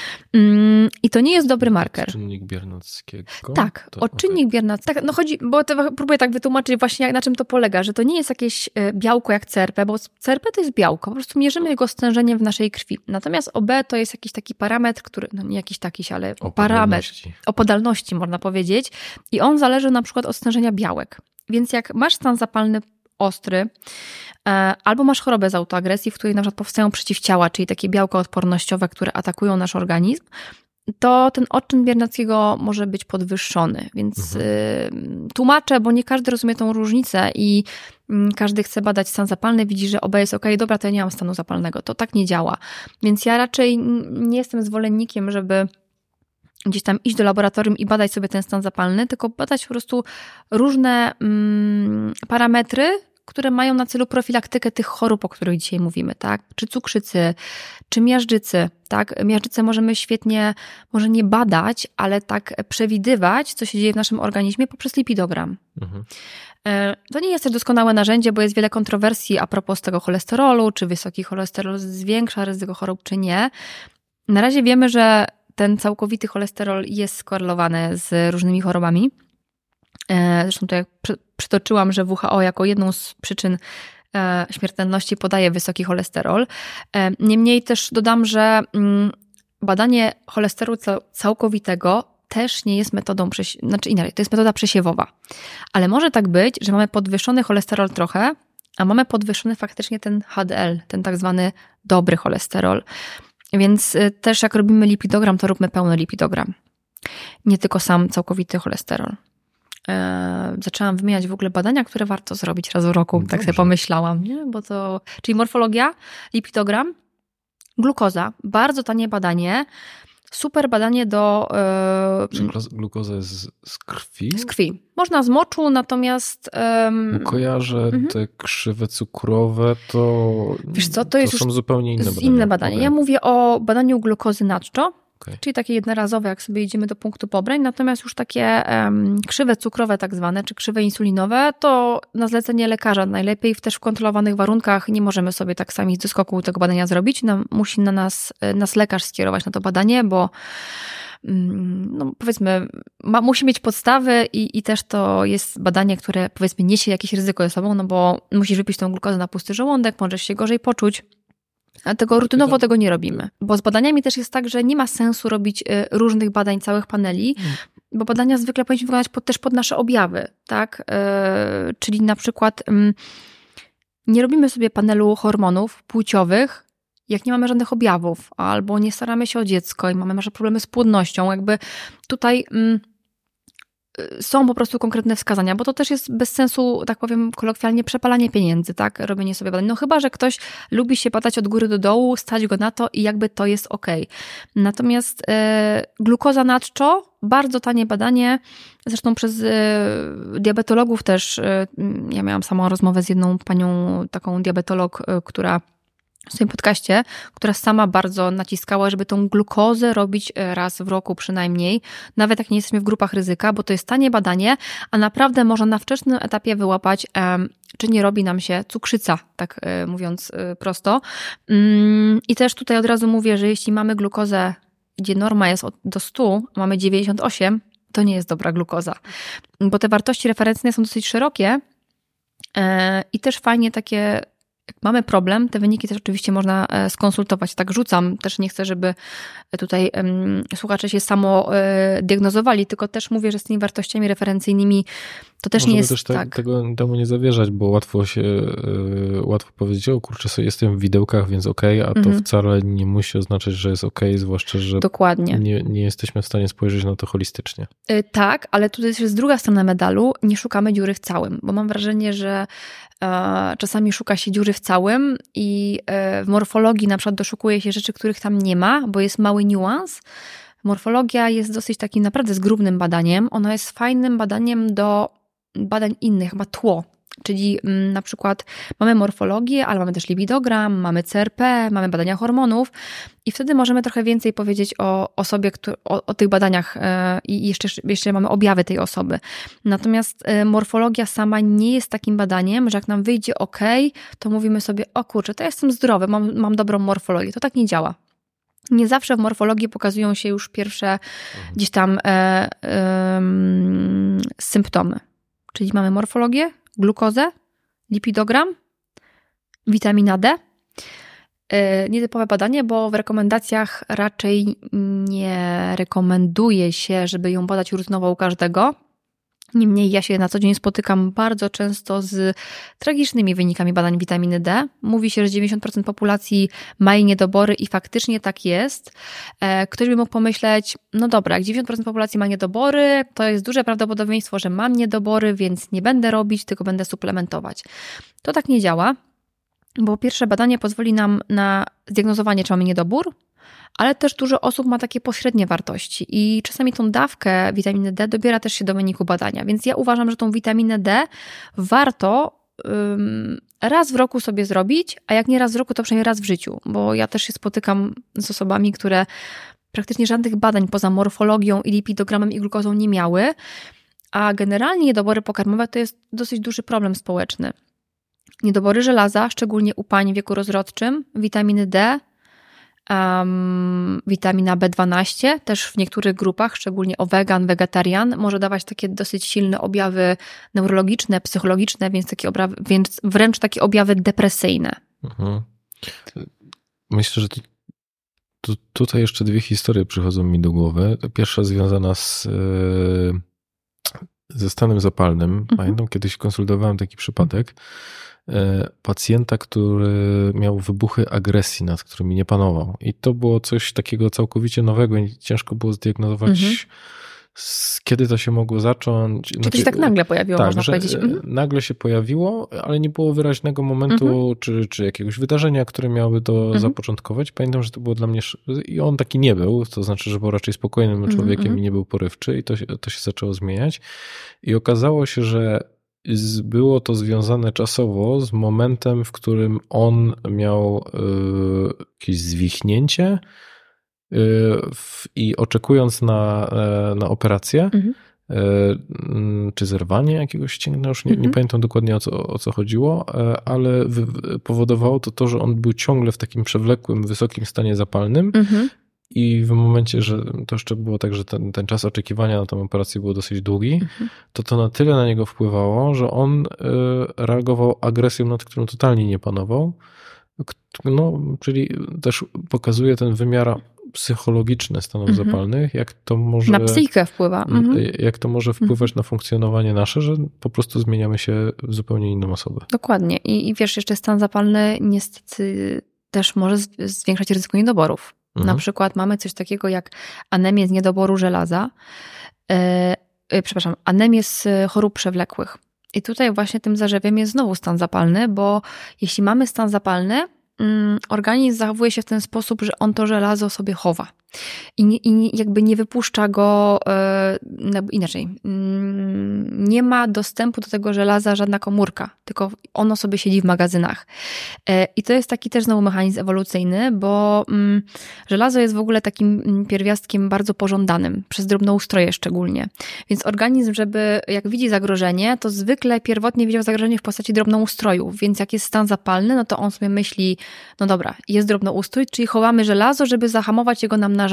I to nie jest dobry marker. Czynnik Biernackiego? Tak, to, odczynnik okay. Biernackiego. Tak, no chodzi, bo to, próbuję tak wytłumaczyć właśnie, na czym to polega, że to nie jest jakieś białko jak C R P, bo C R P to jest białko, po prostu mierzymy jego stężenie w naszej krwi. Natomiast O B to jest jakiś taki parametr, który, no nie jakiś takiś, ale parametr opodalności można powiedzieć i on zależy na przykład od stężenia białek. Więc jak masz stan zapalny ostry, albo masz chorobę z autoagresji, w której na przykład powstają przeciwciała, czyli takie białka odpornościowe, które atakują nasz organizm, to ten odczyn Biernackiego może być podwyższony. Więc mhm. tłumaczę, bo nie każdy rozumie tą różnicę i każdy chce badać stan zapalny, widzi, że O B jest okej, dobra, to ja nie mam stanu zapalnego. To tak nie działa. Więc ja raczej nie jestem zwolennikiem, żeby gdzieś tam iść do laboratorium i badać sobie ten stan zapalny, tylko badać po prostu różne mm, parametry, które mają na celu profilaktykę tych chorób, o których dzisiaj mówimy, tak? Czy cukrzycy, czy miażdżycy, tak? Miażdżycę możemy świetnie, może nie badać, ale tak przewidywać, co się dzieje w naszym organizmie poprzez lipidogram. Mhm. To nie jest też doskonałe narzędzie, bo jest wiele kontrowersji a propos tego cholesterolu, czy wysoki cholesterol zwiększa ryzyko chorób, czy nie. Na razie wiemy, że ten całkowity cholesterol jest skorelowany z różnymi chorobami. Zresztą to jak przytoczyłam, że W H O jako jedną z przyczyn śmiertelności podaje wysoki cholesterol. Niemniej też dodam, że badanie cholesterolu całkowitego też nie jest metodą, przesie- znaczy inaczej, to jest metoda przesiewowa. Ale może tak być, że mamy podwyższony cholesterol trochę, a mamy podwyższony faktycznie ten H D L, ten tak zwany dobry cholesterol. Więc też jak robimy lipidogram, to róbmy pełny lipidogram. Nie tylko sam całkowity cholesterol. Eee, zaczęłam wymieniać w ogóle badania, które warto zrobić raz w roku. Dobrze. Tak sobie pomyślałam, nie? Bo to, czyli morfologia, lipidogram, glukoza, bardzo tanie badanie, super badanie do... Czy glukoza jest z, z krwi? Z krwi. Można z moczu, natomiast... Um, Kojarzę mhm. te krzywe cukrowe, to, Wiesz co, to, to jest są zupełnie inne badania. Inne badania. Okay. Ja mówię o badaniu glukozy nadczo, okay. czyli takie jednorazowe, jak sobie idziemy do punktu pobrań, natomiast już takie um, krzywe cukrowe tak zwane, czy krzywe insulinowe, to na zlecenie lekarza najlepiej, w też w kontrolowanych warunkach nie możemy sobie tak sami z skoku tego badania zrobić. Nam, musi na nas, nas lekarz skierować na to badanie, bo no powiedzmy, ma, musi mieć podstawy i, i też to jest badanie, które powiedzmy niesie jakieś ryzyko ze sobą, no bo musisz wypić tą glukozę na pusty żołądek, możesz się gorzej poczuć. A tego rutynowo tego nie robimy. Bo z badaniami też jest tak, że nie ma sensu robić różnych badań, całych paneli, hmm. bo badania zwykle powinniśmy wykonać pod, też pod nasze objawy, tak? Yy, czyli na przykład yy, nie robimy sobie panelu hormonów płciowych, jak nie mamy żadnych objawów, albo nie staramy się o dziecko i mamy może problemy z płodnością, jakby tutaj mm, są po prostu konkretne wskazania, bo to też jest bez sensu, tak powiem kolokwialnie, przepalanie pieniędzy, tak, robienie sobie badań. No chyba, że ktoś lubi się badać od góry do dołu, stać go na to i jakby to jest okej. Natomiast e, glukoza nadczo, bardzo tanie badanie, zresztą przez e, diabetologów też, e, ja miałam samą rozmowę z jedną panią, taką diabetolog, e, która w swoim podcaście, która sama bardzo naciskała, żeby tą glukozę robić raz w roku przynajmniej, nawet jak nie jesteśmy w grupach ryzyka, bo to jest tanie badanie, a naprawdę można na wczesnym etapie wyłapać, czy nie robi nam się cukrzyca, tak mówiąc prosto. I też tutaj od razu mówię, że jeśli mamy glukozę, gdzie norma jest do stu, a mamy dziewięćdziesiąt osiem, to nie jest dobra glukoza, bo te wartości referencyjne są dosyć szerokie i też fajnie takie. Jak mamy problem, te wyniki też oczywiście można skonsultować. Tak rzucam, też nie chcę, żeby tutaj um, słuchacze się samo um, diagnozowali, tylko też mówię, że z tymi wartościami referencyjnymi to też Możemy nie jest też te, tak. tego temu nie zawierzać, bo łatwo się, y, łatwo powiedzieć, o kurczę, sobie jestem w widełkach, więc okej, okay, a to mhm. wcale nie musi oznaczać, że jest okej, okay, zwłaszcza, że Dokładnie. Nie, nie jesteśmy w stanie spojrzeć na to holistycznie. Y, tak, ale tutaj też jest druga strona medalu, nie szukamy dziury w całym, bo mam wrażenie, że y, czasami szuka się dziury w całym i y, w morfologii na przykład doszukuje się rzeczy, których tam nie ma, bo jest mały niuans. Morfologia jest dosyć takim naprawdę zgrubnym badaniem. Ona jest fajnym badaniem do badań innych, ma tło, czyli na przykład mamy morfologię, ale mamy też lipidogram, mamy C R P, mamy badania hormonów i wtedy możemy trochę więcej powiedzieć o osobie, o, o tych badaniach i jeszcze, jeszcze mamy objawy tej osoby. Natomiast morfologia sama nie jest takim badaniem, że jak nam wyjdzie ok, to mówimy sobie, o kurczę, to ja jestem zdrowy, mam, mam dobrą morfologię. To tak nie działa. Nie zawsze w morfologii pokazują się już pierwsze gdzieś tam e, e, symptomy. Czyli mamy morfologię, glukozę, lipidogram, witamina D. Nietypowe badanie, bo w rekomendacjach raczej nie rekomenduje się, żeby ją badać rutynowo u każdego. Niemniej ja się na co dzień spotykam bardzo często z tragicznymi wynikami badań witaminy D. Mówi się, że dziewięćdziesiąt procent populacji ma jej niedobory i faktycznie tak jest. Ktoś by mógł pomyśleć, no dobra, jak dziewięćdziesiąt procent populacji ma niedobory, to jest duże prawdopodobieństwo, że mam niedobory, więc nie będę robić, tylko będę suplementować. To tak nie działa, bo pierwsze badanie pozwoli nam na zdiagnozowanie, czy mamy niedobór, ale też dużo osób ma takie pośrednie wartości i czasami tą dawkę witaminy D dobiera też się do wyniku badania, więc ja uważam, że tą witaminę D warto um, raz w roku sobie zrobić, a jak nie raz w roku, to przynajmniej raz w życiu, bo ja też się spotykam z osobami, które praktycznie żadnych badań poza morfologią i lipidogramem i glukozą nie miały, a generalnie niedobory pokarmowe to jest dosyć duży problem społeczny. Niedobory żelaza, szczególnie u pań w wieku rozrodczym, witaminy D, Um, witamina B dwanaście, też w niektórych grupach, szczególnie o wegan, wegetarian, może dawać takie dosyć silne objawy neurologiczne, psychologiczne, więc, takie objawy, więc wręcz takie objawy depresyjne. Mhm. Myślę, że to tu, tutaj jeszcze dwie historie przychodzą mi do głowy. Pierwsza związana z, ze stanem zapalnym. Mhm. Pamiętam, kiedyś konsultowałem taki przypadek pacjenta, który miał wybuchy agresji, nad którymi nie panował. I to było coś takiego całkowicie nowego i ciężko było zdiagnozować, mhm. z, kiedy to się mogło zacząć. Czy to się tak nagle pojawiło, tak, można powiedzieć? Mhm. Nagle się pojawiło, ale nie było wyraźnego momentu, mhm. czy, czy jakiegoś wydarzenia, które miałoby to mhm. zapoczątkować. Pamiętam, że to było dla mnie... I on taki nie był, to znaczy, że był raczej spokojnym człowiekiem mhm. i nie był porywczy i to, to się zaczęło zmieniać. I okazało się, że było to związane czasowo z momentem, w którym on miał y, jakieś zwichnięcie y, w, i oczekując na, y, na operację, mhm. y, czy zerwanie jakiegoś ścięgna, już nie, mhm. nie pamiętam dokładnie o co, o co chodziło, y, ale wy, powodowało to to, że on był ciągle w takim przewlekłym, wysokim stanie zapalnym. Mhm. I w momencie, że to jeszcze było tak, że ten, ten czas oczekiwania na tę operację był dosyć długi, mhm. to to na tyle na niego wpływało, że on y, reagował agresją, nad którą totalnie nie panował. No, czyli też pokazuje ten wymiar psychologiczny stanów mhm. zapalnych, jak to może... Na psychikę wpływa. Mhm. Jak to może wpływać mhm. na funkcjonowanie nasze, że po prostu zmieniamy się w zupełnie inną osobę. Dokładnie. I, i wiesz, jeszcze stan zapalny niestety też może zwiększać ryzyko niedoborów. Mhm. Na przykład mamy coś takiego jak anemię z niedoboru żelaza, yy, przepraszam, anemię z chorób przewlekłych. I tutaj właśnie tym zarzewiem jest znowu stan zapalny, bo jeśli mamy stan zapalny, yy, organizm zachowuje się w ten sposób, że on to żelazo sobie chowa. I, nie, i jakby nie wypuszcza go, yy, inaczej, yy, nie ma dostępu do tego żelaza żadna komórka, tylko ono sobie siedzi w magazynach. Yy, I to jest taki też znowu mechanizm ewolucyjny, bo yy, żelazo jest w ogóle takim pierwiastkiem bardzo pożądanym, przez drobnoustroje szczególnie. Więc organizm, żeby jak widzi zagrożenie, to zwykle pierwotnie widział zagrożenie w postaci drobnoustrojów, więc jak jest stan zapalny, no to on sobie myśli, no dobra, jest drobnoustrój, czyli chowamy żelazo, żeby zahamować jego namnażanie.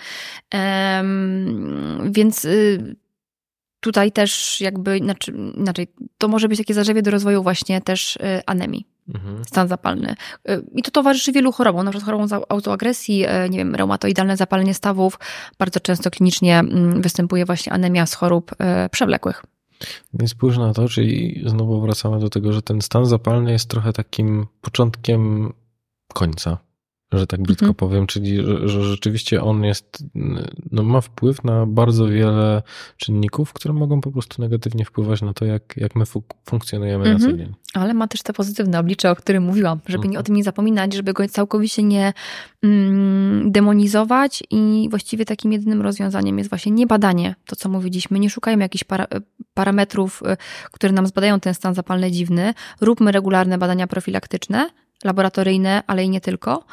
Um, więc y, tutaj też jakby, znaczy, inaczej, to może być takie zarzewie do rozwoju właśnie też y, anemii, mhm. stan zapalny. Y, I to towarzyszy wielu chorobom, na przykład chorobom autoagresji, y, nie wiem, reumatoidalne zapalenie stawów. Bardzo często klinicznie y, występuje właśnie anemia z chorób y, przewlekłych. Więc spójrz na to, czyli znowu wracamy do tego, że ten stan zapalny jest trochę takim początkiem końca, że tak brzydko mhm. powiem, czyli że, że rzeczywiście on jest, no ma wpływ na bardzo wiele czynników, które mogą po prostu negatywnie wpływać na to, jak, jak my fu- funkcjonujemy mhm. na co dzień. Ale ma też te pozytywne oblicze, o którym mówiłam, żeby mhm. nie, o tym nie zapominać, żeby go całkowicie nie mm, demonizować i właściwie takim jedynym rozwiązaniem jest właśnie nie badanie, to co mówiliśmy, nie szukajmy jakichś para, parametrów, które nam zbadają ten stan zapalny dziwny, róbmy regularne badania profilaktyczne, laboratoryjne, ale i nie tylko.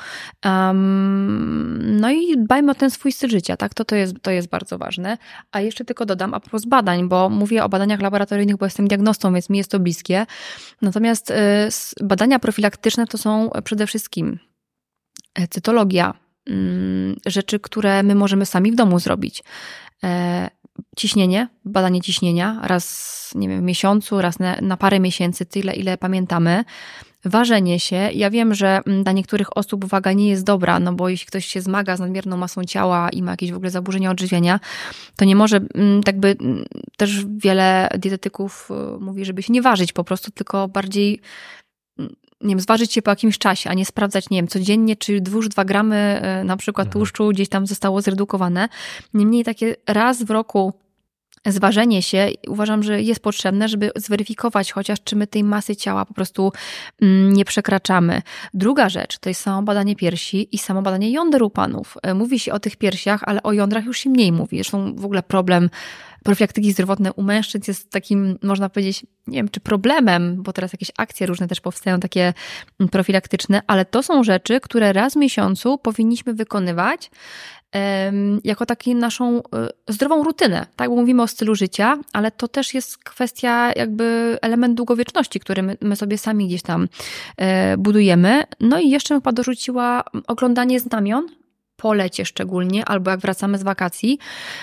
Um, no i dbajmy o ten swój styl życia, tak? To, to, jest, to jest bardzo ważne. A jeszcze tylko dodam a propos badań, bo mówię o badaniach laboratoryjnych, bo jestem diagnostą, więc mi jest to bliskie. Natomiast y, badania profilaktyczne to są przede wszystkim cytologia, y, rzeczy, które my możemy sami w domu zrobić. Y, ciśnienie, badanie ciśnienia raz, nie wiem, w miesiącu, raz na, na parę miesięcy, tyle ile pamiętamy. Ważenie się. Ja wiem, że dla niektórych osób waga nie jest dobra, no bo jeśli ktoś się zmaga z nadmierną masą ciała i ma jakieś w ogóle zaburzenia odżywiania, to nie może, tak by też wiele dietetyków mówi, żeby się nie ważyć po prostu, tylko bardziej, nie wiem, zważyć się po jakimś czasie, a nie sprawdzać, nie wiem, codziennie, czy dwa, dwa gramy na przykład tłuszczu gdzieś tam zostało zredukowane. Niemniej takie raz w roku zważenie się uważam, że jest potrzebne, żeby zweryfikować chociaż, czy my tej masy ciała po prostu nie przekraczamy. Druga rzecz to jest samo badanie piersi i samo badanie jąder u panów. Mówi się o tych piersiach, ale o jądrach już się mniej mówi. Zresztą w ogóle problem profilaktyki zdrowotnej u mężczyzn jest takim, można powiedzieć, nie wiem, czy problemem, bo teraz jakieś akcje różne też powstają, takie profilaktyczne, ale to są rzeczy, które raz w miesiącu powinniśmy wykonywać jako taką naszą zdrową rutynę. Tak, bo mówimy o stylu życia, ale to też jest kwestia jakby element długowieczności, który my, my sobie sami gdzieś tam budujemy. No i jeszcze bym chyba dorzuciła oglądanie znamion, po lecie szczególnie, albo jak wracamy z wakacji,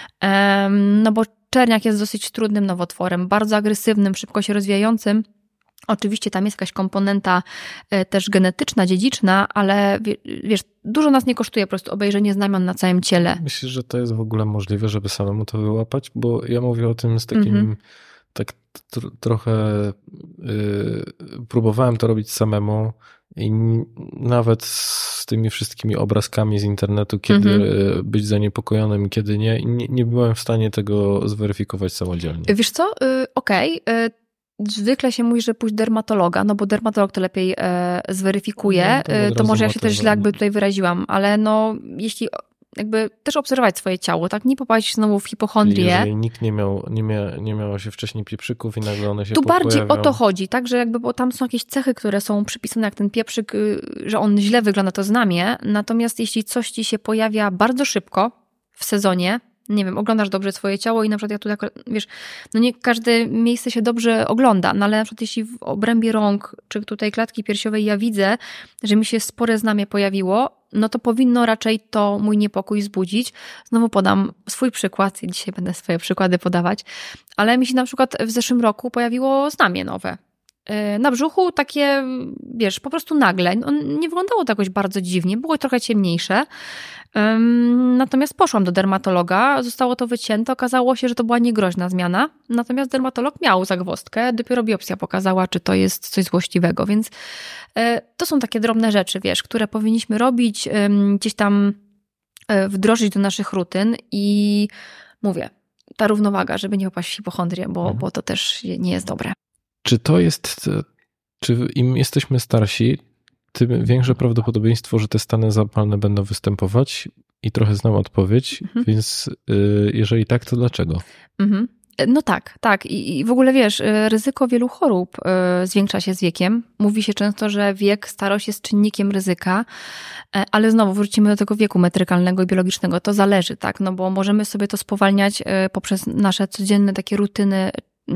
no bo czerniak jest dosyć trudnym nowotworem, bardzo agresywnym, szybko się rozwijającym. Oczywiście tam jest jakaś komponenta też genetyczna, dziedziczna, ale wiesz, dużo nas nie kosztuje po prostu obejrzenie znamion na całym ciele. Myślisz, że to jest w ogóle możliwe, żeby samemu to wyłapać? Bo ja mówię o tym z takim, mm-hmm. tak tr- trochę yy, próbowałem to robić samemu i nawet z tymi wszystkimi obrazkami z internetu, kiedy mm-hmm. być zaniepokojonym, kiedy nie, nie, nie byłem w stanie tego zweryfikować samodzielnie. Wiesz co, yy, okej, okay. yy. Zwykle się mówi, że pójść do dermatologa, no bo dermatolog to lepiej e, zweryfikuje. No, to, to może ja się też źle jakby tutaj wyraziłam, ale no jeśli jakby też obserwować swoje ciało, tak? Nie popaść znowu w hipochondrię. Jeżeli nikt nie miał, nie, mia, nie miało się wcześniej pieprzyków i nagle one się tu pojawią. Bardziej o to chodzi, tak? Że jakby, bo tam są jakieś cechy, które są przypisane jak ten pieprzyk, że on źle wygląda, to znamie. Natomiast jeśli coś ci się pojawia bardzo szybko w sezonie, nie wiem, oglądasz dobrze swoje ciało i na przykład ja tu tak, wiesz, no nie każde miejsce się dobrze ogląda, no ale na przykład jeśli w obrębie rąk, czy tutaj klatki piersiowej ja widzę, że mi się spore znamie pojawiło, no to powinno raczej to mój niepokój wzbudzić. Znowu podam swój przykład, dzisiaj będę swoje przykłady podawać, ale mi się na przykład w zeszłym roku pojawiło znamie nowe. Na brzuchu takie, wiesz, po prostu nagle. On nie wyglądało to jakoś bardzo dziwnie, było trochę ciemniejsze. Natomiast poszłam do dermatologa, zostało to wycięte, okazało się, że to była niegroźna zmiana. Natomiast dermatolog miał zagwozdkę, dopiero biopsja pokazała, czy to jest coś złośliwego. Więc to są takie drobne rzeczy, wiesz, które powinniśmy robić, gdzieś tam wdrożyć do naszych rutyn i mówię, ta równowaga, żeby nie opaść w hipochondrię, bo, mhm. bo to też nie jest dobre. Czy to jest, czy im jesteśmy starsi, tym większe prawdopodobieństwo, że te stany zapalne będą występować? I trochę znam odpowiedź, mhm. więc jeżeli tak, to dlaczego? Mhm. No tak, tak. I, I w ogóle wiesz, ryzyko wielu chorób zwiększa się z wiekiem. Mówi się często, że wiek, starość jest czynnikiem ryzyka, ale znowu wrócimy do tego wieku metrykalnego i biologicznego. To zależy, tak, no bo możemy sobie to spowalniać poprzez nasze codzienne takie rutyny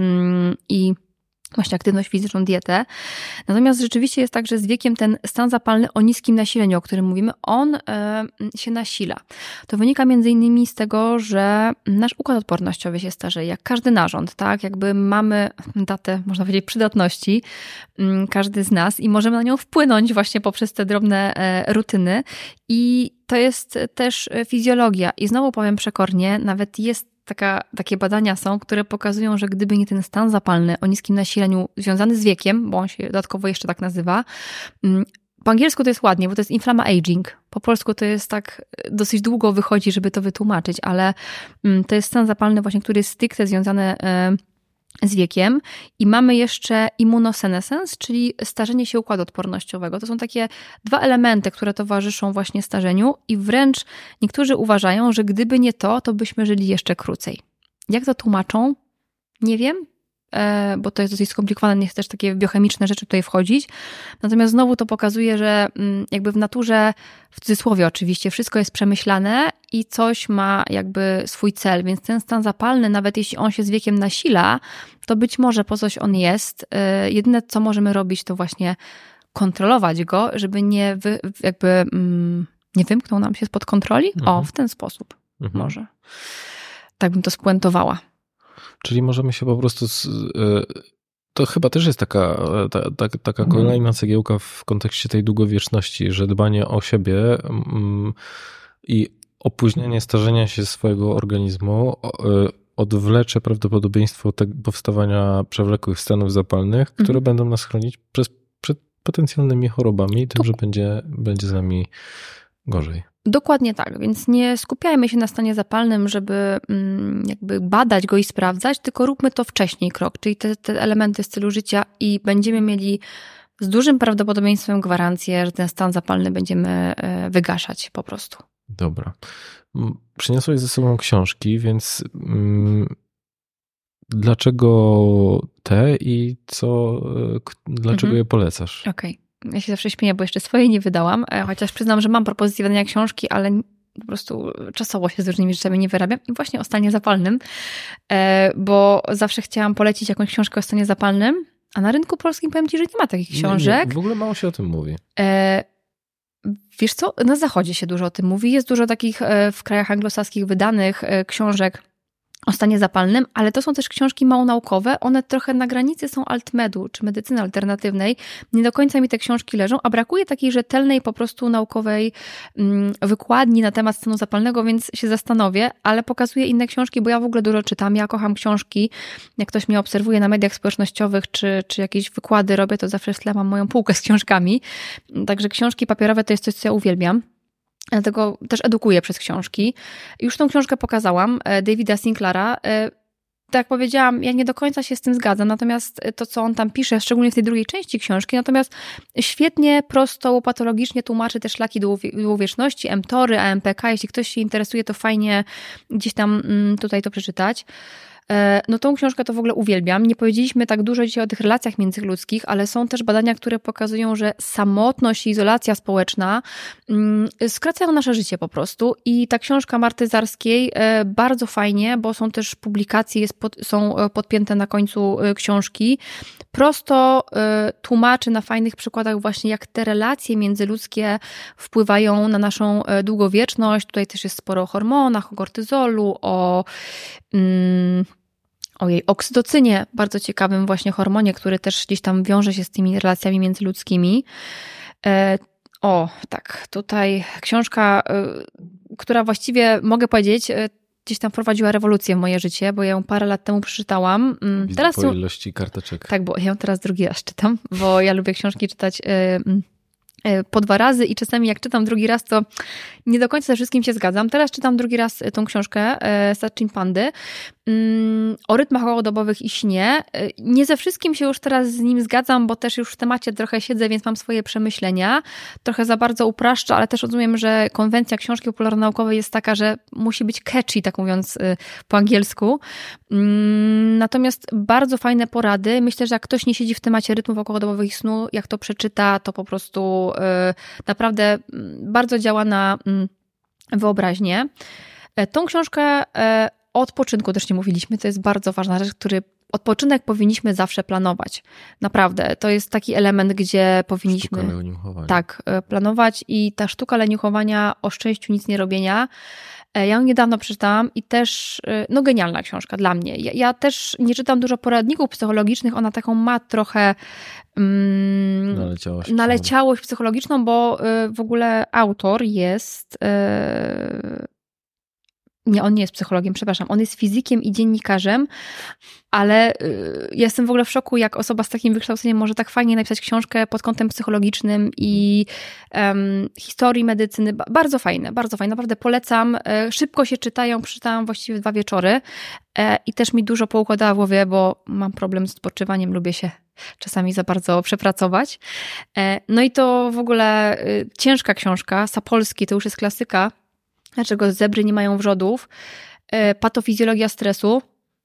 i właśnie aktywność fizyczną, dietę. Natomiast rzeczywiście jest tak, że z wiekiem ten stan zapalny o niskim nasileniu, o którym mówimy, on y, się nasila. To wynika między innymi z tego, że nasz układ odpornościowy się starzeje, jak każdy narząd, tak? Jakby mamy datę, można powiedzieć, przydatności, y, każdy z nas i możemy na nią wpłynąć właśnie poprzez te drobne y, rutyny i to jest też fizjologia. I znowu powiem przekornie, nawet jest Taka, takie badania są, które pokazują, że gdyby nie ten stan zapalny o niskim nasileniu związany z wiekiem, bo on się dodatkowo jeszcze tak nazywa, po angielsku to jest ładnie, bo to jest inflamma aging. Po polsku to jest tak, dosyć długo wychodzi, żeby to wytłumaczyć, ale to jest stan zapalny właśnie, który jest stricte związany z wiekiem i mamy jeszcze immunosenescence, czyli starzenie się układu odpornościowego. To są takie dwa elementy, które towarzyszą właśnie starzeniu i wręcz niektórzy uważają, że gdyby nie to, to byśmy żyli jeszcze krócej. Jak to tłumaczą? Nie wiem, bo to jest dosyć skomplikowane, nie chcę też takie biochemiczne rzeczy tutaj wchodzić. Natomiast znowu to pokazuje, że jakby w naturze, w cudzysłowie oczywiście, wszystko jest przemyślane i coś ma jakby swój cel, więc ten stan zapalny, nawet jeśli on się z wiekiem nasila, to być może po coś on jest. Jedyne, co możemy robić, to właśnie kontrolować go, żeby nie wy, jakby nie wymknął nam się spod kontroli. Mhm. O, w ten sposób mhm. może. Tak bym to spuentowała. Czyli możemy się po prostu... Z, to chyba też jest taka, ta, ta, taka kolejna cegiełka w kontekście tej długowieczności, że dbanie o siebie i opóźnienie starzenia się swojego organizmu odwlecze prawdopodobieństwo powstawania przewlekłych stanów zapalnych, które mhm. będą nas chronić przez, przed potencjalnymi chorobami i tym, to... że będzie, będzie z nami gorzej. Dokładnie tak, więc nie skupiajmy się na stanie zapalnym, żeby jakby badać go i sprawdzać, tylko róbmy to wcześniej krok, czyli te, te elementy stylu życia i będziemy mieli z dużym prawdopodobieństwem gwarancję, że ten stan zapalny będziemy wygaszać po prostu. Dobra. Przyniosłeś ze sobą książki, więc hmm, dlaczego te i co, dlaczego mhm. je polecasz? Okej. Okay. Ja się zawsze śmieję, bo jeszcze swojej nie wydałam, chociaż przyznam, że mam propozycję wydania książki, ale po prostu czasowo się z różnymi rzeczami nie wyrabiam. I właśnie o stanie zapalnym, bo zawsze chciałam polecić jakąś książkę o stanie zapalnym, a na rynku polskim powiem Ci, że nie ma takich książek. Nie, nie, w ogóle mało się o tym mówi. Wiesz co, na zachodzie się dużo o tym mówi. Jest dużo takich w krajach anglosaskich wydanych książek o stanie zapalnym, ale to są też książki mało naukowe, one trochę na granicy są altmedu, czy medycyny alternatywnej. Nie do końca mi te książki leżą, a brakuje takiej rzetelnej, po prostu naukowej mm, wykładni na temat stanu zapalnego, więc się zastanowię, ale pokazuję inne książki, bo ja w ogóle dużo czytam, ja kocham książki, jak ktoś mnie obserwuje na mediach społecznościowych, czy, czy jakieś wykłady robię, to zawsze w tle mam moją półkę z książkami, także książki papierowe to jest coś, co ja uwielbiam. Dlatego też edukuję przez książki. Już tą książkę pokazałam, Davida Sinclaira. Tak jak powiedziałam, ja nie do końca się z tym zgadzam, natomiast to, co on tam pisze, szczególnie w tej drugiej części książki, natomiast świetnie, prosto, łopatologicznie tłumaczy te szlaki długowieczności, mTORy, A M P K. Jeśli ktoś się interesuje, to fajnie gdzieś tam tutaj to przeczytać. No tą książkę to w ogóle uwielbiam. Nie powiedzieliśmy tak dużo dzisiaj o tych relacjach międzyludzkich, ale są też badania, które pokazują, że samotność i izolacja społeczna skracają nasze życie po prostu. I ta książka Marty Zarskiej bardzo fajnie, bo są też publikacje, jest pod, są podpięte na końcu książki, prosto tłumaczy na fajnych przykładach właśnie, jak te relacje międzyludzkie wpływają na naszą długowieczność. Tutaj też jest sporo o hormonach, o kortyzolu, o mm, o jej oksytocynie, bardzo ciekawym właśnie hormonie, który też gdzieś tam wiąże się z tymi relacjami międzyludzkimi. O, tak, tutaj książka, która właściwie, mogę powiedzieć, gdzieś tam wprowadziła rewolucję w moje życie, bo ja ją parę lat temu przeczytałam. Widzę teraz po ją, ilości karteczek. Tak, bo ja ją teraz drugi raz czytam, bo ja lubię książki czytać po dwa razy i czasami jak czytam drugi raz, to nie do końca ze wszystkim się zgadzam. Teraz czytam drugi raz tą książkę Satchin Pandy o rytmach okołodobowych i śnie. Nie ze wszystkim się już teraz z nim zgadzam, bo też już w temacie trochę siedzę, więc mam swoje przemyślenia. Trochę za bardzo upraszcza, ale też rozumiem, że konwencja książki popularnaukowej jest taka, że musi być catchy, tak mówiąc po angielsku. Natomiast bardzo fajne porady. Myślę, że jak ktoś nie siedzi w temacie rytmów okołodobowych i snu, jak to przeczyta, to po prostu naprawdę bardzo działa na wyobraźnię. Tą książkę o odpoczynku też nie mówiliśmy, to jest bardzo ważna rzecz, który odpoczynek powinniśmy zawsze planować. Naprawdę, to jest taki element, gdzie powinniśmy Sztuka leniuchowania. Tak, planować i ta sztuka leniuchowania o szczęściu nic nie robienia. Ja ją niedawno przeczytałam i też, no genialna książka dla mnie. Ja, ja też nie czytam dużo poradników psychologicznych, ona taką ma trochę mm, naleciałość, naleciałość psychologiczną, bo w ogóle autor jest... Yy, Nie, on nie jest psychologiem, przepraszam. On jest fizykiem i dziennikarzem, ale y, jestem w ogóle w szoku, jak osoba z takim wykształceniem może tak fajnie napisać książkę pod kątem psychologicznym i um, historii medycyny. Ba- bardzo fajne, bardzo fajne. Naprawdę polecam. E, szybko się czytają, przeczytałam właściwie dwa wieczory e, i też mi dużo poukładała w głowie, bo mam problem z odpoczywaniem, lubię się czasami za bardzo przepracować. E, no i to w ogóle y, ciężka książka. Sapolsky to już jest klasyka. Dlaczego zebry nie mają wrzodów. Patofizjologia stresu.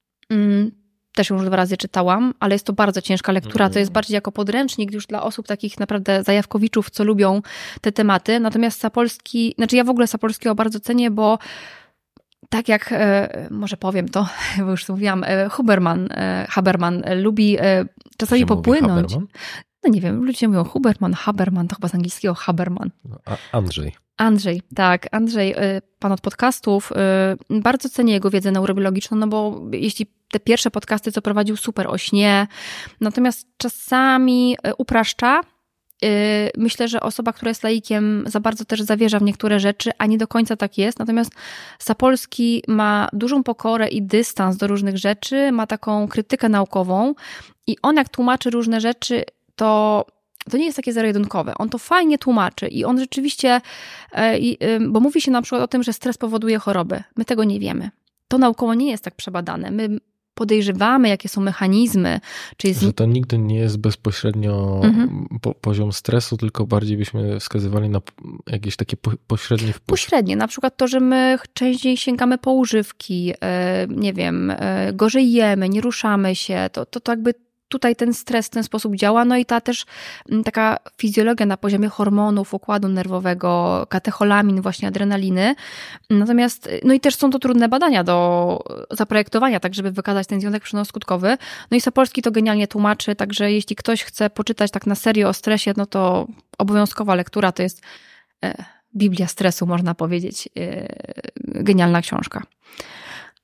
Też już dwa razy czytałam, ale jest to bardzo ciężka lektura. To jest bardziej jako podręcznik już dla osób takich naprawdę zajawkowiczów, co lubią te tematy. Natomiast Sapolsky, znaczy ja w ogóle Sapolskiego bardzo cenię, bo tak jak, może powiem to, bo już to mówiłam, Huberman, Haberman lubi czasami popłynąć. No nie wiem, ludzie mówią Huberman, Haberman, to chyba z angielskiego Haberman. A Andrzej. Andrzej, tak, Andrzej, pan od podcastów, bardzo cenię jego wiedzę neurobiologiczną, no bo jeśli te pierwsze podcasty, co prowadził, super o śnie, natomiast czasami upraszcza. Myślę, że osoba, która jest laikiem, za bardzo też zawierza w niektóre rzeczy, a nie do końca tak jest. Natomiast Sapolsky ma dużą pokorę i dystans do różnych rzeczy, ma taką krytykę naukową i on jak tłumaczy różne rzeczy, to to nie jest takie zero-jedynkowe. On to fajnie tłumaczy i on rzeczywiście, bo mówi się na przykład o tym, że stres powoduje choroby. My tego nie wiemy. To naukowo nie jest tak przebadane. My podejrzewamy, jakie są mechanizmy. Czy jest... Że to nigdy nie jest bezpośrednio mhm. po, poziom stresu, tylko bardziej byśmy wskazywali na jakieś takie po, pośrednie wpływy. Pośrednie. Na przykład to, że my częściej sięgamy po używki, nie wiem, gorzej jemy, nie ruszamy się. To, to, to jakby tutaj ten stres w ten sposób działa, no i ta też taka fizjologia na poziomie hormonów, układu nerwowego, katecholamin, właśnie adrenaliny. Natomiast, no i też są to trudne badania do zaprojektowania, tak żeby wykazać ten związek przyczynowo-skutkowy. No i Sapolsky to genialnie tłumaczy, także jeśli ktoś chce poczytać tak na serio o stresie, no to obowiązkowa lektura to jest Biblia stresu, można powiedzieć. Genialna książka.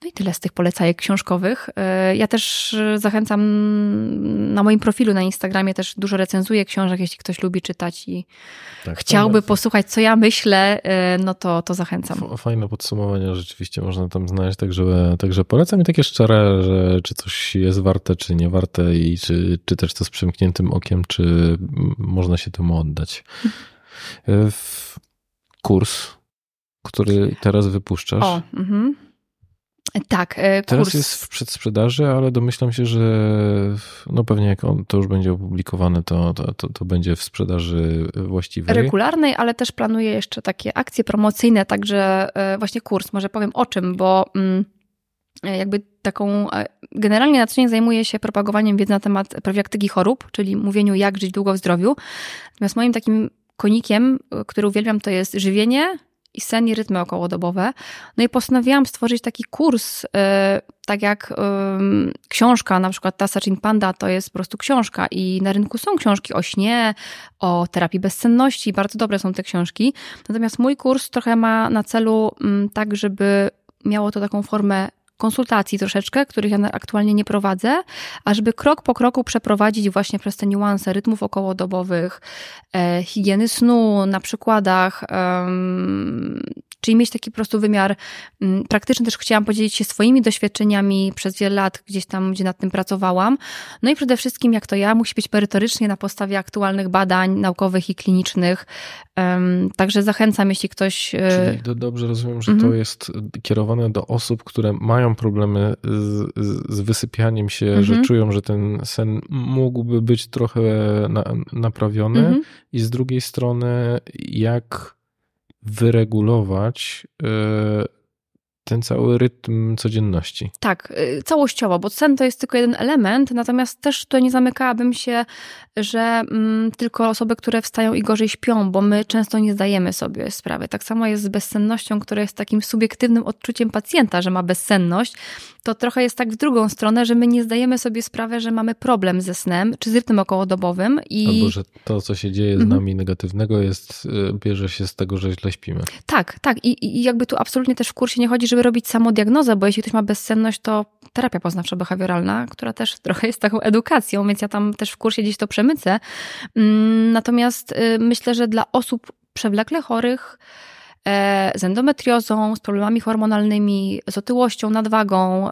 No i tyle z tych polecajek książkowych. Ja też zachęcam, na moim profilu na Instagramie też dużo recenzuję książek, jeśli ktoś lubi czytać i tak, chciałby posłuchać, co ja myślę, no to, to zachęcam. Fajne podsumowania rzeczywiście można tam znaleźć, także, także polecam i takie szczere, że czy coś jest warte, czy nie warte i czy, czy też to z przymkniętym okiem, czy można się temu oddać. Kurs, który teraz wypuszczasz. O, mhm. Tak, kurs. Teraz jest w przedsprzedaży, ale domyślam się, że no pewnie jak on, to już będzie opublikowane, to, to, to, to będzie w sprzedaży właściwej. Regularnej, ale też planuję jeszcze takie akcje promocyjne, także właśnie kurs, może powiem o czym, bo jakby taką, generalnie na co dzień zajmuję się propagowaniem wiedzy na temat profilaktyki chorób, czyli mówieniu jak żyć długo w zdrowiu. Natomiast moim takim konikiem, który uwielbiam, to jest żywienie i sen i rytmy okołodobowe. No i postanowiłam stworzyć taki kurs, yy, tak jak yy, książka, na przykład ta Searching Panda to jest po prostu książka i na rynku są książki o śnie, o terapii bezsenności, bardzo dobre są te książki. Natomiast mój kurs trochę ma na celu yy, tak, żeby miało to taką formę konsultacji troszeczkę, których ja aktualnie nie prowadzę, a żeby krok po kroku przeprowadzić właśnie przez te niuanse rytmów okołodobowych, e, higieny snu na przykładach, um, czyli mieć taki po prostu wymiar um, praktyczny. Też chciałam podzielić się swoimi doświadczeniami przez wiele lat gdzieś tam, gdzie nad tym pracowałam. No i przede wszystkim, jak to ja, musi być merytorycznie na podstawie aktualnych badań naukowych i klinicznych. Um, także zachęcam, jeśli ktoś... Czyli do, dobrze rozumiem, że mm-hmm. to jest kierowane do osób, które mają problemy z, z wysypianiem się, mm-hmm. że czują, że ten sen mógłby być trochę na, naprawiony mm-hmm. i z drugiej strony jak wyregulować y, ten cały rytm codzienności. Tak, całościowo, bo sen to jest tylko jeden element, natomiast też to nie zamykałabym się, że mm, tylko osoby, które wstają i gorzej śpią, bo my często nie zdajemy sobie sprawy. Tak samo jest z bezsennością, która jest takim subiektywnym odczuciem pacjenta, że ma bezsenność. To trochę jest tak w drugą stronę, że my nie zdajemy sobie sprawy, że mamy problem ze snem, czy z rytmem okołodobowym. I... Albo, że to, co się dzieje z mhm. nami negatywnego, jest, bierze się z tego, że źle śpimy. Tak, tak. I, I jakby tu absolutnie też w kursie nie chodzi, żeby robić samodiagnozę, bo jeśli ktoś ma bezsenność, to terapia poznawczo-behawioralna, która też trochę jest taką edukacją, więc ja tam też w kursie gdzieś to przemycę. Natomiast myślę, że dla osób przewlekle chorych, z endometriozą, z problemami hormonalnymi, z otyłością, nadwagą,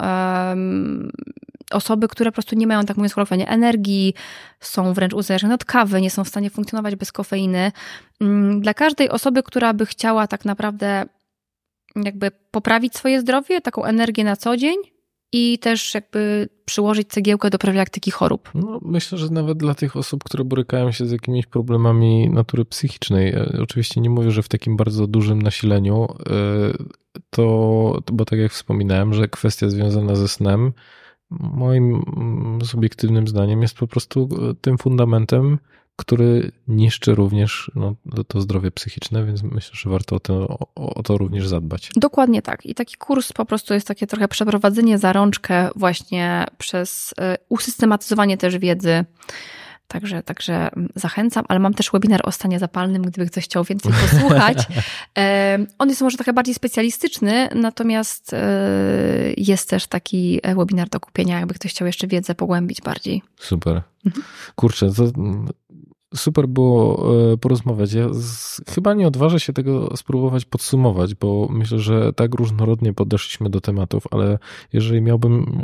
osoby, które po prostu nie mają, tak mówiąc kolokwialnie, energii, są wręcz uzależnione od kawy, nie są w stanie funkcjonować bez kofeiny. Dla każdej osoby, która by chciała tak naprawdę jakby poprawić swoje zdrowie, taką energię na co dzień i też jakby przyłożyć cegiełkę do profilaktyki chorób. No, myślę, że nawet dla tych osób, które borykają się z jakimiś problemami natury psychicznej, oczywiście nie mówię, że w takim bardzo dużym nasileniu, to, bo tak jak wspominałem, że kwestia związana ze snem, moim subiektywnym zdaniem jest po prostu tym fundamentem, który niszczy również no, to zdrowie psychiczne, więc myślę, że warto o to, o, o to również zadbać. Dokładnie tak. I taki kurs po prostu jest takie trochę przeprowadzenie za rączkę właśnie przez y, usystematyzowanie też wiedzy. Także, także zachęcam, ale mam też webinar o stanie zapalnym, gdyby ktoś chciał więcej posłuchać. On jest może trochę bardziej specjalistyczny, natomiast jest też taki webinar do kupienia, jakby ktoś chciał jeszcze wiedzę pogłębić bardziej. Super. Mhm. Kurczę, to super było porozmawiać. Ja z, chyba nie odważę się tego spróbować podsumować, bo myślę, że tak różnorodnie podeszliśmy do tematów, ale jeżeli miałbym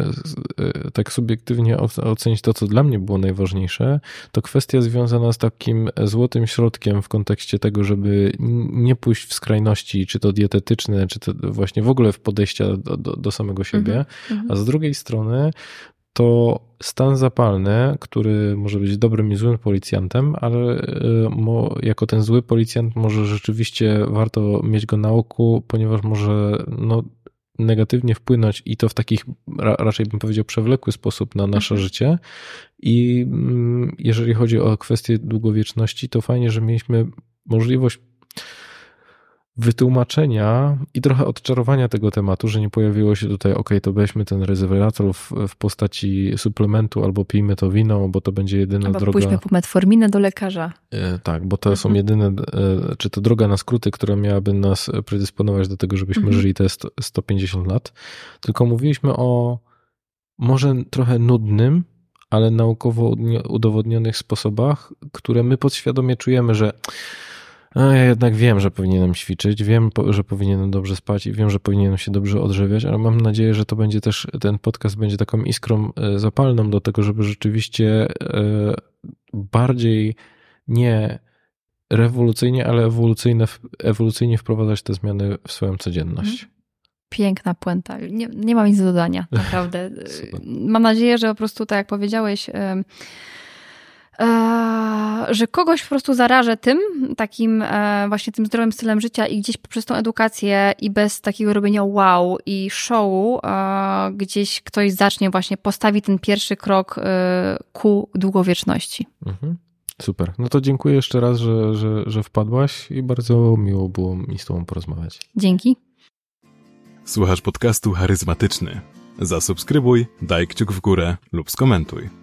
tak subiektywnie ocenić to, co dla mnie było najważniejsze, to kwestia związana z takim złotym środkiem w kontekście tego, żeby nie pójść w skrajności, czy to dietetyczne, czy to właśnie w ogóle w podejścia do, do, do samego siebie, mm-hmm. a z drugiej strony to stan zapalny, który może być dobrym i złym policjantem, ale jako ten zły policjant może rzeczywiście warto mieć go na oku, ponieważ może no, negatywnie wpłynąć i to w takich raczej bym powiedział przewlekły sposób na nasze mhm. życie. I jeżeli chodzi o kwestię długowieczności, to fajnie, że mieliśmy możliwość wytłumaczenia i trochę odczarowania tego tematu, że nie pojawiło się tutaj, ok, to weźmy ten resveratrol w, w postaci suplementu albo pijmy to wino, bo to będzie jedyna albo droga. Pójdźmy po metforminę do lekarza. E, tak, bo to mhm. są jedyne, e, czy to droga na skróty, która miałaby nas predysponować do tego, żebyśmy mhm. żyli te sto, sto pięćdziesiąt lat. Tylko mówiliśmy o może trochę nudnym, ale naukowo udowodnionych sposobach, które my podświadomie czujemy, że no, ja jednak wiem, że powinienem ćwiczyć, wiem, że powinienem dobrze spać i wiem, że powinienem się dobrze odżywiać, ale mam nadzieję, że to będzie też, ten podcast będzie taką iskrą zapalną do tego, żeby rzeczywiście bardziej nie rewolucyjnie, ale ewolucyjnie, ewolucyjnie wprowadzać te zmiany w swoją codzienność. Piękna puenta. Nie, nie mam nic do dodania, naprawdę. Mam nadzieję, że po prostu, tak jak powiedziałeś, że kogoś po prostu zarażę tym, takim właśnie tym zdrowym stylem życia i gdzieś poprzez tą edukację i bez takiego robienia wow i showu gdzieś ktoś zacznie właśnie, postawi ten pierwszy krok ku długowieczności. Mhm. Super. No to dziękuję jeszcze raz, że, że, że wpadłaś i bardzo miło było mi z tobą porozmawiać. Dzięki. Słuchasz podcastu Charyzmatyczny. Zasubskrybuj, daj kciuk w górę lub skomentuj.